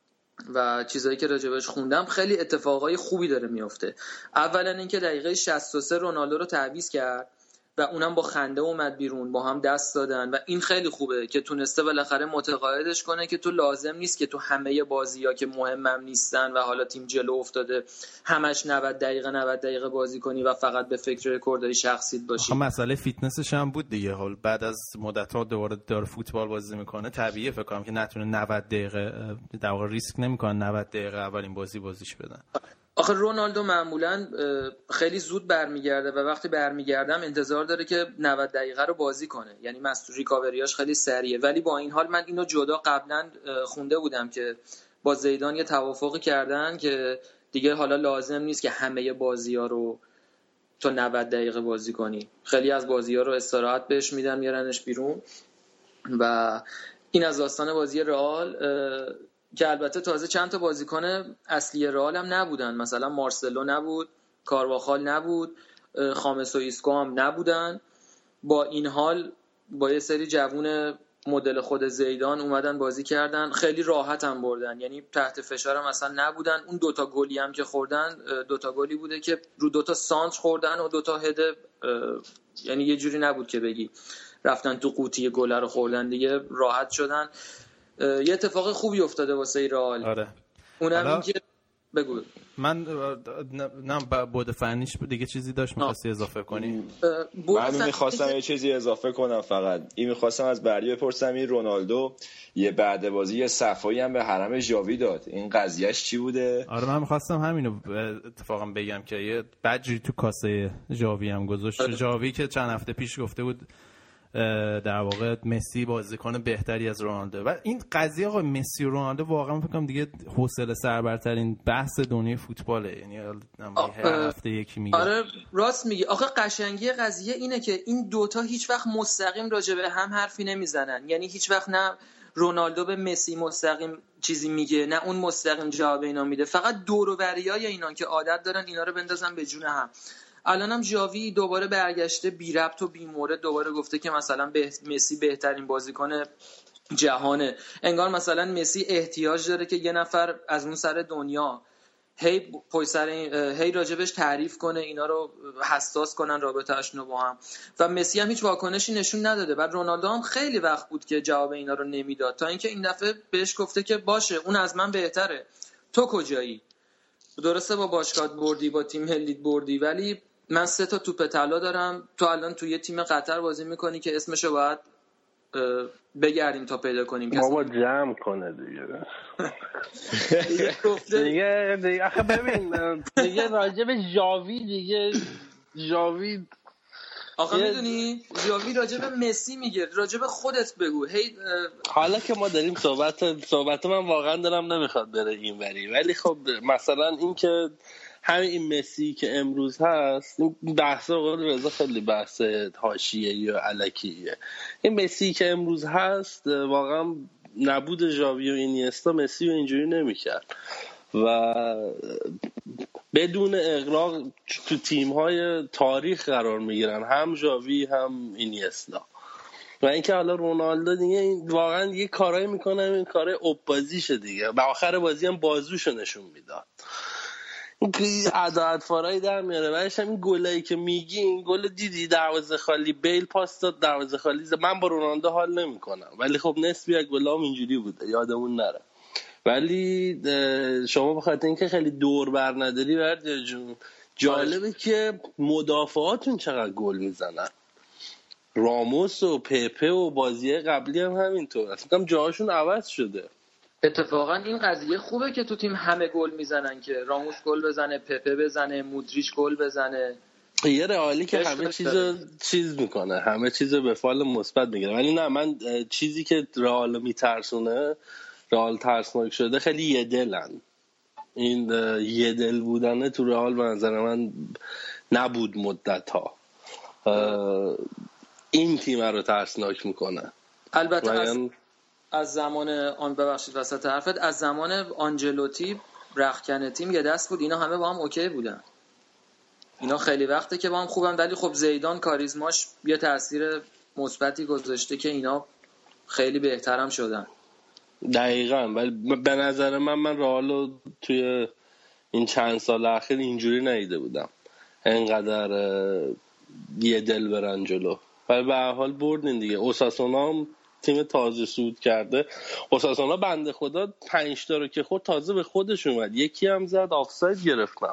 Speaker 6: و چیزایی که راجبش خوندم خیلی اتفاقای خوبی داره میفته. اولا اینکه دقیقه شصت و سه رونالدو رو تعویض کرد و اونم با خنده اومد بیرون، با هم دست دادن و این خیلی خوبه که تونسته بالاخره متقاعدش کنه که تو لازم نیست که تو همه بازی‌ها که مهمم نیستن و حالا تیم جلو افتاده همش نود دقیقه نود دقیقه بازی کنی و فقط به فکر رکوردای شخصیت باشی.
Speaker 5: آخه مسئله فیتنسش هم بود دیگه، حال بعد از مدت‌ها دوباره داره فوتبال بازی میکنه، طبیعیه فکر کنم که نتونه نود دقیقه در واقع ریسک نمیکنه نود دقیقه اولین بازی بازیش بدن.
Speaker 6: آخه رونالدو معمولاً خیلی زود برمیگرده و وقتی برمیگردم انتظار داره که نود دقیقه رو بازی کنه، یعنی مستوری ریکاوریاش خیلی سریعه. ولی با این حال من اینو جدا قبلا خونده بودم که با زیدان یه توافقی کردن که دیگه حالا لازم نیست که همه بازی‌ها رو تا نود دقیقه بازی کنی، خیلی از بازی‌ها رو استراحت بهش میدن میارنش بیرون. و این از داستان بازی رئال که البته تازه چند تا بازیکن اصلی رئال هم نبودن، مثلا مارسلو نبود، کارواخال نبود، خامس و ایسکو هم نبودن. با این حال با یه سری جوون مدل خود زیدان اومدن بازی کردن، خیلی راحت هم بردن، یعنی تحت فشار هم اصلا نبودن. اون دوتا گلی هم که خوردن دوتا گلی بوده که رو دوتا سانتر خوردن و دوتا هده، یعنی یه جوری نبود که بگی رفتن تو قوطی گل رو خوردن، دیگه راحت شدن. یه اتفاق خوبی افتاده واسه رئال.
Speaker 5: آره.
Speaker 6: اونم این که بگو.
Speaker 5: من نه بود فنیش دیگه چیزی داشت می‌خواستی اضافه کنی؟
Speaker 7: من می‌خواستم یه چیزی اضافه کنم، فقط این می‌خواستم از بردی بپرسم، این رونالدو یه بعد بازی یه صفایی هم به حرم ژاوی داد، این قضیهش چی بوده؟
Speaker 5: آره من می‌خواستم همینو اتفاقا بگم که یه بجری تو کاسه ژاوی هم گذاشت. ژاوی که چند هفته پیش گفته بود در واقع مسی بازیکن بهتری از رونالدو و این قضیه آقا مسی و رونالدو واقعا فکر کنم دیگه حوصله سربرترین بحث دنیای فوتباله، یعنی هر هفته یکی میگه.
Speaker 6: آره راست میگی. آخه قشنگی قضیه اینه که این دوتا هیچ وقت مستقیم راجع به هم حرفی نمیزنن، یعنی هیچ وقت نه رونالدو به مسی مستقیم چیزی میگه نه اون مستقیم جواب اینا میده، فقط دور و بریای اینا که عادت دارن اینا رو بندازن به جون هم. الانم ژاوی دوباره برگشته بی ربط و بی مورد دوباره گفته که مثلا به مسی بهترین بازیکن جهانه، انگار مثلا مسی احتیاج داره که یه نفر از اون سر دنیا هی پای سر هی راجبش تعریف کنه، اینا رو حساس کنن رابطه‌اشون با هم. و مسی هم هیچ واکنشی نشون نداده. بعد رونالدو هم خیلی وقت بود که جواب اینا رو نمیداد، تا اینکه این دفعه بهش گفته که باشه اون از من بهتره، تو کجایی؟ درسته با باشگاه بردی، با تیم ملیت بردی، ولی من سه تا توپ طلا دارم، تو الان تو یه تیم قطر بازی میکنی که اسمشو باید بگردیم تا پیدا کنیم.
Speaker 9: بابا جمع کنه دیگه دیگه دیگه آخه ببین دیگه راجب ژاوی دیگه ژاوی
Speaker 6: آخه میدونی ژاوی راجب مسی میگه، راجب خودت بگو. هی
Speaker 9: حالا که ما داریم صحبت صحبت من واقعا دارم نمیخواد بره این وری، ولی خب مثلا این که همین این مسی که امروز هست، این بحث قول رضا خیلی بحث حاشیه‌ای یا الکیه. این مسی که امروز هست واقعا نبود ژاوی و اینیستا مسی رو اینجوری نمی‌کرد و بدون اغراق تو تیم‌های تاریخ قرار میگیرن، هم ژاوی هم اینیستا. و اینکه حالا رونالدو دیگه این واقعا دیگه کارایی میکنه، این کارای اوب بازیشه دیگه، و آخر بازی هم بازوشو نشون میداد، عدالت فارایی در میاره. بعدش هم این گلایی که میگی، این گل دیدی دروازه خالی بیل پاس داد دروازه خالی زد. من با رونالدو حال نمیکنم ولی خب نسبی از گلام اینجوری بوده یادمون نره. ولی شما بخاطر اینکه خیلی دور بر نداری بردیا جون، جالبه که مدافعاتون چقدر گل میزنن. راموس و پپه و بازی قبلی هم همینطور، اصلا جاهاشون عوض شده.
Speaker 6: اتفاقا این قضیه خوبه که تو تیم همه گل میزنن، که راموس گل بزنه، پپه بزنه، مودریچ گل بزنه.
Speaker 9: یه رئالی که همه چیزو چیز میکنه، همه چیزو به فال مثبت میگیره. ولی نه، من چیزی که رئال میترسونه، رئال ترسناک شده، خیلی یه دلن. این یه دل بودنه تو رئال به نظر من نبود مدت ها. این تیم رو ترسناک میکنه.
Speaker 6: البته از, از زمان آن ببخشید وسط حرفت، از زمان آنجلوتی رختکن تیم یه دست بود، اینا همه با هم اوکی بودن، اینا خیلی وقته که با هم خوبن. ولی خب زیدان کاریزماش یه تاثیر مثبتی گذاشته که اینا خیلی بهترم شدن.
Speaker 9: دقیقاً. ولی به نظر من من رئالو توی این چند سال اخیر اینجوری ندیده بودم، اینقدر یه دل برن جلو. ولی به هر حال بردین دیگه. اوساسونا هم تیم تازه صعود کرده. اوساسونا بنده خدا پنج تا رو که خود تازه به خودش اومد، یکی هم زد آفساید گرفتن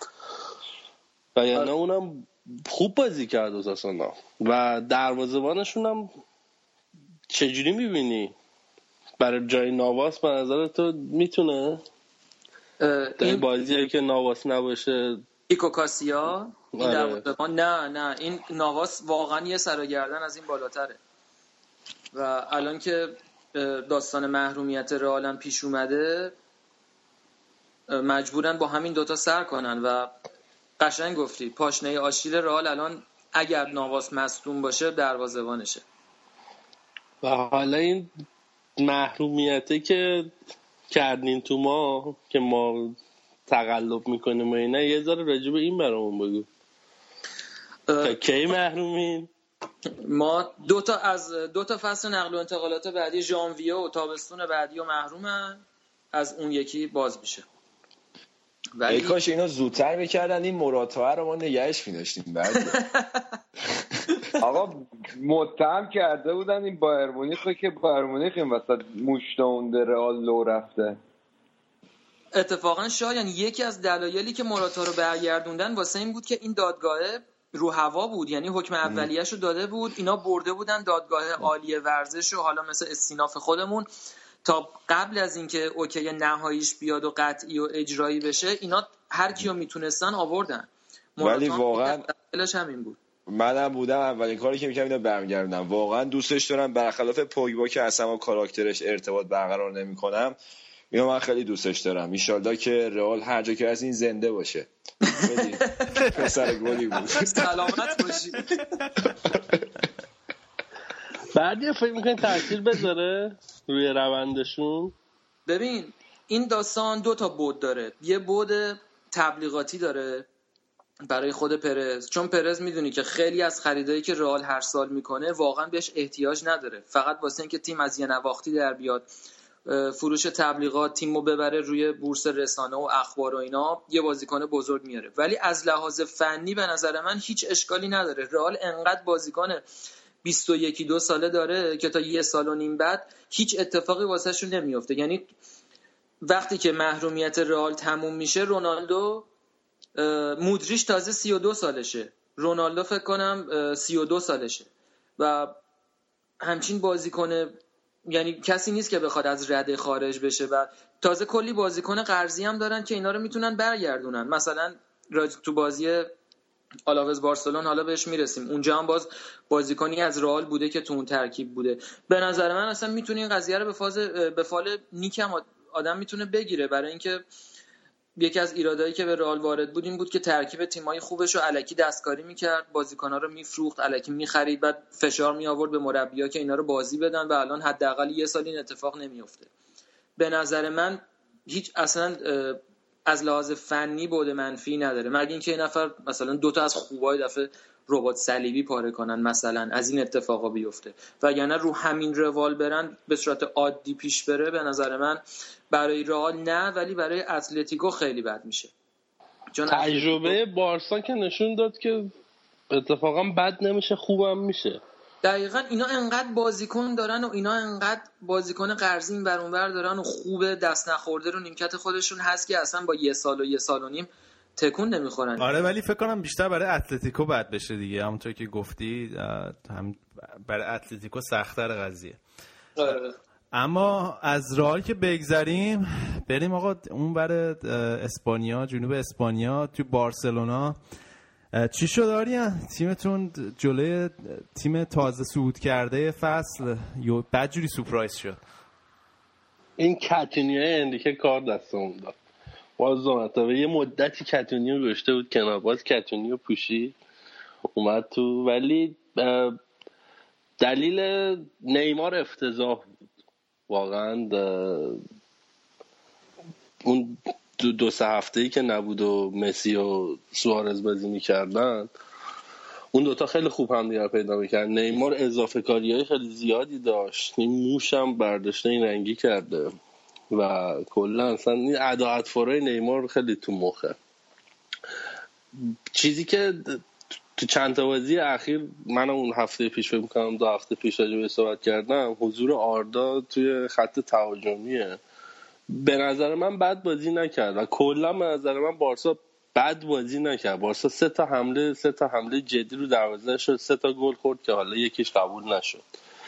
Speaker 9: و یعنی اونم خوب بازی کرد اوساسونا. و دروازه‌بانشون هم چجوری میبینی برای جای نواس؟ به نظر تو میتونه این بازیه که نواس نباشه
Speaker 6: ایکو کاسیا این دروازه‌بان؟ نه نه، این نواس واقعا یه سر و گردن از این بالاتره و الان که داستان محرومیت رئال هم پیش اومده مجبورن با همین دوتا سر کنن و قشنگ گفتی پاشنه آشیل رئال الان اگر نواس مصدوم باشه دروازه‌بانشه.
Speaker 9: و حالا این محرومیته که کردین تو ما که ما تقلب میکنیم و اینا، یه ذره راجع به این برامون بگو. تا کی محرومین؟
Speaker 6: ما دو تا از دو تا فصل نقل و انتقالات بعدی ژانویه و تابستون بعدی و محرومن، از اون یکی باز میشه.
Speaker 7: ولی کاش اینا زودتر میکردن این مراتا رو ما نگهش می‌داشتیم. بعد
Speaker 11: آقا متهم کرده بودن این بایر مونیخو که بایر مونیخ این وسط موشتوند رئال لو رفته.
Speaker 6: اتفاقا شایان یکی از دلایلی که مراتا رو برگردوندن واسه این بود که این دادگاه رو هوا بود، یعنی حکم اولیه‌شو داده بود، اینا برده بودن دادگاه عالی ورزش و حالا مثل استیناف خودمون تا قبل از اینکه اوکی نهاییش بیاد و قطعی و اجرایی بشه اینا هر کیو میتونستن آوردن.
Speaker 7: ولی واقعا
Speaker 6: دلش همین بود.
Speaker 7: منم بودم اولین کاری که می‌کردم اینا برمیگردوندم. واقعا دوستش دارم، برخلاف پوگبا که اصلا با کاراکترش ارتباط برقرار نمی‌کنم، اینو من خیلی دوستش دارم. ان شاءالله که رئال هر جا که از این زنده باشه. پسر گلی بود.
Speaker 6: سلامت باشی.
Speaker 9: بعدی فکر می‌کنی تاثیر بذاره روی روندشون؟
Speaker 6: ببین این داستان دو تا بود داره. یه بود تبلیغاتی داره برای خود پرز، چون پرز میدونی که خیلی از خریدایی که رئال هر سال میکنه واقعا بهش احتیاج نداره، فقط واسه اینکه تیم از یه نواختی در بیاد، فروش تبلیغات تیمو ببره روی بورس رسانه و اخبار و اینا، یه بازیکن بزرگ میاره. ولی از لحاظ فنی به نظر من هیچ اشکالی نداره. رئال انقدر بازیکن بیست و یک دو ساله داره که تا یه سال و نیم بعد هیچ اتفاقی واسه شون نمیفته. یعنی وقتی که محرومیت رئال تموم میشه، رونالدو مودریچ تازه سی و دو سالشه، رونالدو فکر کنم سی و دو سالشه و همچین بازیکن، یعنی کسی نیست که بخواد از رده خارج بشه و تازه کلی بازیکن قرضی هم دارن که اینا رو میتونن برگردونن. مثلا تو بازی آلاوز بارسلون حالا بهش میرسیم، اونجا هم باز بازیکنی از رئال بوده که تو اون ترکیب بوده. به نظر من اصلا میتونه این قضیه رو به فاز به فال نیکم آدم میتونه بگیره، برای اینکه یکی از ایرادایی که به رئال وارد بود این بود که ترکیب تیمای خوبش رو الکی دستکاری میکرد، بازیکن‌ها رو میفروخت، الکی میخرید، بعد فشار می آورد به مربی‌ها که اینا رو بازی بدن و الان حداقل یه سال این اتفاق نمیفته. به نظر من هیچ اصلا از لحاظ فنی بود منفی نداره، مگه اینکه این نفر مثلا دو تا از خوبای دفعه ربات صلیبی پاره کنن مثلا، از این اتفاقا بیفته، وگرنه رو همین روال برن به صورت عادی پیش بره به نظر من برای رئال نه، ولی برای اتلتیکو خیلی بد میشه.
Speaker 9: چون تجربه بارسا که نشون داد که اتفاقا بد نمیشه خوبم میشه.
Speaker 6: دقیقاً اینا انقدر بازیکن دارن و اینا انقدر بازیکن قرضی این ور اون ور دارن و خوبه دست نخورده رو نیمکت خودشون هست که اصلا با یه سال و یه سال و نیم تکون نمیخورن.
Speaker 5: آره ولی فکر کنم بیشتر برای اتلتیکو بد بشه دیگه، همونطور که گفتی هم برای اتلتیکو سخت‌تر قضیه.
Speaker 6: آره.
Speaker 5: اما از رئال که بگذریم بریم آقا اون بر اسپانیا، جنوب اسپانیا، تو بارسلونا چی شد آریان؟ تیمتون جلوی تیم تازه صعود کرده فصل یه بدجوری سورپرایز شد.
Speaker 9: این کاتونیای اندیکه کار دستمون داد. باز تا یه مدتی کاتونیو گشته بود کنار، باز کاتونیو پوشی اومد تو، ولی دلیل نیمار افتضاح بود واقعا. اون دو, دو سه هفته‌ای که نبود و مسی و سوارز بازی می‌کردن، اون دوتا خیلی خوب هم دیگر پیدا می‌کردن. نیمار اضافه کاریای خیلی زیادی داشت، این موش هم برداشته این رنگی کرده و کلا اصلا این اداء فورای نیمار خیلی تو مخه. چیزی که تو چند تا بازی اخیر من اون هفته پیش فکر می‌کنم دو هفته پیش راجع به صحبت کردم، حضور آردا توی خط تهاجمیه. به نظر من بد بازی نکرد و کلا به نظر من بارسا بد بازی نکرد. بارسا سه تا حمله سه تا حمله جدی رو دروازه شد، سه تا گل خورد که حالا یکیش قبول نشد،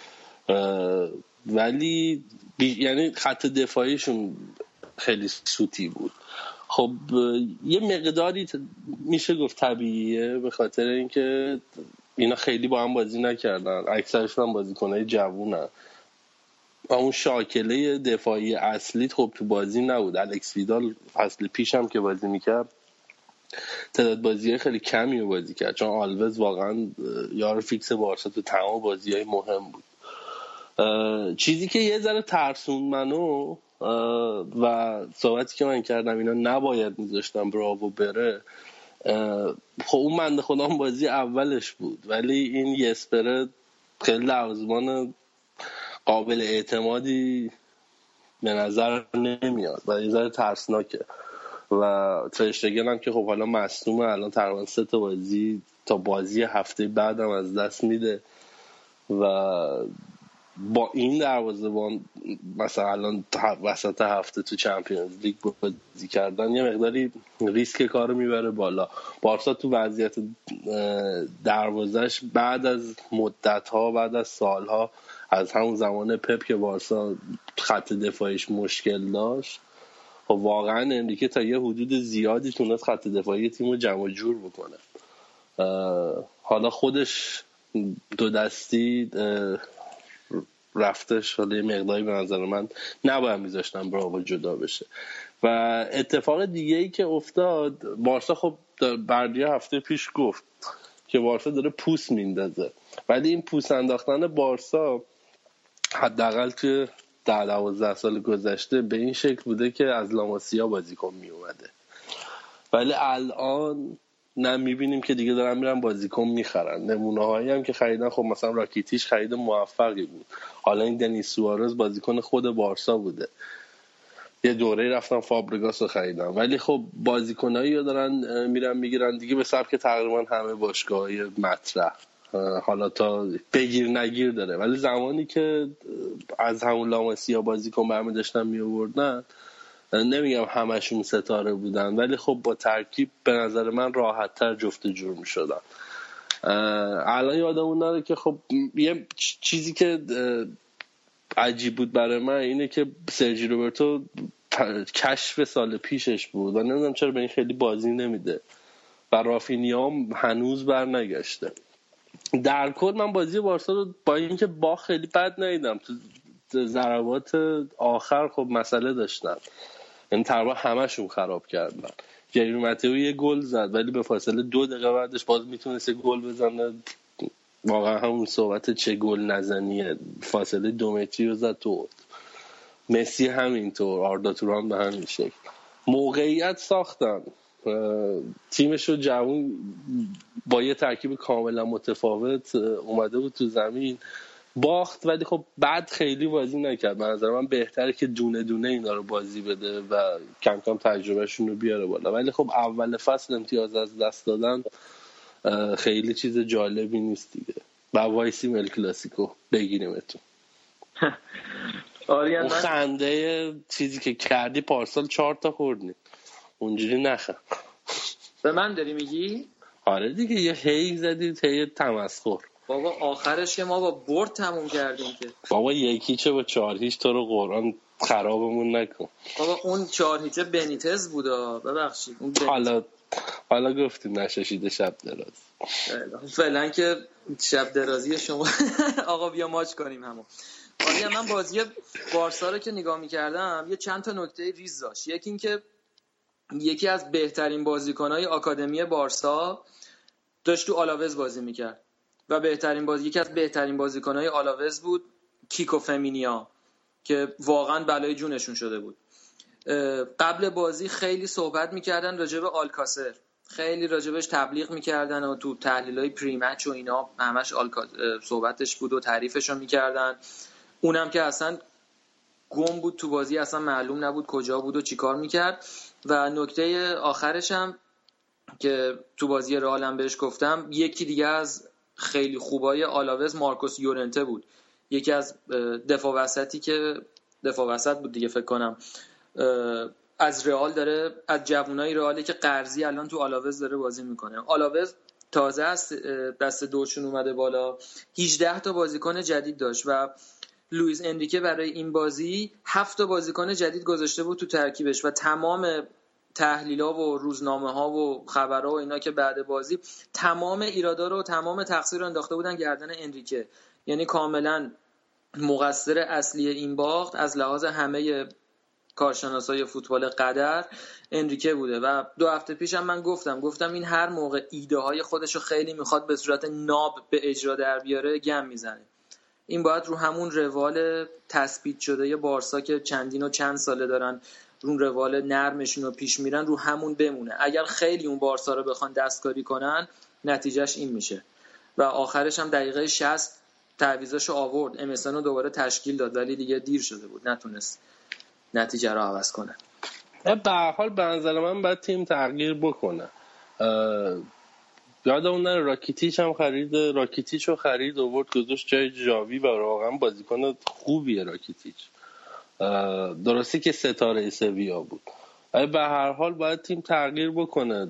Speaker 9: ولی بی... یعنی خط دفاعیشون خیلی سوتی بود. خب یه مقداری میشه گفت طبیعیه به خاطر اینکه اینا خیلی با هم بازی نکردن، اکثرشون هم بازیکنای جوونن و اون شاکله دفاعی اصلیت خب تو بازی نبود. الکس ویدال فصل پیش هم که بازی میکرد تعداد بازی‌های خیلی کمی رو بازی کرد، چون آلوز واقعا یار فیکس بارسا تو تمام بازی‌های مهم بود. چیزی که یه ذره ترسون منو و صحبتی که من کردم اینا نباید میذاشتم براوو بره، خب اون بنده خدا بازی اولش بود، ولی این یسپره خیلی لوزمان قابل اعتمادی به نظر نمیاد و یه ذره ترسناکه. و ترشتگن هم که خب حالا مصدومه، الان تقریبا سه تا بازی تا بازی هفته بعدم از دست میده و با این دروازه‌بان مثلا الان وسط هفته تو چمپیونز لیگ بازی کردن یه مقداری ریسک کارو میبره بالا. بارسا تو وضعیت دروازه‌اش بعد از مدت‌ها بعد از سال‌ها از همون زمان پپ که بارسا خط دفاعیش مشکل داشت، خب واقعا انریکه تا یه حدود زیادی تونست خط دفاعی تیمو جمع جور بکنه. حالا خودش دو دستی رفتش، حالا یه مقداری به نظر من نباید میذاشتن براوو جدا بشه. و اتفاق دیگه ای که افتاد، بارسا خب بردیا هفته پیش گفت که بارسا داره پوست میندازه، ولی این پوست انداختن بارسا حداقل توی ده دوازده سال گذشته به این شکل بوده که از لاماسیا بازیکن می اومده، ولی الان نه میبینیم که دیگه دارن میرن بازیکن میخرن. نمونه هایی هم که خریدن خب مثلا راکیتیش خرید موفقی بود، حالا این دنیس سوارز بازیکن خود بارسا بوده، یه دوره رفتن فابرگاس رو خریدن، ولی خب بازیکنایی رو دارن میرن میگیرن دیگه به سبک تقریبا همه باشگاه‌های مطرح، حالا تا بگیر نگیر داره. ولی زمانی که از همون لاماسیا بازیکن برمی داشتن می آوردن، نمیگم همشون ستاره بودن، ولی خب با ترکیب به نظر من راحت تر جفت جور می شدن. الان یادمون نره که خب یه چیزی که عجیب بود برای من اینه که سرجی روبرتو کشف سال پیشش بود و نمیدونم چرا به این خیلی بازی نمیده و رافینیا هنوز بر نگشته. در کل من بازی بارسا رو با اینکه با خیلی بد ندیدم، تو ضربات آخر خب مسئله داشتن، یعنی تقریبا همشون خراب کردن. جیرو ماتئو یه گل زد ولی به فاصله دو دقیقه بعدش باز میتونست گل بزنه، واقعا همون صحبت چه گل نزنیه، فاصله دو متری رو زد تو. مسی همینطور، آردا توران به همین شکل. موقعیت ساختن، تیمش رو جوون با یه ترکیب کاملا متفاوت اومده بود تو زمین، باخت ولی خب بعد خیلی بازی نکرد. به نظر من بهتره که دونه دونه اینا رو بازی بده و کم کم تجربهشون رو بیاره بالا، ولی خب اول فصل امتیاز از دست دادن خیلی چیز جالبی نیست دیگه. با وایسیم ال کلاسیکو بگیریمتون. اون خنده چیزی که کردی پارسال چهار تا خوردی، اونجوری نخند.
Speaker 6: به من داری میگی؟
Speaker 9: آره دیگه، یه هی زدی هی تمسخر.
Speaker 6: بابا آخرش که ما با برد تموم کردیم که.
Speaker 9: بابا یکی چه با چهار هیچ تو رو قرآن خرابمون نکن.
Speaker 6: بابا اون چهار هیچ بنیتز بودا، ببخشید اون بنیتز.
Speaker 9: حالا حالا گفتیم نشاشیده شب دراز.
Speaker 6: فعلا که شب درازی شما. آقا بیا ماچ کنیم همون. آره من بازی بارسا رو که نگاه می‌کردم یه چند تا نکته ریز داشت. یکی این که یکی از بهترین بازیکن‌های آکادمی بارسا داشت تو آلاوز بازی می‌کرد و بهترین بازی یکی از بهترین بازیکن‌های آلاوز بود کیکو فمینیا که واقعا بلای جونشون شده بود. قبل بازی خیلی صحبت می‌کردن راجع به آلکاسر، خیلی راجبش تبلیغ می‌کردن و تو تحلیل‌های پری مچ و اینا همش آلکا صحبتش بود و تعریفش رو می‌کردن. اونم که اصلا گم بود تو بازی، اصلا معلوم نبود کجا بود و چیکار می‌کرد. و نکته آخرش هم که تو بازی رئال هم بهش گفتم، یکی دیگه از خیلی خوبای آلاوز مارکوس یورنته بود، یکی از دفاع وسطی که دفاع وسط بود دیگه فکر کنم از رئال داره، از جوانای رئالی که قرضی الان تو آلاوز داره بازی میکنه. آلاوز تازه است دست دوشون اومده بالا، هجده تا بازیکن جدید داشت و لوئیس انریکه برای این بازی هفت تا بازیکن جدید گذاشته بود تو ترکیبش و تمام تحلیل‌ها و روزنامه‌ها و خبرها و اینا که بعد بازی تمام ایرادا رو تمام تقصیر رو انداخته بودن گردن انریکه. یعنی کاملا مقصر اصلی این باخت از لحاظ همه کارشناسای فوتبال قدر انریکه بوده. و دو هفته پیشم من گفتم گفتم این هر موقع ایده های خودشو خیلی میخواد به صورت ناب به اجرا در بیاره گم میزنه. این باید رو همون روال تثبیت شده ی بارسا که چندین و چند ساله دارن رو روال نرمشون رو پیش میرن رو همون بمونه. اگر خیلی اون بارسا رو بخوان دستکاری کنن نتیجهش این میشه. و آخرش هم دقیقه شصت تعویضاشو آورد، ام اس ان رو دوباره تشکیل داد ولی دیگه دیر شده بود، نتونست نتیجه رو عوض کنه.
Speaker 9: به هر حال به نظر من باید تیم تغییر بکنه. یادمون نره راکیتیچ هم خرید، راکیتیچ رو خرید آورد گذاشت جای جاوی و واقعا بازیکن خوبیه راکیتیچ. درسته که ستاره سویا بود ولی به هر حال باید تیم تغییر بکنه.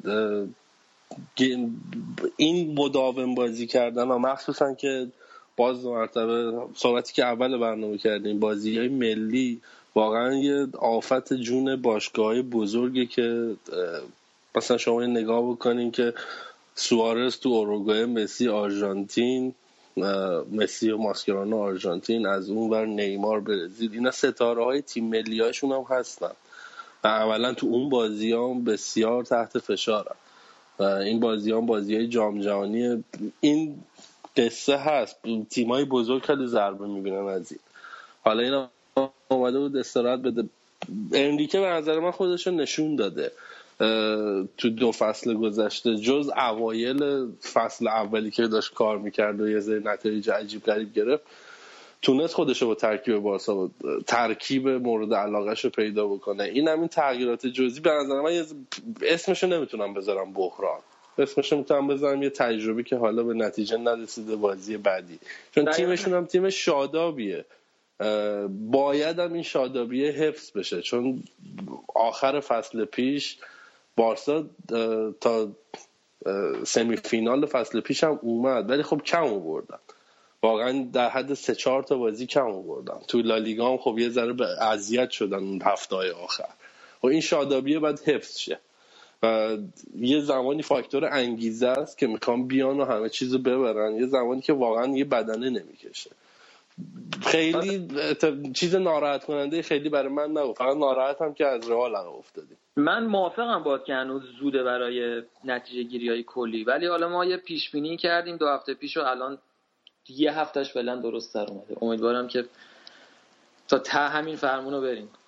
Speaker 9: این مداوم بازی کردن و مخصوصا که باز مرتبه صحبتی که اول برنامه کردیم بازی‌های ملی واقعا یه آفت جون باشگاه‌های بزرگی که مثلا شما نگاه بکنین که سوارز تو اوروگوئه، مسی آرژانتین، مسی و ماسکرانو آرژانتین، از اون ور نیمار برزیل، اینا ستاره های تیم ملی هاشون هم هستن و اولا تو اون بازی هم بسیار تحت فشارن و این بازی هم بازی های جام جهانی. این قصه هست، تیم های بزرگ خیلی ضربه میبینن از این. حالا اینا اومده بود استراحت بده. انریکه به نظر من خودشو نشون داده تو دو فصل گذشته، جز اوایل فصل اولی که داشت کار میکرد و یه سری نتایج عجیب غریب گرفت، تونست خودشو با ترکیب بارسا ترکیب مورد علاقهشو پیدا بکنه. این همین تغییرات جزئی به نظر من اسمشو نمیتونم بذارم بحران، اسمشو میتونم بذارم یه تجربه که حالا به نتیجه نرسیده بازی بعدی، چون تیمشون هم تیم شادابیه. باید هم این شادابیه حفظ بشه، چون آخر فصل پیش بارسا تا سمی فینال فصل پیش هم اومد ولی خب کم آوردن، واقعا در حد سه چهار تا بازی کم آوردن. تو لالیگا هم خب یه ذره به اذیت شدن اون هفته‌های آخر و این شادابیه باید حفظ شه و یه زمانی فاکتور انگیزه است که میخوام بیان و همه چیزو ببرن، یه زمانی که واقعا یه بدنه نمیکشه. خیلی چیز ناراحت کننده خیلی برای من نبود، فقط ناراحتم که از رئال عقب افتادیم.
Speaker 6: من موافقم باید که هنوز زوده برای نتیجه گیری های کلی، ولی حالا ما یه پیش بینی کردیم دو هفته پیش و الان یه هفتهش فعلا درست تر اومده. امیدوارم که تا ته همین فرمونو بریم.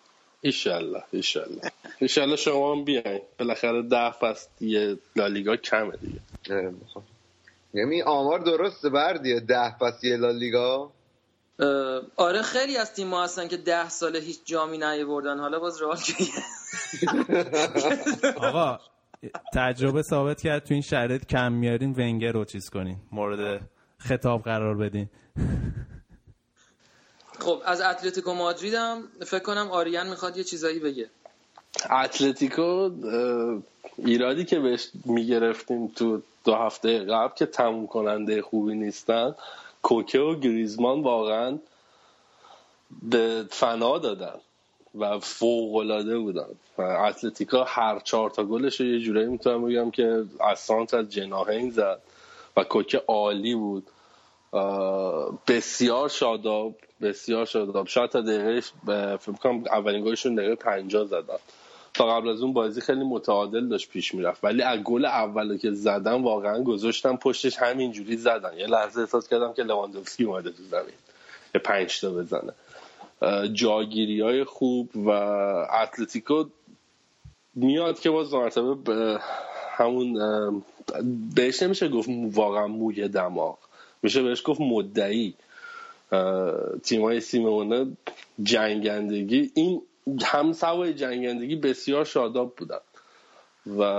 Speaker 9: ایشالله ایشالله ایشالله شما هم بیاین، بالاخره ده فصل یه لالیگا کمه دیگه.
Speaker 8: یعنی آمار درسته بردیه ده فصل یه لالیگا؟
Speaker 6: آره خیلی از تیم‌ها هستن که ده سال هیچ جامی نیاوردن، حالا باز رئال که
Speaker 5: آقا تجربه ثابت کرد تو این شرایط کم میارین ونگر رو چیز کنین، مورد خطاب قرار بدین.
Speaker 6: خب از اتلتیکو مادرید هم فکر کنم آریان میخواد یه چیزایی بگه.
Speaker 9: اتلتیکو ایرادی که بهش میگرفتیم تو دو هفته قبل که تموم کننده خوبی نیستن، کوکه و گریزمان واقعا به فنا دادن و فوق‌العاده بودن. اتلتیکو هر چهار تا گلش رو یه جورایی میتونم بگم که از سانتر از جناحین زد و کوکه عالی بود، بسیار شاداب بسیار شاداب. شاید تا دقیقه فکر کنم اولین گلشون دقیقه پنجاه زدن. تا قبل از اون بازی خیلی متعادل داشت پیش میرفت، ولی از گل اولو که زدن واقعا گذاشتم پشتش همینجوری زدن. یه لحظه احساس کردم که لواندوفسکی اومده تو زمین یه پنج تا بزنه. جاگیری‌های خوب و اتلتیکو میاد که باز مرتبه به همون بهش نمیشه گفت واقعا موی دماغ، میشه بهش گفت مدعی. تیمای سیمونه جنگندگی این هم سوای جنگندگی بسیار شاداب بودن و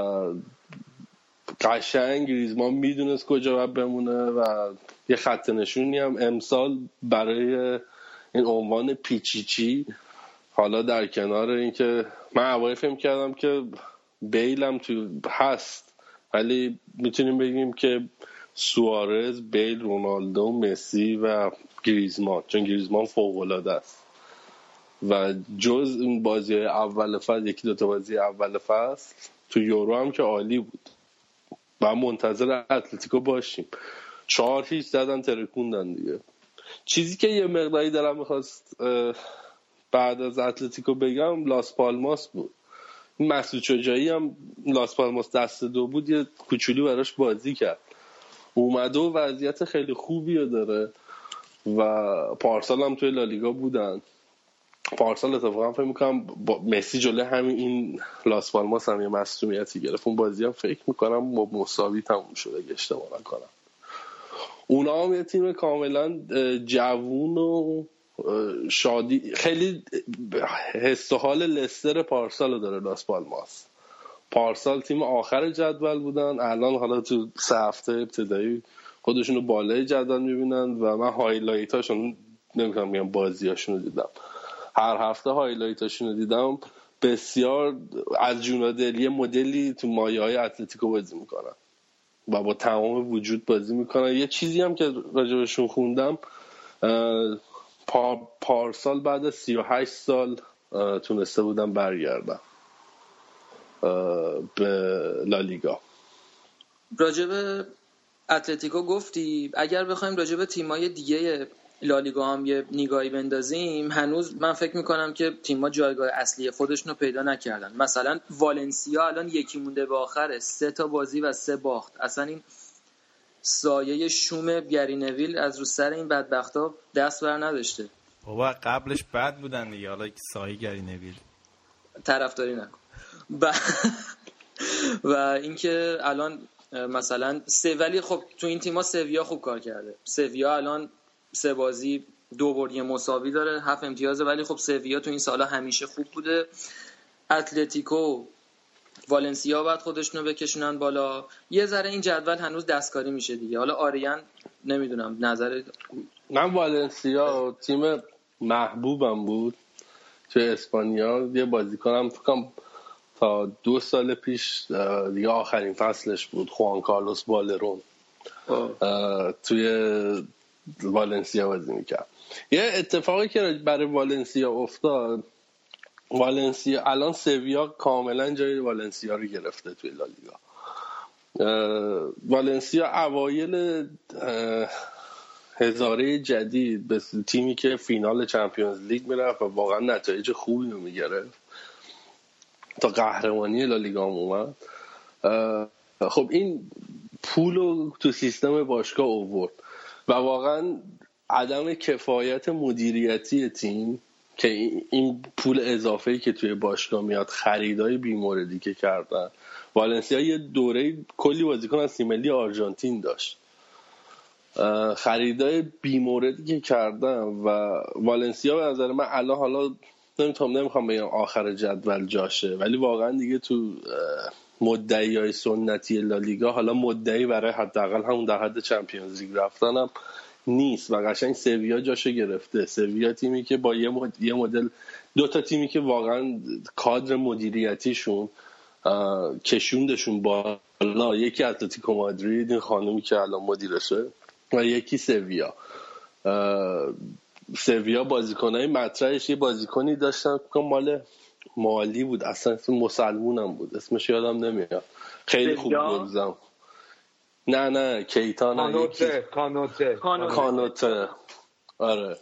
Speaker 9: قشنگ گریزمان میدونست کجا باید بمونه و یه خط نشونی هم امسال برای این عنوان پیچیچی. حالا در کنار اینکه من اوایل فهم کردم که بیل هم تو هست، ولی میتونیم بگیم که سوارز، بیل، رونالدو، مسی و گریزمان، چون گریزمان فوق‌العاده است و جز این بازی اول فصل، یکی دو تا بازی اول فصل تو یورو هم که عالی بود و منتظر اتلتیکو باشیم. چهار هیچ زدن ترکوندن دیگه. چیزی که یه مقداری دارم میخواست بعد از اتلتیکو بگم لاس پالماس بود. مسعود شجاعی هم لاس پالماس دست دو بود، یه کوچولو براش بازی کرد، اومده و وضعیت خیلی خوبی داره و پارسال هم توی لالیگا بودن. پارسال اتفاقا فکر میکنم با مسی جلوی همین این لاس پالماس هم یه مصدومیتی گرفت. اون بازی هم فکر میکنم با مساوی تموم شد اگه اشتباه نکنم. اونا هم یه تیم کاملا جوون و شادی، خیلی حس و حال لستر پارسال داره لاس پالماس. پارسال تیم آخر جدول بودن، الان حالا تو سه هفته ابتدایی خودشونو بالای جدول میبینن و من هایلایتاشون نمیتونم بگم بازیاشونو دیدم، هر هفته هایلایتاشونو دیدم. بسیار از جونادل یه مدلی تو مایه‌های اتلتیکو بازی میکنن و با تمام وجود بازی میکنن. یه چیزی هم که راجبشون خوندم، پارسال بعد از سی و هشت سال تونسته بودن برگردن به لالیگا.
Speaker 6: راجب اتلتیکو گفتی، اگر بخوایم راجب تیمای دیگه لالیگا هم یه نگاهی بندازیم، هنوز من فکر میکنم که تیم‌ها جایگاه اصلی خودشونو پیدا نکردن. مثلا والنسیا الان یکی مونده به آخره، سه تا بازی و سه باخت. اصلا این سایه شوم گرینویل از رو سر این بدبختا دست بر نداشته.
Speaker 5: بابا قبلش بد بودن دیگه، حالا سایه گرینویل
Speaker 6: طرفداری نکن. ب... و اینکه الان مثلا سه، ولی خب تو این تیم‌ها سویا خوب کار کرده. سویا الان سه بازی دو برد یه مساوی داره، هفت امتیازه، ولی خب سویا تو این سالا همیشه خوب بوده. اتلتیکو، والنسیا بعد خودشونو بکشونن بالا. یه ذره این جدول هنوز دستکاری میشه دیگه. حالا آریان نمیدونم نظر
Speaker 9: من والنسیا تیم محبوبم بود تو اسپانیا. یه بازیکنم فکرم تا دو سال پیش دیگه آخرین فصلش بود، خوان کارلوس بالرون توی والنسیا بازی میکرد. یه اتفاقی که برای والنسیا افتاد، والنسیا الان سویا کاملا جای والنسیا رو گرفته توی لالیگا. والنسیا اوایل هزاره جدید به تیمی که فینال چمپیونز لیگ میرفت و واقعا نتایج خوبی رو میگرفت تا قهرمانی لالیگا اومد. خب این پول رو تو سیستم باشگاه آورد و واقعا عدم کفایت مدیریتی تیم که این پول اضافه‌ای که توی باشگاه میاد، خریدای بی‌موردی که کردن. والنسیا یه دوره کلی بازیکن از تیم ملی آرژانتین داشت، خریدای بی‌موردی که کردن و والنسیا به نظر من الان حالا نمیتونم نمیخوام بگم آخر جدول جاشه، ولی واقعا دیگه تو مدعیای سنتی لالیگا حالا مدعی برای حداقل همون در حد چمپیونز لیگ رفتن هم نیست و قشنگ سویا جاشو گرفته. سویا تیمی که با یه مد... یه مدل دو تا تیمی که واقعا کادر مدیریتیشون کشوندشون بالا، یکی اتلتیکو مادرید، این خانومی که الان مدیرشه، و یکی سویا. سویا بازیکنای مطرحش یه بازیکنی داشتن که مال مالی بود، اصلا اسم مسلمونم بود، اسمش یادم نمیاد، خیلی خوب گلزن. نه نه کیتان
Speaker 11: کانوته کانوته
Speaker 9: کانوته آره.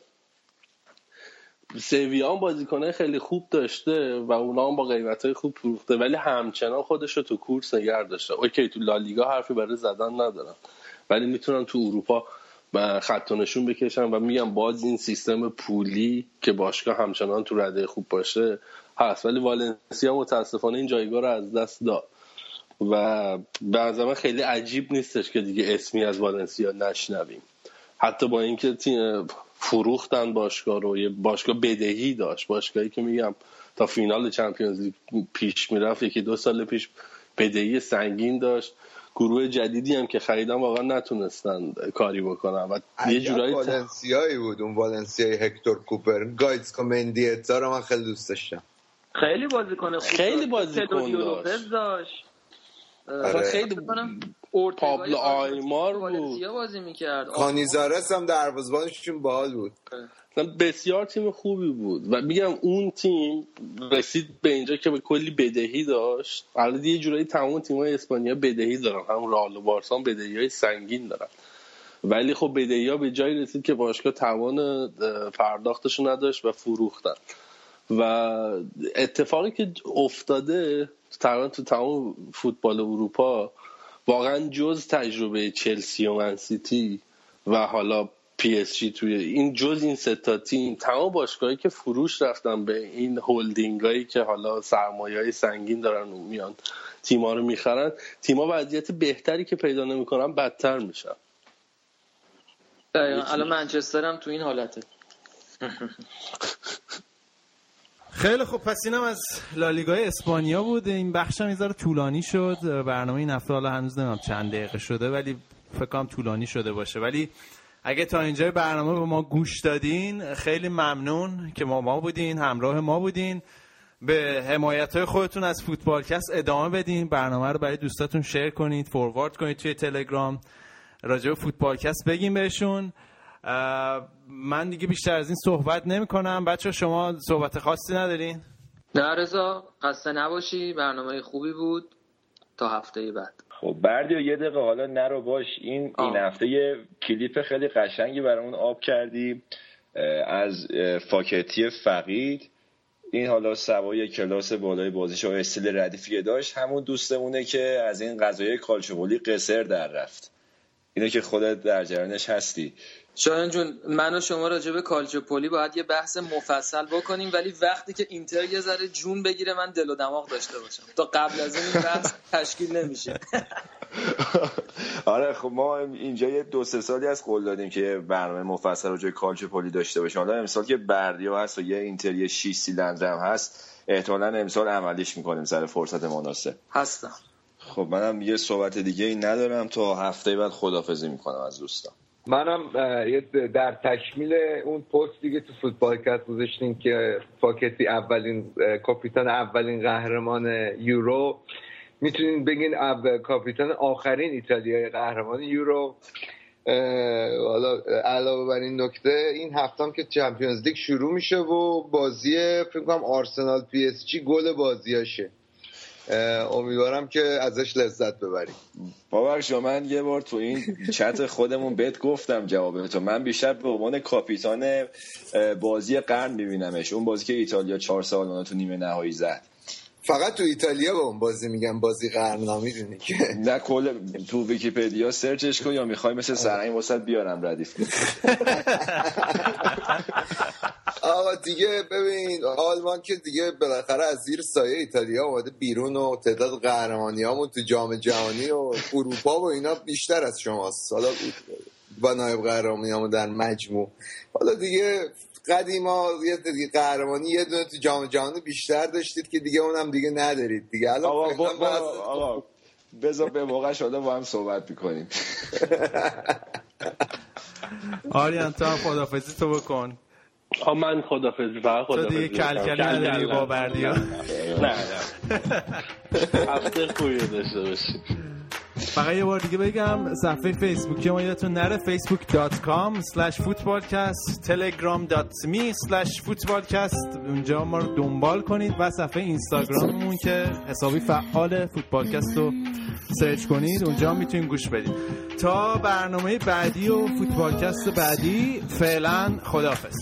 Speaker 9: سویا هم بازیکنای خیلی خوب داشته و اونا هم با قیمتای خوب فروخته، ولی همچنان خودش رو تو کورس نگه داشته. اوکی تو لالیگا حرفی برای زدن ندارم، ولی میتونن تو اروپا خط و نشون بکشن و میگم باز این سیستم پولی که باشگاه همچنان تو رده خوب باشه هست. ولی والنسیا متاسفانه این جایگاه رو از دست داد و به نظر من خیلی عجیب نیستش که دیگه اسمی از والنسیا نشنویم، حتی با اینکه تیم فروختن باشگاه رو، یه باشگاه بدهی داشت، باشگاهی که میگم تا فینال چمپیونز لیگ پیش میرفت، یکی دو سال پیش بدهی سنگین داشت، گروه جدیدی هم که خریدن واقعا نتونستن کاری بکنن و یه جورایی
Speaker 12: والنسیایی بود اون والنسیای هکتور کوپر، گایتسکو مندیتا رو من خیلی دوست داشتم،
Speaker 6: خیلی بازیکن خوب،
Speaker 9: خیلی بازیکن داشت,
Speaker 6: داشت.
Speaker 9: آره. خیلی پابلو آیمار بود،
Speaker 6: بازی میکرد،
Speaker 12: کانیزارس هم دروازه‌بانشون باحال بود،
Speaker 9: بسیار تیم خوبی بود و میگم اون تیم رسید به اینجا که به کلی بدهی داشت. البته یه جورایی تمام تیم‌های اسپانیا بدهی دارن، هم رئال و بارسا بدهی‌های سنگین دارن، ولی خب بدهی‌ها به جایی رسید که باشگاه توان پرداختش نداشت و فروختن. و اتفاقی که افتاده تقریبا تو تمام فوتبال اروپا واقعا جز تجربه چلسی و من سیتی و حالا پی اس جی توی این جز این سه تا تیم، تمام باشگاهایی که فروش رفتن به این هولدینگایی که حالا سرمایه‌های سنگین دارن و میان تیم‌ها رو میخرن، تیم‌ها وضعیت بهتری که پیدا نمی‌کنن بدتر میشن.
Speaker 6: دقیقاً الان منچستر هم تو این حالته.
Speaker 5: خیلی خوب، پس اینم از لالیگای اسپانیا بود. این بخش هم یه ذره طولانی شد، برنامه این هفته حالا هنوز نمیدونم چند دقیقه شده ولی فکر کنم طولانی شده باشه، ولی اگه تا اینجای برنامه به ما گوش دادین خیلی ممنون که ما ما بودین، همراه ما بودین. به حمایت‌های خودتون از فوتبالکست ادامه بدین، برنامه رو برای دوستاتون شیر کنید، فوروارد کنید توی تلگرام، راجع به فوتبالکست بگین بهشون. من دیگه بیشتر از این صحبت نمی کنم. بچه شما صحبت خاصی ندارین؟
Speaker 6: نه رضا، خسته نباشی، برنامه خوبی بود، تا هفته بعد.
Speaker 7: خب بردیا یه دقیقه حالا نرو باش، این آه. این هفته یه کلیپ خیلی قشنگی برامون آب کردی از فاکتی فقید. این حالا سوای کلاس بالای بازیش و استیل ردیفی داشت، همون دوستمونه که از این قضایای کالچوپولی قصر در رفت. اینو که خودت در جریانش هستی.
Speaker 6: شایان جون، من و شما راجع به کالچوپولی باید یه بحث مفصل بکنیم، ولی وقتی که اینتر یه ذره جون بگیره من دل و دماغ داشته باشم، تا قبل از این بحث تشکیل نمیشه.
Speaker 7: آره خب ما اینجا یه دو سه سالی از قول دادیم که برنامه مفصل راجع به کالچوپولی داشته باشیم. حالا امسال که بردیا هست و یه اینتر یه شش سیلندر هم هست، احتمالاً امسال عملیش میکنیم سر فرصت مناسب.
Speaker 6: هستم.
Speaker 7: خب منم یه صحبت دیگه ای ندارم، تا هفته بعد خداحافظی میکنم از دوستان.
Speaker 11: منم در تکمیل اون پستی که تو فوتبالکست گذاشتین که فاکتی اولین کاپیتان اولین قهرمان یورو، میتونین بگین کاپیتان آخرین ایتالیایی قهرمان یورو. حالا علاوه بر این نکته، این هفته هم که چمپیونز لیگ شروع میشه و بازی فکر کنم آرسنال پی اس جی گل بازیاشه، امیدوارم که ازش لذت ببریم.
Speaker 7: باور شما من یه بار تو این چت خودمون بهت گفتم جواب تو، من بیشتر به عنوان کاپیتان بازی قرن میبینمش، اون بازی که ایتالیا چهار سال اون تو نیمه نهایی زد.
Speaker 12: فقط تو ایتالیا به اون بازی میگم بازی قرن، نمیدونی که
Speaker 7: نه کل تو ویکی‌پدیا سرچش کن یا میخوای مثل سرعین واسط بیارم ردیف کن.
Speaker 12: آقا دیگه ببین آلمان که دیگه بالاخره از زیر سایه ایتالیا اومده بیرون و تعداد قهرمانیامون تو جام جهانی و اروپا و اینا بیشتر از شماست. حالا با نایب قهرمانیامون در مجموع حالا دیگه قدیما یه دیگه قهرمانی یه دونه تو جام جهانی بیشتر داشتید که دیگه اونم دیگه ندارید دیگه. الان
Speaker 7: آقا با با آقا بذار به موقع شده با هم صحبت می‌کنیم.
Speaker 5: آریان تا خدافظی تو بکن.
Speaker 9: آ من خدافظی فقط خدافظی.
Speaker 5: تو دیگه کلکلی نداری با بردیا.
Speaker 9: نه نه. هفته خوبی داشته باشی.
Speaker 5: فقط یه بار دیگه بگم صفحه فیسبوکی ما یادتون نره facebook dot com slash footballcast telegram dot me slash footballcast اونجا ما رو دنبال کنید و صفحه اینستاگراممون که حسابی فعال فوتبالکست رو سرچ کنید اونجا میتونید گوش بدید. تا برنامه بعدی و فوتبالکست بعدی فعلا خداحافظ.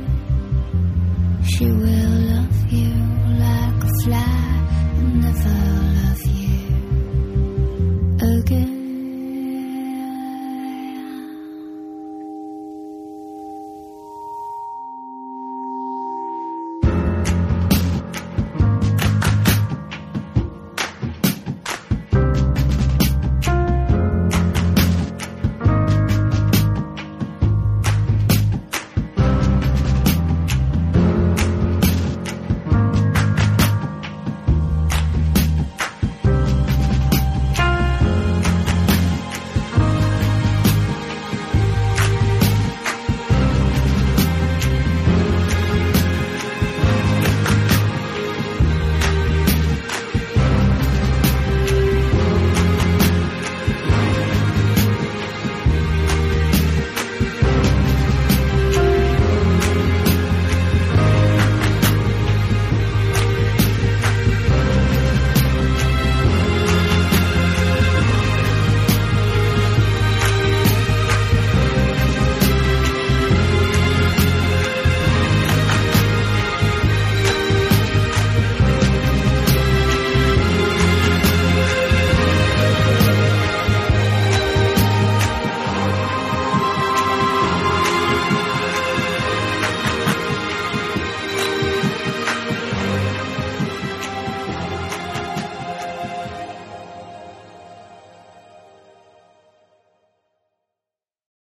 Speaker 13: She will love you like a fly, never